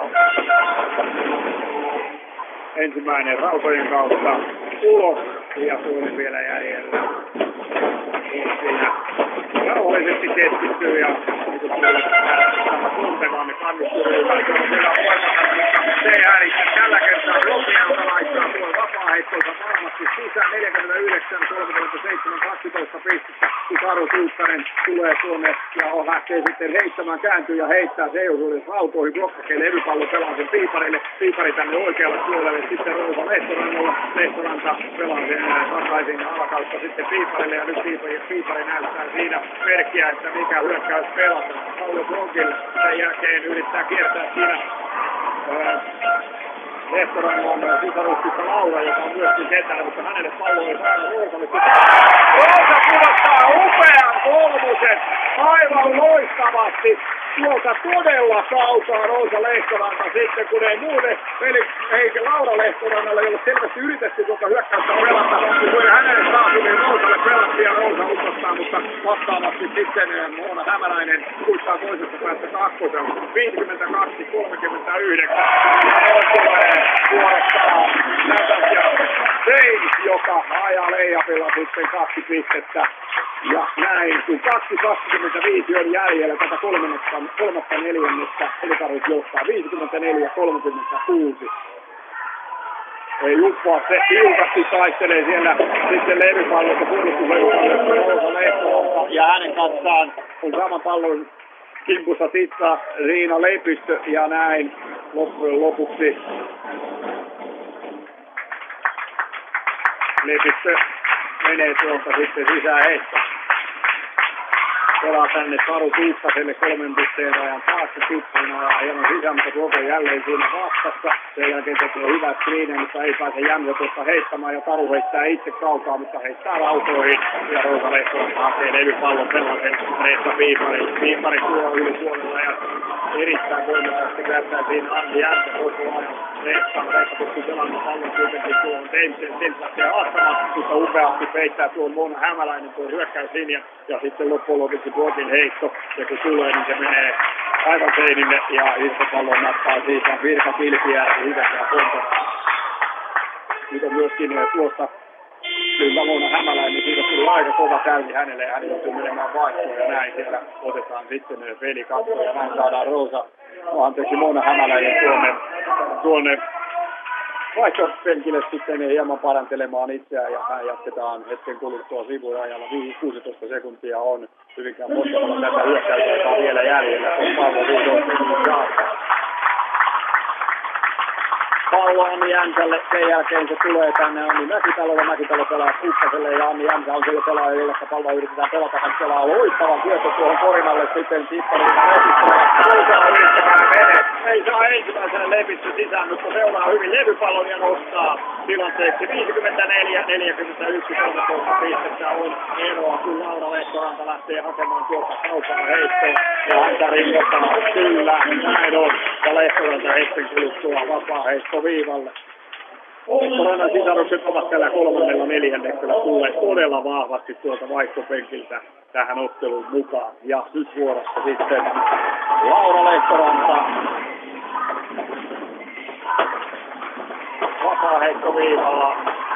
Ensimmäinen rautojen kautta ulos ja toinen vielä jäljellä. Siinä rauhallisesti keskittyy ja tuntemaan ne kannusturyhmät, on siellä voimakas, mutta se ei häiritse tällä kertaa Rokia, joka laittaa tuon vapaa-heittonsa varmasti sisään 49-37-12 pistettä, kun Taru Tuukkanen tulee tuonne ja lähtee sitten heittämään, kääntyy ja heittää, se ei osuuden rautoihin, blokkakeen levypallo pelaa sen Piiparille, Piipari tänne oikealle puolelle, sitten Roosa Lehtorannalla, Lehtoranta pelaa sen takaisin alakautta sitten Piiparille ja nyt Piipari näyttää siinä merkkiä, että mikä hyökkäys pelata. Paolo Bronkille sen jälkeen yrittää kiertää siinä Lehtorannan sisaruksista Laura, joka on myöskin kentällä, mutta hänelle pallo ei saada Roosalle. Roosa pudottaa upean kolmosen aivan loistavasti. Tuolta todella kaukaa Roosa Lehtoranta sitten, kun ei muuten eikä Laura Lehtorannalle, jolle selvästi yritetty tuota hyökkäystä pelata, kun hänelle saatu, niin Roosalle pelattiin ja Roosa upottaa, mutta vastaavasti sitten Moona Hämäläinen kuittaa toisesta päästä kakkosella. 52-39. Ja tulee suorastaan Natasja James, joka ajaa leijapilla sitten 2 pistettä. Ja näin, kun 2.25 on jäljellä tätä kolmatta neljännestä, Elitarvit johtaa 54-36. Juppa se tiukasti taistelee siellä sitten levypallosta, puolustuslevypallosta ja hänen kanssaan on saman pallon kimpussa sitten Riina Lepistö ja näin loppujen lopuksi Lepistö menee tuolta sitten sisään heitto. Pelaa tänne Taru Tuukkaselle 3 pisteen rajan taakse, Tuukkanen ajaa hieman sisään, mutta tuolta jälleen siinä vastassa. Sen jälkeen tekee hyvät screenit, mutta ei pääse Jämsä tuosta heittämään ja Taru heittää itse kaukaa, mutta heittää rautoihin. Ja Roosa Lehtonen hakee levypallon pelasen Reetta Piipari. Piipari tuo yli puolella ja erittäin voimakkaasti kääntää siinä Antti Jämsä koko ajan. Reetta pystyy pelaamaan pallon kuitenkin tuohon Jamesin lähtee haastamaan, mutta upeasti peittää tuon Moona Hämäläinen tuon hyökkäyslinjan ja sitten loppujen lopuksi Brokin heitto, ja kun tulee, niin se menee aivan seinille ja irtopallon nappaa siitä Virka Kilpiä ja hyväkää Pontoraa. Nyt on myöskin tuosta kyllä Moona Hämäläinen, niin siitä tuli aika kova käynti hänelle ja hän joutuu menemään vaihtoon ja näin siellä otetaan sitten pelikatto ja näin saadaan Moona Hämäläinen tuonne vaihtopenkille sitten hieman parantelemaan itseään ja hän jatketaan hetken kuluttua sivurajalla. 16 sekuntia on Hyvinkään Monttamalla tätä hyökkäystä vielä jäljellä, kun pallo vihdoin saakka. Pallo Anni Jämsälle, sen jälkeen se tulee tänne Anni Mäkitalolle. Mäkitalo pelaa Kukkaselle ja Anni Jämsä on siellä pelaaja, jolle palloa yritetään pelata. Hän pelaa loistavan syöttö tuohon Korinalle sitten Tipparin Lepistö. Toisaalta yrittämään menee. Ei saa ensimmäisenä Lepistö sisään, mutta seuraa hyvin levypallon ja nostaa tilanteeksi 54-41. 13 pistettä on eroa, kun Laura Lehtoranta lähtee hakemaan tuolta kaukaa heittoon. Ja häntä rinnottaa kyllä, näin on. Ja Lehtoranta hetken kuluttua vapaa heitto viivalle. Lehtorannan sisarukset ovat tällä 3.4. tulleet todella vahvasti tuolta vaihtopenkiltä tähän otteluun mukaan. Ja nyt vuorossa sitten Laura Lehtoranta. Vapaa heitto viivalla.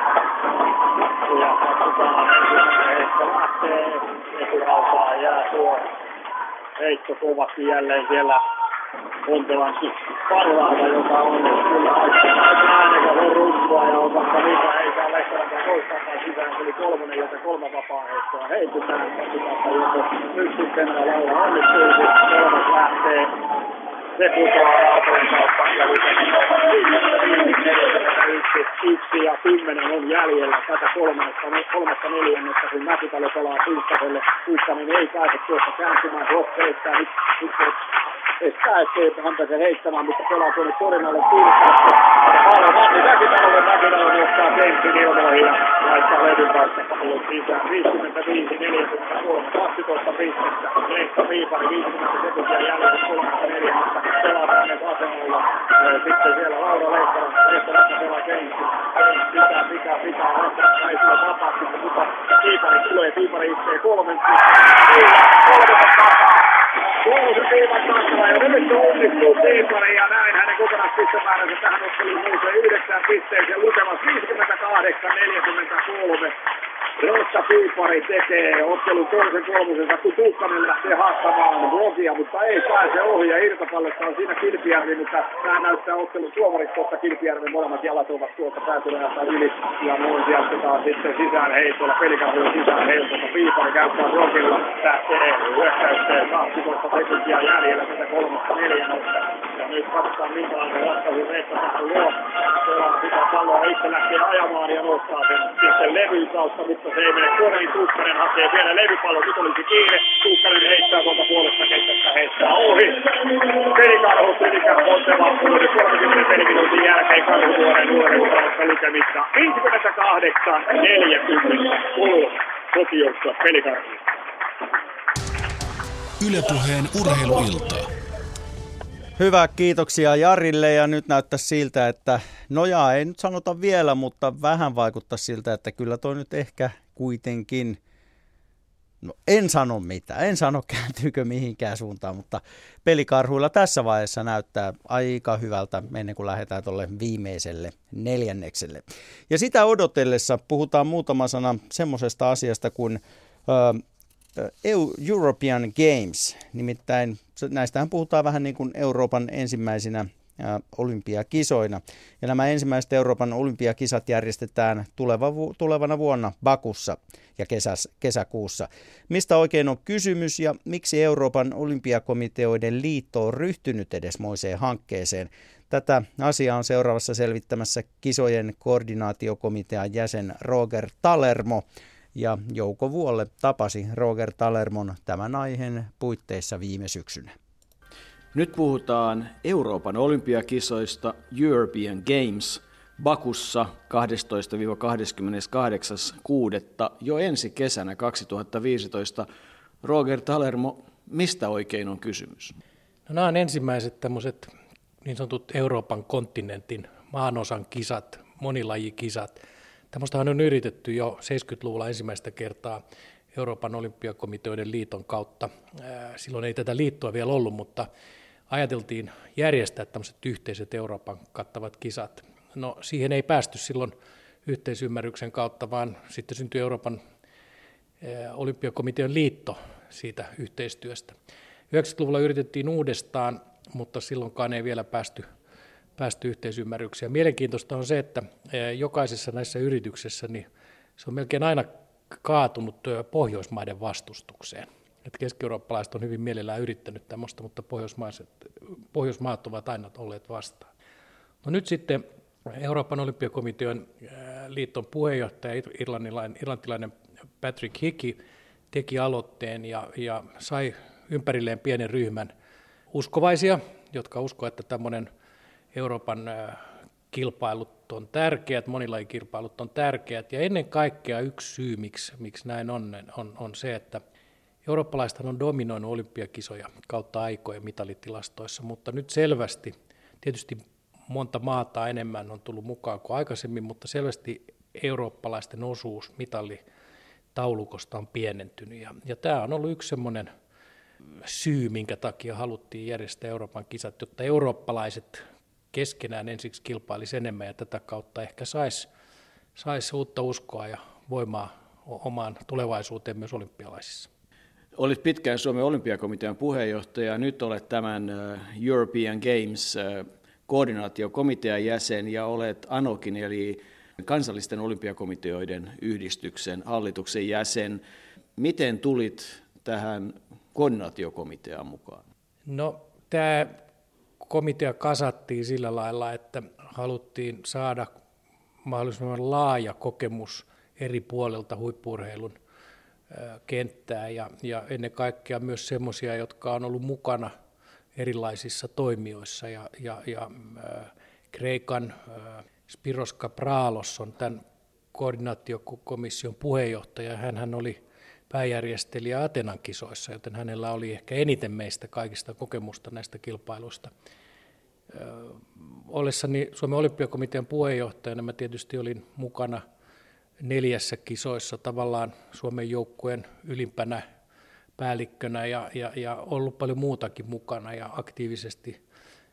Ja katsotaan, heitto lähtee. Eturautaa jää tuo heitto kovasti jälleen siellä Pontelankin parhaalla, joka on kyllä aika äänekäs rumpua ja on vaikka mitä ei saa Lehtoranta toistakaan sisään. Se oli 3, joten 3 vapaa heittoa heitetään. Nyt sitten Laura onnistuisi, 3 lähtee. Se putoaa Rautojen kautta ja 1 ja 10 on jäljellä tätä 3.4, kun Mäkitalo pelaa Kuukkaselle. Kuukkanen ei pääse tuossa kääntymään, rohkeittaa nyt estää, ettei hän pääse heittämään, mutta pelaa tuonne Korinalle Kuukkaselle. Pallon Anni Mäkitalolle, Mäkitalo nostaa Jamesin ilmoihin ja laittaa levyn päästä pallon sisään. 55-43, 12 pistettä. Leikka Piipari, 50 sekuntia jäljellä 3.4. Pelaa tänne vasemmalla. Sitten siellä Laura Lehtoranta pelaa Jamesin. Pitää. Lehtoranta ei tule vapaasti, mutta Piipari tulee. Piipari itsee 3 viivan takana ja nyt onnistuu Piipari ja näin hänen kokonaispisteenmääränsä tähän otteluun nousee 9 pisteeseen lukemas 58-43. Rossa Piipari tekee ottelun toisen kolmosensa, kun Tuukkanen lähtee haastamaan Brogia, mutta ei pääse ohi ja irtopallossa on siinä Kilpijärvi, mutta tämä näyttää ottelun tuomarit tuossa Kilpijärven molemmat jalat ovat tuolta päätyrajasta yli ja noin jatketaan sitten sisään heittolla, Pelikarhulla sisään heittolla, Piipari käyttää Brogilla, lähtee hyökkäykseen 12 sekuntia jäljellä tätä 3-4. Ja nyt katsotaan minkälainen ratkaisu Reetta luo. Pelaa sitä palloa itse lähtee ajamaan ja nostaa sen sitten levyn kautta, mutta se ei mene kuoriin. Tuukkanen hakee vielä levypallon, nyt olisi kiire. Tuukkanen heittää tuolta puolesta kentästä, heittää ohi. Pelikarhut ylikään pontevaa, 30 minuutin jälkeen Karhuvuoren uudessa lukemissa. 58-40 Tokiossa Pelikarhulla. Yle Puheen urheiluilta. Hyvä, kiitoksia Jarille ja nyt näyttää siltä, että nojaa ei nyt sanota vielä, mutta vähän vaikuttaa siltä, että kyllä toi nyt ehkä kuitenkin, no en sano mitään, en sano kääntyykö mihinkään suuntaan, mutta Pelikarhuilla tässä vaiheessa näyttää aika hyvältä ennen kuin lähdetään tuolle viimeiselle neljännekselle. Ja sitä odotellessa puhutaan muutama sana semmoisesta asiasta kuin European Games, nimittäin näistähän puhutaan vähän niin kuin Euroopan ensimmäisinä olympiakisoina. Ja nämä ensimmäiset Euroopan olympiakisat järjestetään tulevana vuonna Bakussa ja kesäkuussa. Mistä oikein on kysymys ja miksi Euroopan olympiakomiteoiden liitto on ryhtynyt edes moiseen hankkeeseen? Tätä asiaa on seuraavassa selvittämässä kisojen koordinaatiokomitean jäsen Roger Talermo. Ja Jouko Vuolle tapasi Roger Talermon tämän aiheen puitteissa viime syksynä. Nyt puhutaan Euroopan olympiakisoista European Games Bakussa 12-28.6. jo ensi kesänä 2015. Roger Talermo, mistä oikein on kysymys? No, nämä on ensimmäiset tämmöiset niin sanotut Euroopan kontinentin maanosan kisat, monilajikisat. Tämmöistähän on yritetty jo 70-luvulla ensimmäistä kertaa Euroopan olympiakomiteoiden liiton kautta. Silloin ei tätä liittoa vielä ollut, mutta ajateltiin järjestää tämmöiset yhteiset Euroopan kattavat kisat. No siihen ei päästy silloin yhteisymmärryksen kautta, vaan sitten syntyi Euroopan olympiakomiteon liitto siitä yhteistyöstä. 90-luvulla yritettiin uudestaan, mutta silloinkaan ei vielä päästy yhteisymmärryksiä. Mielenkiintoista on se, että jokaisessa näissä yrityksissä niin se on melkein aina kaatunut Pohjoismaiden vastustukseen. Että keski-eurooppalaiset on hyvin mielellään yrittänyt tämmöistä, mutta Pohjoismaat ovat aina olleet vastaan. No nyt sitten Euroopan olympiakomiteon liiton puheenjohtaja, irlantilainen Patrick Hickey, teki aloitteen ja sai ympärilleen pienen ryhmän uskovaisia, jotka uskovat, että tämmöinen Euroopan kilpailut on tärkeät, monilajikilpailut on tärkeät, ja ennen kaikkea yksi syy, miksi näin on se, että eurooppalaiset on dominoinut olympiakisoja kautta aikojen mitalitilastoissa, mutta nyt selvästi, tietysti monta maata enemmän on tullut mukaan kuin aikaisemmin, mutta selvästi eurooppalaisten osuus mitalitaulukosta on pienentynyt, ja tämä on ollut yksi semmoinen syy, minkä takia haluttiin järjestää Euroopan kisat, jotta eurooppalaiset keskenään ensiksi kilpailisi enemmän ja tätä kautta ehkä saisi uutta uskoa ja voimaa omaan tulevaisuuteen myös olympialaisissa. Olit pitkään Suomen olympiakomitean puheenjohtaja ja nyt olet tämän European Games koordinaatiokomitean jäsen ja olet ANOKin eli kansallisten olympiakomiteoiden yhdistyksen hallituksen jäsen. Miten tulit tähän koordinaatiokomiteaan mukaan? No tämä komitea kasattiin sillä lailla, että haluttiin saada mahdollisimman laaja kokemus eri puolilta huippu-urheilun kenttää ja ennen kaikkea myös semmoisia, jotka on ollut mukana erilaisissa toimijoissa ja Kreikan Spiros Kapralos on tämän koordinaatiokomission puheenjohtaja. Hän oli pääjärjestelijä Atenan kisoissa, joten hänellä oli ehkä eniten meistä kaikista kokemusta näistä kilpailuista. Ollessani Suomen olympiakomitean puheenjohtajana mä tietysti olin mukana 4 kisoissa tavallaan Suomen joukkueen ylimpänä päällikkönä ja ollut paljon muutakin mukana ja aktiivisesti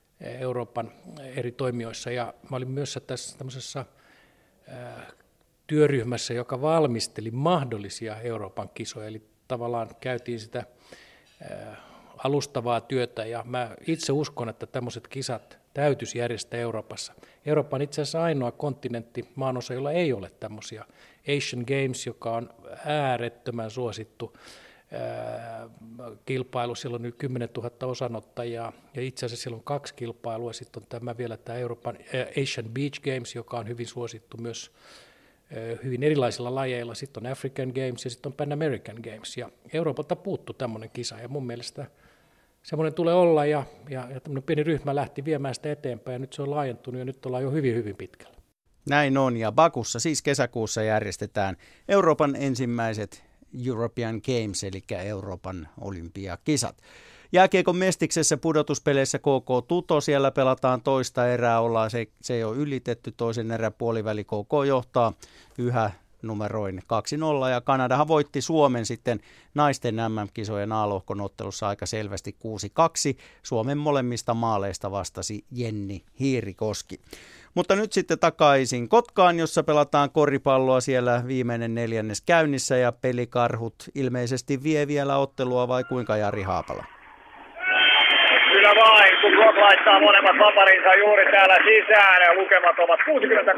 Euroopan eri toimijoissa. Ja mä olin myös tässä tämmöisessä työryhmässä, joka valmisteli mahdollisia Euroopan kisoja, eli tavallaan käytiin sitä alustavaa työtä, ja mä itse uskon, että tämmöiset kisat täytyisi järjestää Euroopassa. Eurooppa on itse asiassa ainoa kontinentti, maanosa, jolla ei ole tämmöisiä. Asian Games, joka on äärettömän suosittu kilpailu, siellä on nyt 10 000 osanottajaa, ja itse asiassa siellä on 2 kilpailua, sitten on tämä Euroopan Asian Beach Games, joka on hyvin suosittu myös hyvin erilaisilla lajeilla, sitten on African Games ja sitten on Pan American Games, ja Euroopalta puuttuu tämmöinen kisa, ja mun mielestä semmoinen tulee olla, ja tämmöinen pieni ryhmä lähti viemään sitä eteenpäin, ja nyt se on laajentunut, ja nyt ollaan jo hyvin, hyvin pitkällä. Näin on, ja Bakussa siis kesäkuussa järjestetään Euroopan ensimmäiset European Games, eli Euroopan olympiakisat. Jääkiekon Mestiksessä pudotuspeleissä KK Tuto, siellä pelataan toista erää, se ei ole ylitetty, toisen erän puoliväli KK johtaa yhä numeroin 2-0, ja Kanadahan voitti Suomen sitten naisten MM-kisojen A-lohkon ottelussa aika selvästi 6-2. Suomen molemmista maaleista vastasi Jenni Hiirikoski. Mutta nyt sitten takaisin Kotkaan, jossa pelataan koripalloa, siellä viimeinen neljännes käynnissä, ja Pelikarhut ilmeisesti vie vielä ottelua, vai kuinka, Jari Haapala? Kyllä vain, kun Brock laittaa molemmat vaparinsa juuri täällä sisään. Lukemat ovat 62-47,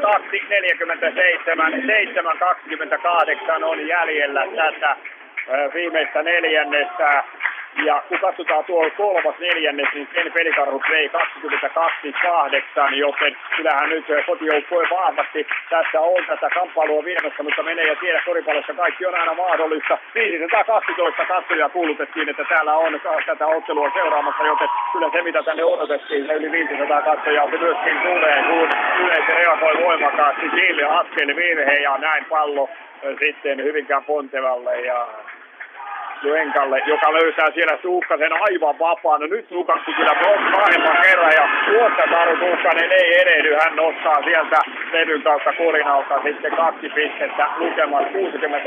7-28 on jäljellä tätä viimeistä neljännestä. Ja kun katsotaan tuo kolmas neljännes, niin sen Pelikarhut vei 22-8, joten kyllähän nyt kotijoukkue vahvasti tässä on tätä kamppailua viemässä, mutta menee ja tiedä, koripallossa kaikki on aina mahdollista. 512 katsojaa kuulutettiin, että täällä on tätä ottelua seuraamassa, joten kyllä se mitä tänne odotettiin, se yli 500 katsojaa se myöskin tulee, kun yleensä reagoi voimakkaasti sille askel virhe ja näin pallo sitten Hyvinkään Pontevalle ja Enkalle, joka löytää siellä Tuukkasen aivan vapaana. Nyt Tuukkaksi kyllä pahemman kerran ja Taru Tuukkanen ei edehdy. Hän nostaa sieltä levyn kautta Kurinalta sitten 2 pistettä lukemaan 62-49,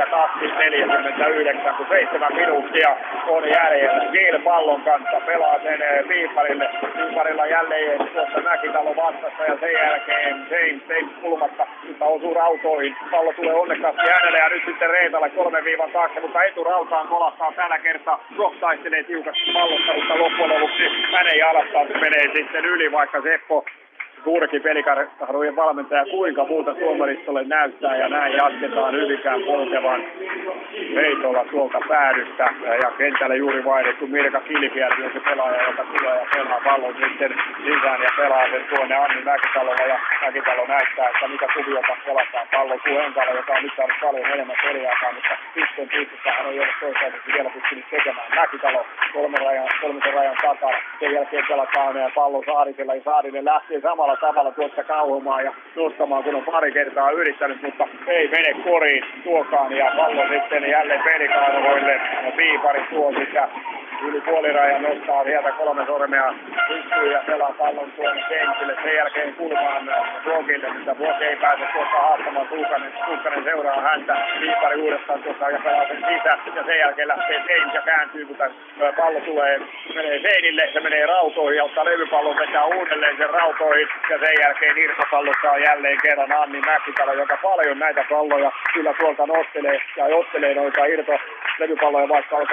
kun 7 minuuttia on jäljellä. Giil pallon kanssa pelaa sen Viiparille. Viiparilla jälleen tuossa Mäkitalo vastassa ja sen jälkeen James kulmasta, mutta osuu rautoihin. Pallo tulee onnekkaasti hänelle ja nyt sitten Reetalle 3-2, mutta eturautaan kolahtaa tällä kertaa. Brock taistelee tiukasti pallosta, mutta loppujen lopuksi hänen jalastaan menee sitten yli, vaikka Seppo Kuurikin Pelikarhujen valmentaja kuinka muuta tuomaristolle näyttää, ja näin jatketaan Hyvinkään Pontevan heitolla tuolta päädystä, ja kentälle juuri vaihdettu Mirka Kilpiäri on se pelaaja, joka tulee ja pelaa pallon sitten sisään ja pelaa sen tuonne Anni Mäkitalolla, ja Mäkitalo näyttää, että mitä kuviota pelataan pallon Enkalle, joka on nyt saanut paljon enemmän peliaikaa, mutta sitten hän on jäänyt toistaiseksi vielä pystynyt tekemään. Mäkitalo kolmisen rajan takana, sen jälkeen pelataan pallon Saarisella, ja Saarinen lähtee samalla tavalla tuossa kauhumaan ja nostamaan, kun on pari kertaa yrittänyt, mutta ei mene koriin tuokaan, ja pallo sitten jälleen Pelikarhuille. Viipari tuo sitä yli puolirajan, nostaa sieltä 3 sormea pystyy ja pelaa pallon tuonne Jamesille. Sen jälkeen kulmaan Brockille, mutta Brock ei pääse tuossa haastamaan. Tuukkanen seuraa häntä. Viipari uudestaan tuossa ja pelaa sen sisään, ja sen jälkeen lähtee James ja kääntyy, mutta pallo menee seinille, se menee rautoihin ja ottaa levypallon, vetää uudelleen sen rautoihin, ja sen jälkeen irtopallossa on jälleen kerran Anni Mäkitalo, joka paljon näitä palloja kyllä tuolta ottelee noita levypalloja, vaikka on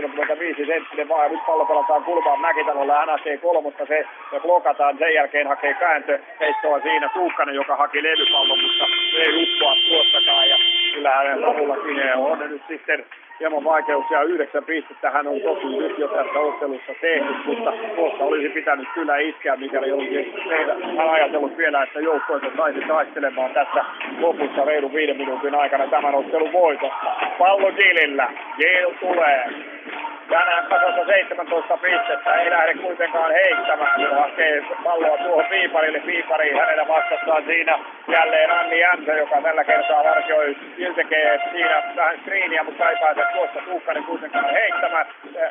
175 senttinen vaan, ja nyt pallo pelataan kulmaan Mäkitalolle, hän hakee kolmosta, se blokataan, sen jälkeen hakee heittoa siinä Tuukkanen, joka haki levypallon, mutta ei uppoa tuossakaan, ja kyllä hänen lopullakin on nyt sitten hieman vaikeuksia. 9 pistettä hän on toki nyt jo tässä ottelussa tehnyt, mutta tuossa olisi pitänyt kyllä iskeä, mikäli olisi hän ajatellut vielä, että joukkoita saisi taistelemaan tässä lopussa reilun 5 minuutin aikana tämän ottelun voitosta. Pallo Gilillä. Gil tulee. Tänään kasassa 17 pistettä, ei lähde kuitenkaan heittämään, kun hakee palloa tuohon Viiparille. Viipari hänellä vastassaan siinä jälleen Anni Jämsä, joka tällä kertaa varsioi. Gil tekee siinä vähän screeniä, mutta ei pääse tuossa Tuukkanen kuitenkaan heittämään.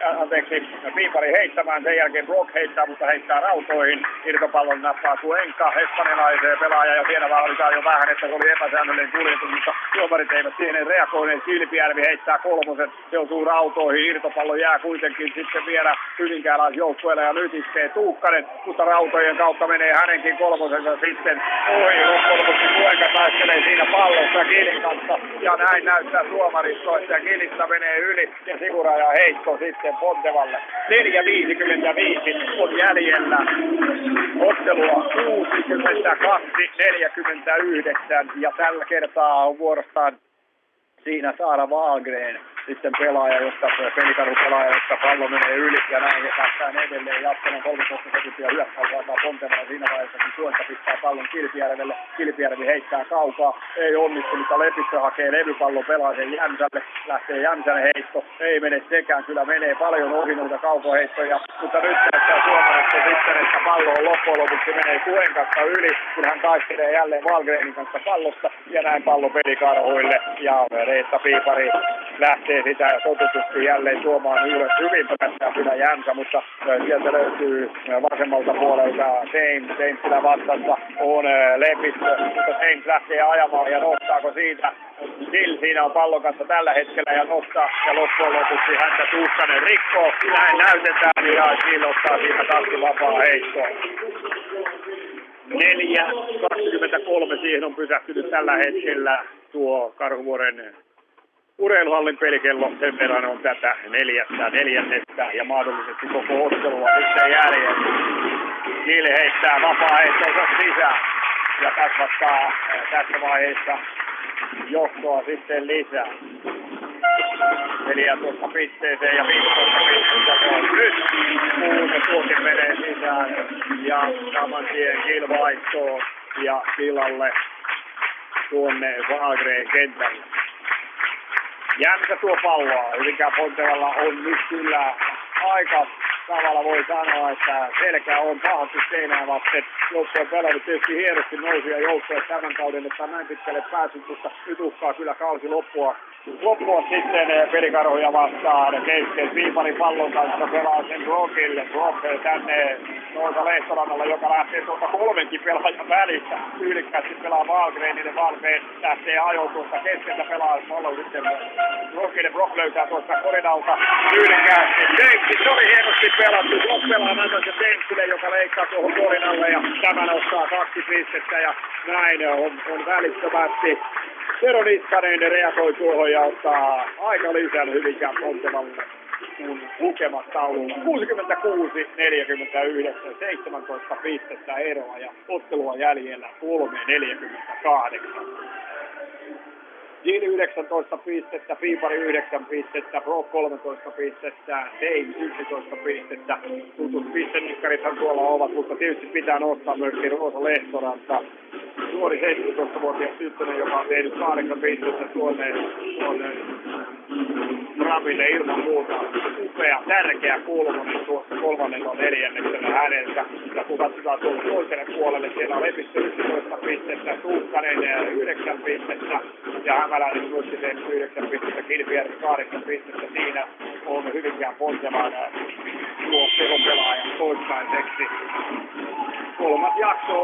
Viipari heittämään, sen jälkeen Brock heittää, mutta heittää rautoihin. Irtopallon nappaa Kuenka, espanjalaiseen pelaaja, ja siinä valitaan jo vähän, että se oli epäsäännöllinen kuljetus, mutta Tuomarit eivät siihen reagoineet. Kilpijärvi heittää kolmosen, se osuu rautoihin. Irtopallo jää kuitenkin sitten vielä hyvinkääläisjoukkueelle ja nyt iskee Tuukkanen, mutta rautojen kautta menee hänenkin kolmosensa sitten ohi. Loppujen lopuksi Kuenka taistelee siinä pallossa Gilin kanssa ja näin näyttää tuomaristo, että Gilistä menee yli ja Siguraja heitto sitten Pontevalle. 4.55 on jäljellä. Ottelua 62-49 ja tällä kertaa on vuorostaan siinä Saara Wahlgren sitten pelaaja, pelikarhupelaaja, josta pallo menee yli ja näin päästään edelleen jatkamaan 13 sekuntia hyökkäysaikaa Pontevalla siinä vaiheessa, kun Suonta pistää pallon Kilpijärvelle. Kilpijärvi heittää kaukaa, ei onnistu, mutta Lepistö hakee levypallon, pelaa sen Jämsälle, lähtee Jämsän heitto, ei mene sekään, kyllä menee paljon ohi noita kaukoheittoja, mutta nyt näyttää Suomarista sitten, että pallo on loppujen lopuksi menee Kuenkasta yli, kun hän taistelee jälleen Wahlgrenin kanssa pallosta ja näin pallo pelikarhuille ja Reetta Piipari lähtee sitä totutusti jälleen tuomaan ylös. Hyvin päästää kyllä Jämsä, mutta sieltä löytyy vasemmalta puolelta James kyllä vastassa on Lepistö, mutta James lähtee ajamaan ja nostaako siitä. Gill siinä on pallon kanssa tällä hetkellä ja nostaa ja loppujen lopuksi häntä Tuukkanen rikkoo. Näin näytetään ja Gill ottaa siitä kaksi vapaa heittoa. 4.23 siihen on pysähtynyt tällä hetkellä tuo Karhuvuoren urheiluhallin pelikello. Sen verran on tätä neljännestä ja mahdollisesti koko ottelua sitten jäljellä. Gill heittää vapaa heittonsa sisään ja kasvattaa tässä vaiheessa johtoa sitten lisää. 14 pisteeseen ja 15 pisteeseen on nyt. Kuusi tuokin menee sisään ja saman tien Gill vaihtoon ja tilalle tuonne Wahlgren kentälle. Jämsä tuo palloa. Hyvinkään Pontevalla on nyt kyllä aika tavalla voi sanoa, että selkä on pahasti seinää vasten. Joukko on pelannut tietysti hienosti nousuja joukkoja tämän kauden, että on näin pitkälle päässyt, mutta nyt uhkaa kyllä kausi loppua sitten pelikarhuja vastaan. Kesken Piiparin pallon kanssa pelaa sen Brockille. Brock tänne Noosa Lehtorannalle, joka lähtee tuolta kolmenkin pelaajan välistä. Tyylikkäästi pelaa Wahlgrenille. Wahlgren lähtee ajoon tuosta keskeltä pelaa pallon sitten Brockille. Brock löytää tuosta koridalta tyylikkäästi. James oli hienosti pelattu. Brock pelaa näitä Jamesille, joka leikkaa tuohon korinalle ja tämä nostaa 2 pistettä ja näin on välittömästi. Tero Niskanen reagoi tuohon ja ottaa aika lisän Hyvinkään Pontevalle, kun lukemat tauluun 66-49, 17 pistettä eroa ja ottelua jäljellä 3.48. Gill 19 pistettä, Piipari 9 pistettä, Brock 13 pistettä, James 11 pistettä. Tutut pisteniskarithan tuolla ovat, mutta tietysti pitää nostaa myöskin Roosa Lehtoranta. Nuori 17-vuotias tyttönen, joka on tehnyt 8 pistettä tuonne Ramille ilman muuta. Upea, tärkeä kulmonen tuossa 3.4. häneltä. Ja kun katsotaan tuolla toiselle puolelle, siellä on Lepistö 11 pistettä, Tuukkanen 9 pistettä ja Hämäläinen myöskin tehnyt 9 pistettä, Kilpijärvi 8 pistettä. Siinä on Hyvinkään Pontevan tuo pelaaja toistaiseksi. Kolmas jakso